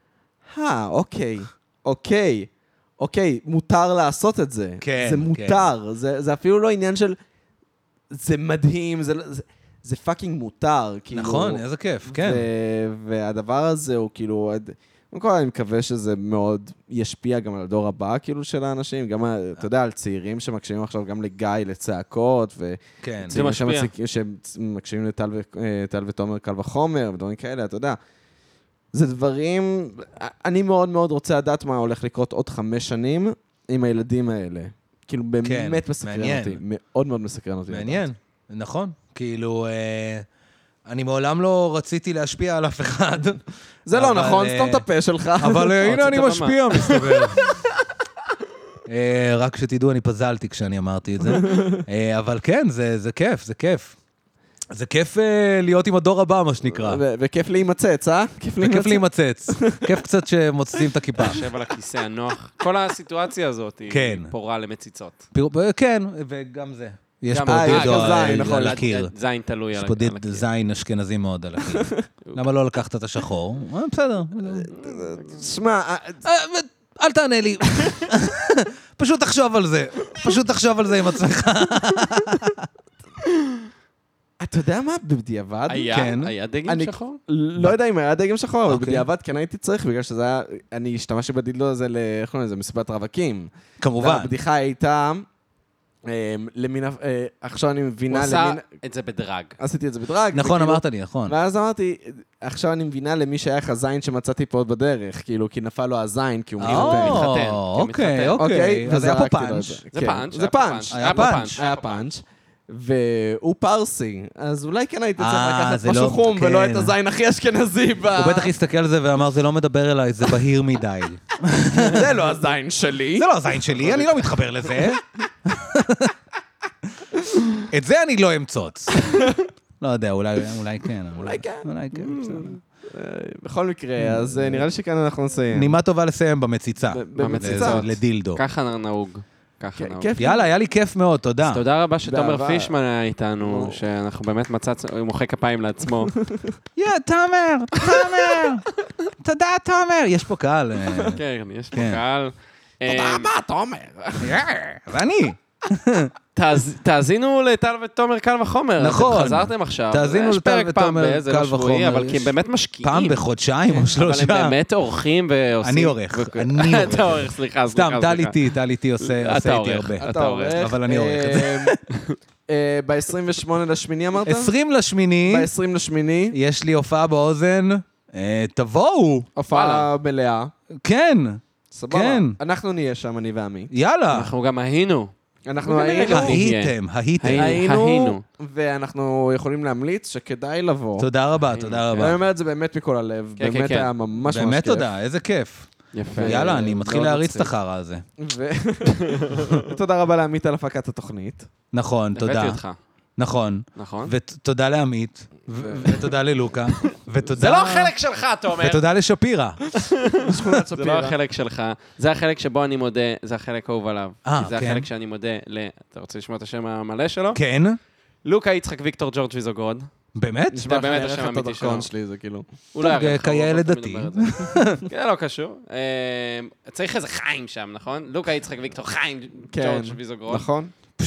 אה, אוקיי, אוקיי, אוקיי, מותר לעשות את זה. כן, זה כן. מותר, זה זה אפילו לא עניין של... זה מדהים, זה לא- זה- זה פאקינג מותר. כאילו. נכון, איזה כיף, כן. ו- והדבר הזה הוא כאילו... קודם כל, אני מקווה שזה מאוד ישפיע גם על הדור הבא, כאילו, של האנשים, גם, אתה יודע, על צעירים שמקשיבים עכשיו גם לגיא, לצעקות, כן. וצעירים זה משפיע. שמצ- שמקשיבים לטל ו- אה, טל ותומר קל וחומר, ודברים כאלה, אתה יודע. זה דברים... אני מאוד מאוד רוצה לדעת מה הולך לקרות עוד חמש שנים עם הילדים האלה. כאילו, באמת מסקרן מעניין. אותי. מאוד מאוד מסקרן אותי. מעניין, נכון. כאילו, אה, אני מעולם לא רציתי להשפיע על אף אחד. זה לא אבל, נכון, אה, סתום את הפה שלך. אבל אה, הנה רצית אני במה. משפיע, מסתבר. אה, רק שתדעו, אני פזלתי כשאני אמרתי את זה. אה, אבל כן, זה זה כיף, זה כיף. זה כיף אה, להיות עם הדור הבא, מה שנקרא. ו- וכיף להימצץ, אה? כיף וכיף להימצץ. כיף קצת שמוצאים את הכיפה. יושב על הכיסא הנוח. כל הסיטואציה הזאת היא כן. פורה למציצות. פירו- כן, וגם זה. יש גם- פה אה, דילדו גם על- זין, נכון, על על- הקיר. זין תלוי יש על פה על הקיר. דיד זין אשכנזי מאוד על הקיר. למה לא לקחת את השחור? אה, בסדר. שמע, אה, אל תענה לי. פשוט תחשוב על זה. פשוט תחשוב על זה עם עצמך. אתה יודע מה? בדיעבד, היה, כן. היה דגם אני שחור? לא יודע אם היה דגם שחור, אבל אוקיי. בדיעבד כן הייתי צריך, בגלל שזה היה, אני השתמשתי בדילדו הזה, ל- איך קוראים לזה? מסיבת רווקים. כמובן. והבדיחה הייתה, אה, למין, אה, עכשיו אני הוא מבינה, עשה למין, את זה בדרג. עשיתי את זה בדרג. נכון, וכאילו- אמרת לי, נכון. ואז אמרתי, עכשיו אני מבינה למי שהיה לך זין שמצאתי פה עוד בדרך, כאילו, כי נפל לו הזין, כי הוא מתחתן. מתחתן, כן, אוקיי, מתחתן. אוקיי. אז היה פה וזרקתי לו את פאנץ'. זה. זה כן, פאנץ', זה היה פה פאנץ'. היה פה פאנץ'. היה פאנץ', והוא פרסי, אז אולי כן הייתי צריך אה, לקחת זה משהו לא- חום, כן. ולא את הזין הכי אשכנזי. ב- הוא בטח הסתכל על זה ואמר, זה לא מדבר אליי, זה בהיר מדי. זה לא הזין שלי. זה לא הזין שלי, אני לא מתחבר לזה. את זה אני לא אמצוץ. לא יודע, אולי אולי כן. אולי כן. אולי כן, בסדר. אה, בכל מקרה, אז אה, נראה לי שכאן אנחנו נסיים. נימה טובה לסיים במציצה. ב- במציצה. לזה- לדילדו. ככה נהוג. ככה כן, נהוג. כיף. יאללה, היה לי כיף מאוד, תודה. אז תודה רבה שתומר באהבה. פישמן היה איתנו, שאנחנו באמת מצאנו, הוא מוחא כפיים לעצמו. יא, תומר, תומר. תודה, תומר. יש פה קהל. אה, כן, יש פה כן. קהל. תודה אה, רבה, תומר. ואני. תאזינו לטל ותומר קל וחומר. נכון. אתם חזרתם עכשיו. תאזינו לטל ותומר קל וחומר. אבל כי הם באמת משקיעים. פעם בחודשיים או שלושה. אבל הם באמת עורכים ועושים... אני עורך, אני עורך. אתה עורך, סליחה, סליחה. סתם, טל איתי, טל איתי עושה איתי הרבה. אתה עורך. אבל אני עורך את זה. ב-עשרים ושמונה לשמיני אמרת? עשרים לשמיני. ב-עשרים לשמיני. יש לי הופעה באוזן. תבואו. הופעה מלאה. כן. סבבה. כן. אנחנו נהיה שם, אני ועמי. יאללה. אנחנו גם היינו. אנחנו היינו, הייתם, הייתם. היינו, ואנחנו יכולים להמליץ שכדאי לבוא. תודה רבה, תודה אני רבה. אומר את זה באמת מכל הלב, באמת היה ממש ממש כיף. באמת תודה, איזה כיף. יפה. יאללה, אני מתחיל להריץ את החרא הזה. ותודה רבה לעמית על הפקת התוכנית. נכון, תודה. הבאתי אותך. נכון. נכון. ותודה לעמית, ותודה ללוקה, ותודה... זה לא החלק שלך, תומר. ותודה לשפירה. זה לא החלק שלך. זה החלק שבו אני מודה, זה החלק האהוב עליו. אה, זה כן. החלק שאני מודה ל... אתה רוצה לשמוע את השם המלא שלו? כן? לוקה יצחק ויקטור ג'ורג' ויזוגרוד. באמת? זה באמת השם האמיתי שלו. שלי, זה כאילו... הוא לא יערך, כיאה הוא לא לדתי. תמיד אומר את זה. כן, לא קשור. אה, צריך איזה חיים שם, נכון? לוקה יצחק ויקטור חיים ג'ורג' ויזוגרוד. נכון. אה,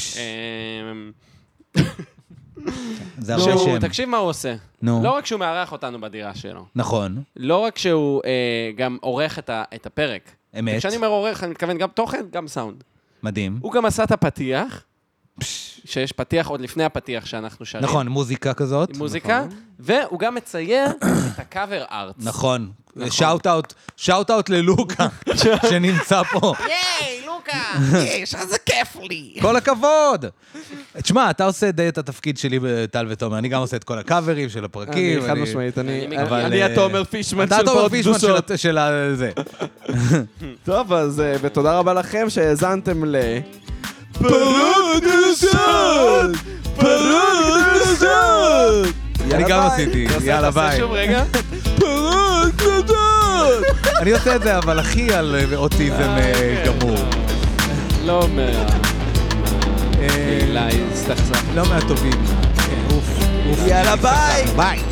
זה הרבה שהוא, שם. תקשיב מה הוא עושה. נו. לא רק שהוא מארח אותנו בדירה שלו, נכון. לא רק שהוא אה, גם עורך את, ה, את הפרק. אמת. כשאני אומר עורך, אני מתכוון גם תוכן, גם סאונד. מדהים. הוא גם עשה את הפתיח, שיש פתיח עוד לפני הפתיח שאנחנו שרים. נכון, מוזיקה כזאת. עם מוזיקה, והוא גם מצייר את הקאבר ארט. נכון. שאוט אאוט, שאוט אאוט ללוקה, שנמצא פה. ייי, לוקה! יש, איזה כיף לי! כל הכבוד! תשמע, אתה עושה די את התפקיד שלי בטל ותומר, אני גם עושה את כל הקאברים של הפרקים. אני חד משמעית, אני אבל, אני אה, התומר פישמן של אתה התומר פוד פישמן קדושות. של- של ה- זה. טוב, אז אה, ותודה רבה לכם שהאזנתם ל... פרות קדושות! פרות קדושות! אני גם עשיתי, יאללה ביי. תעשה שוב רגע. פרות קדושות! אני עושה את זה, אבל הכי על אוטיזם אה, גמור. לא מה... אה, אולי, סתחסך. לא מהטובים. אוף, אוף. יאללה ביי! ביי!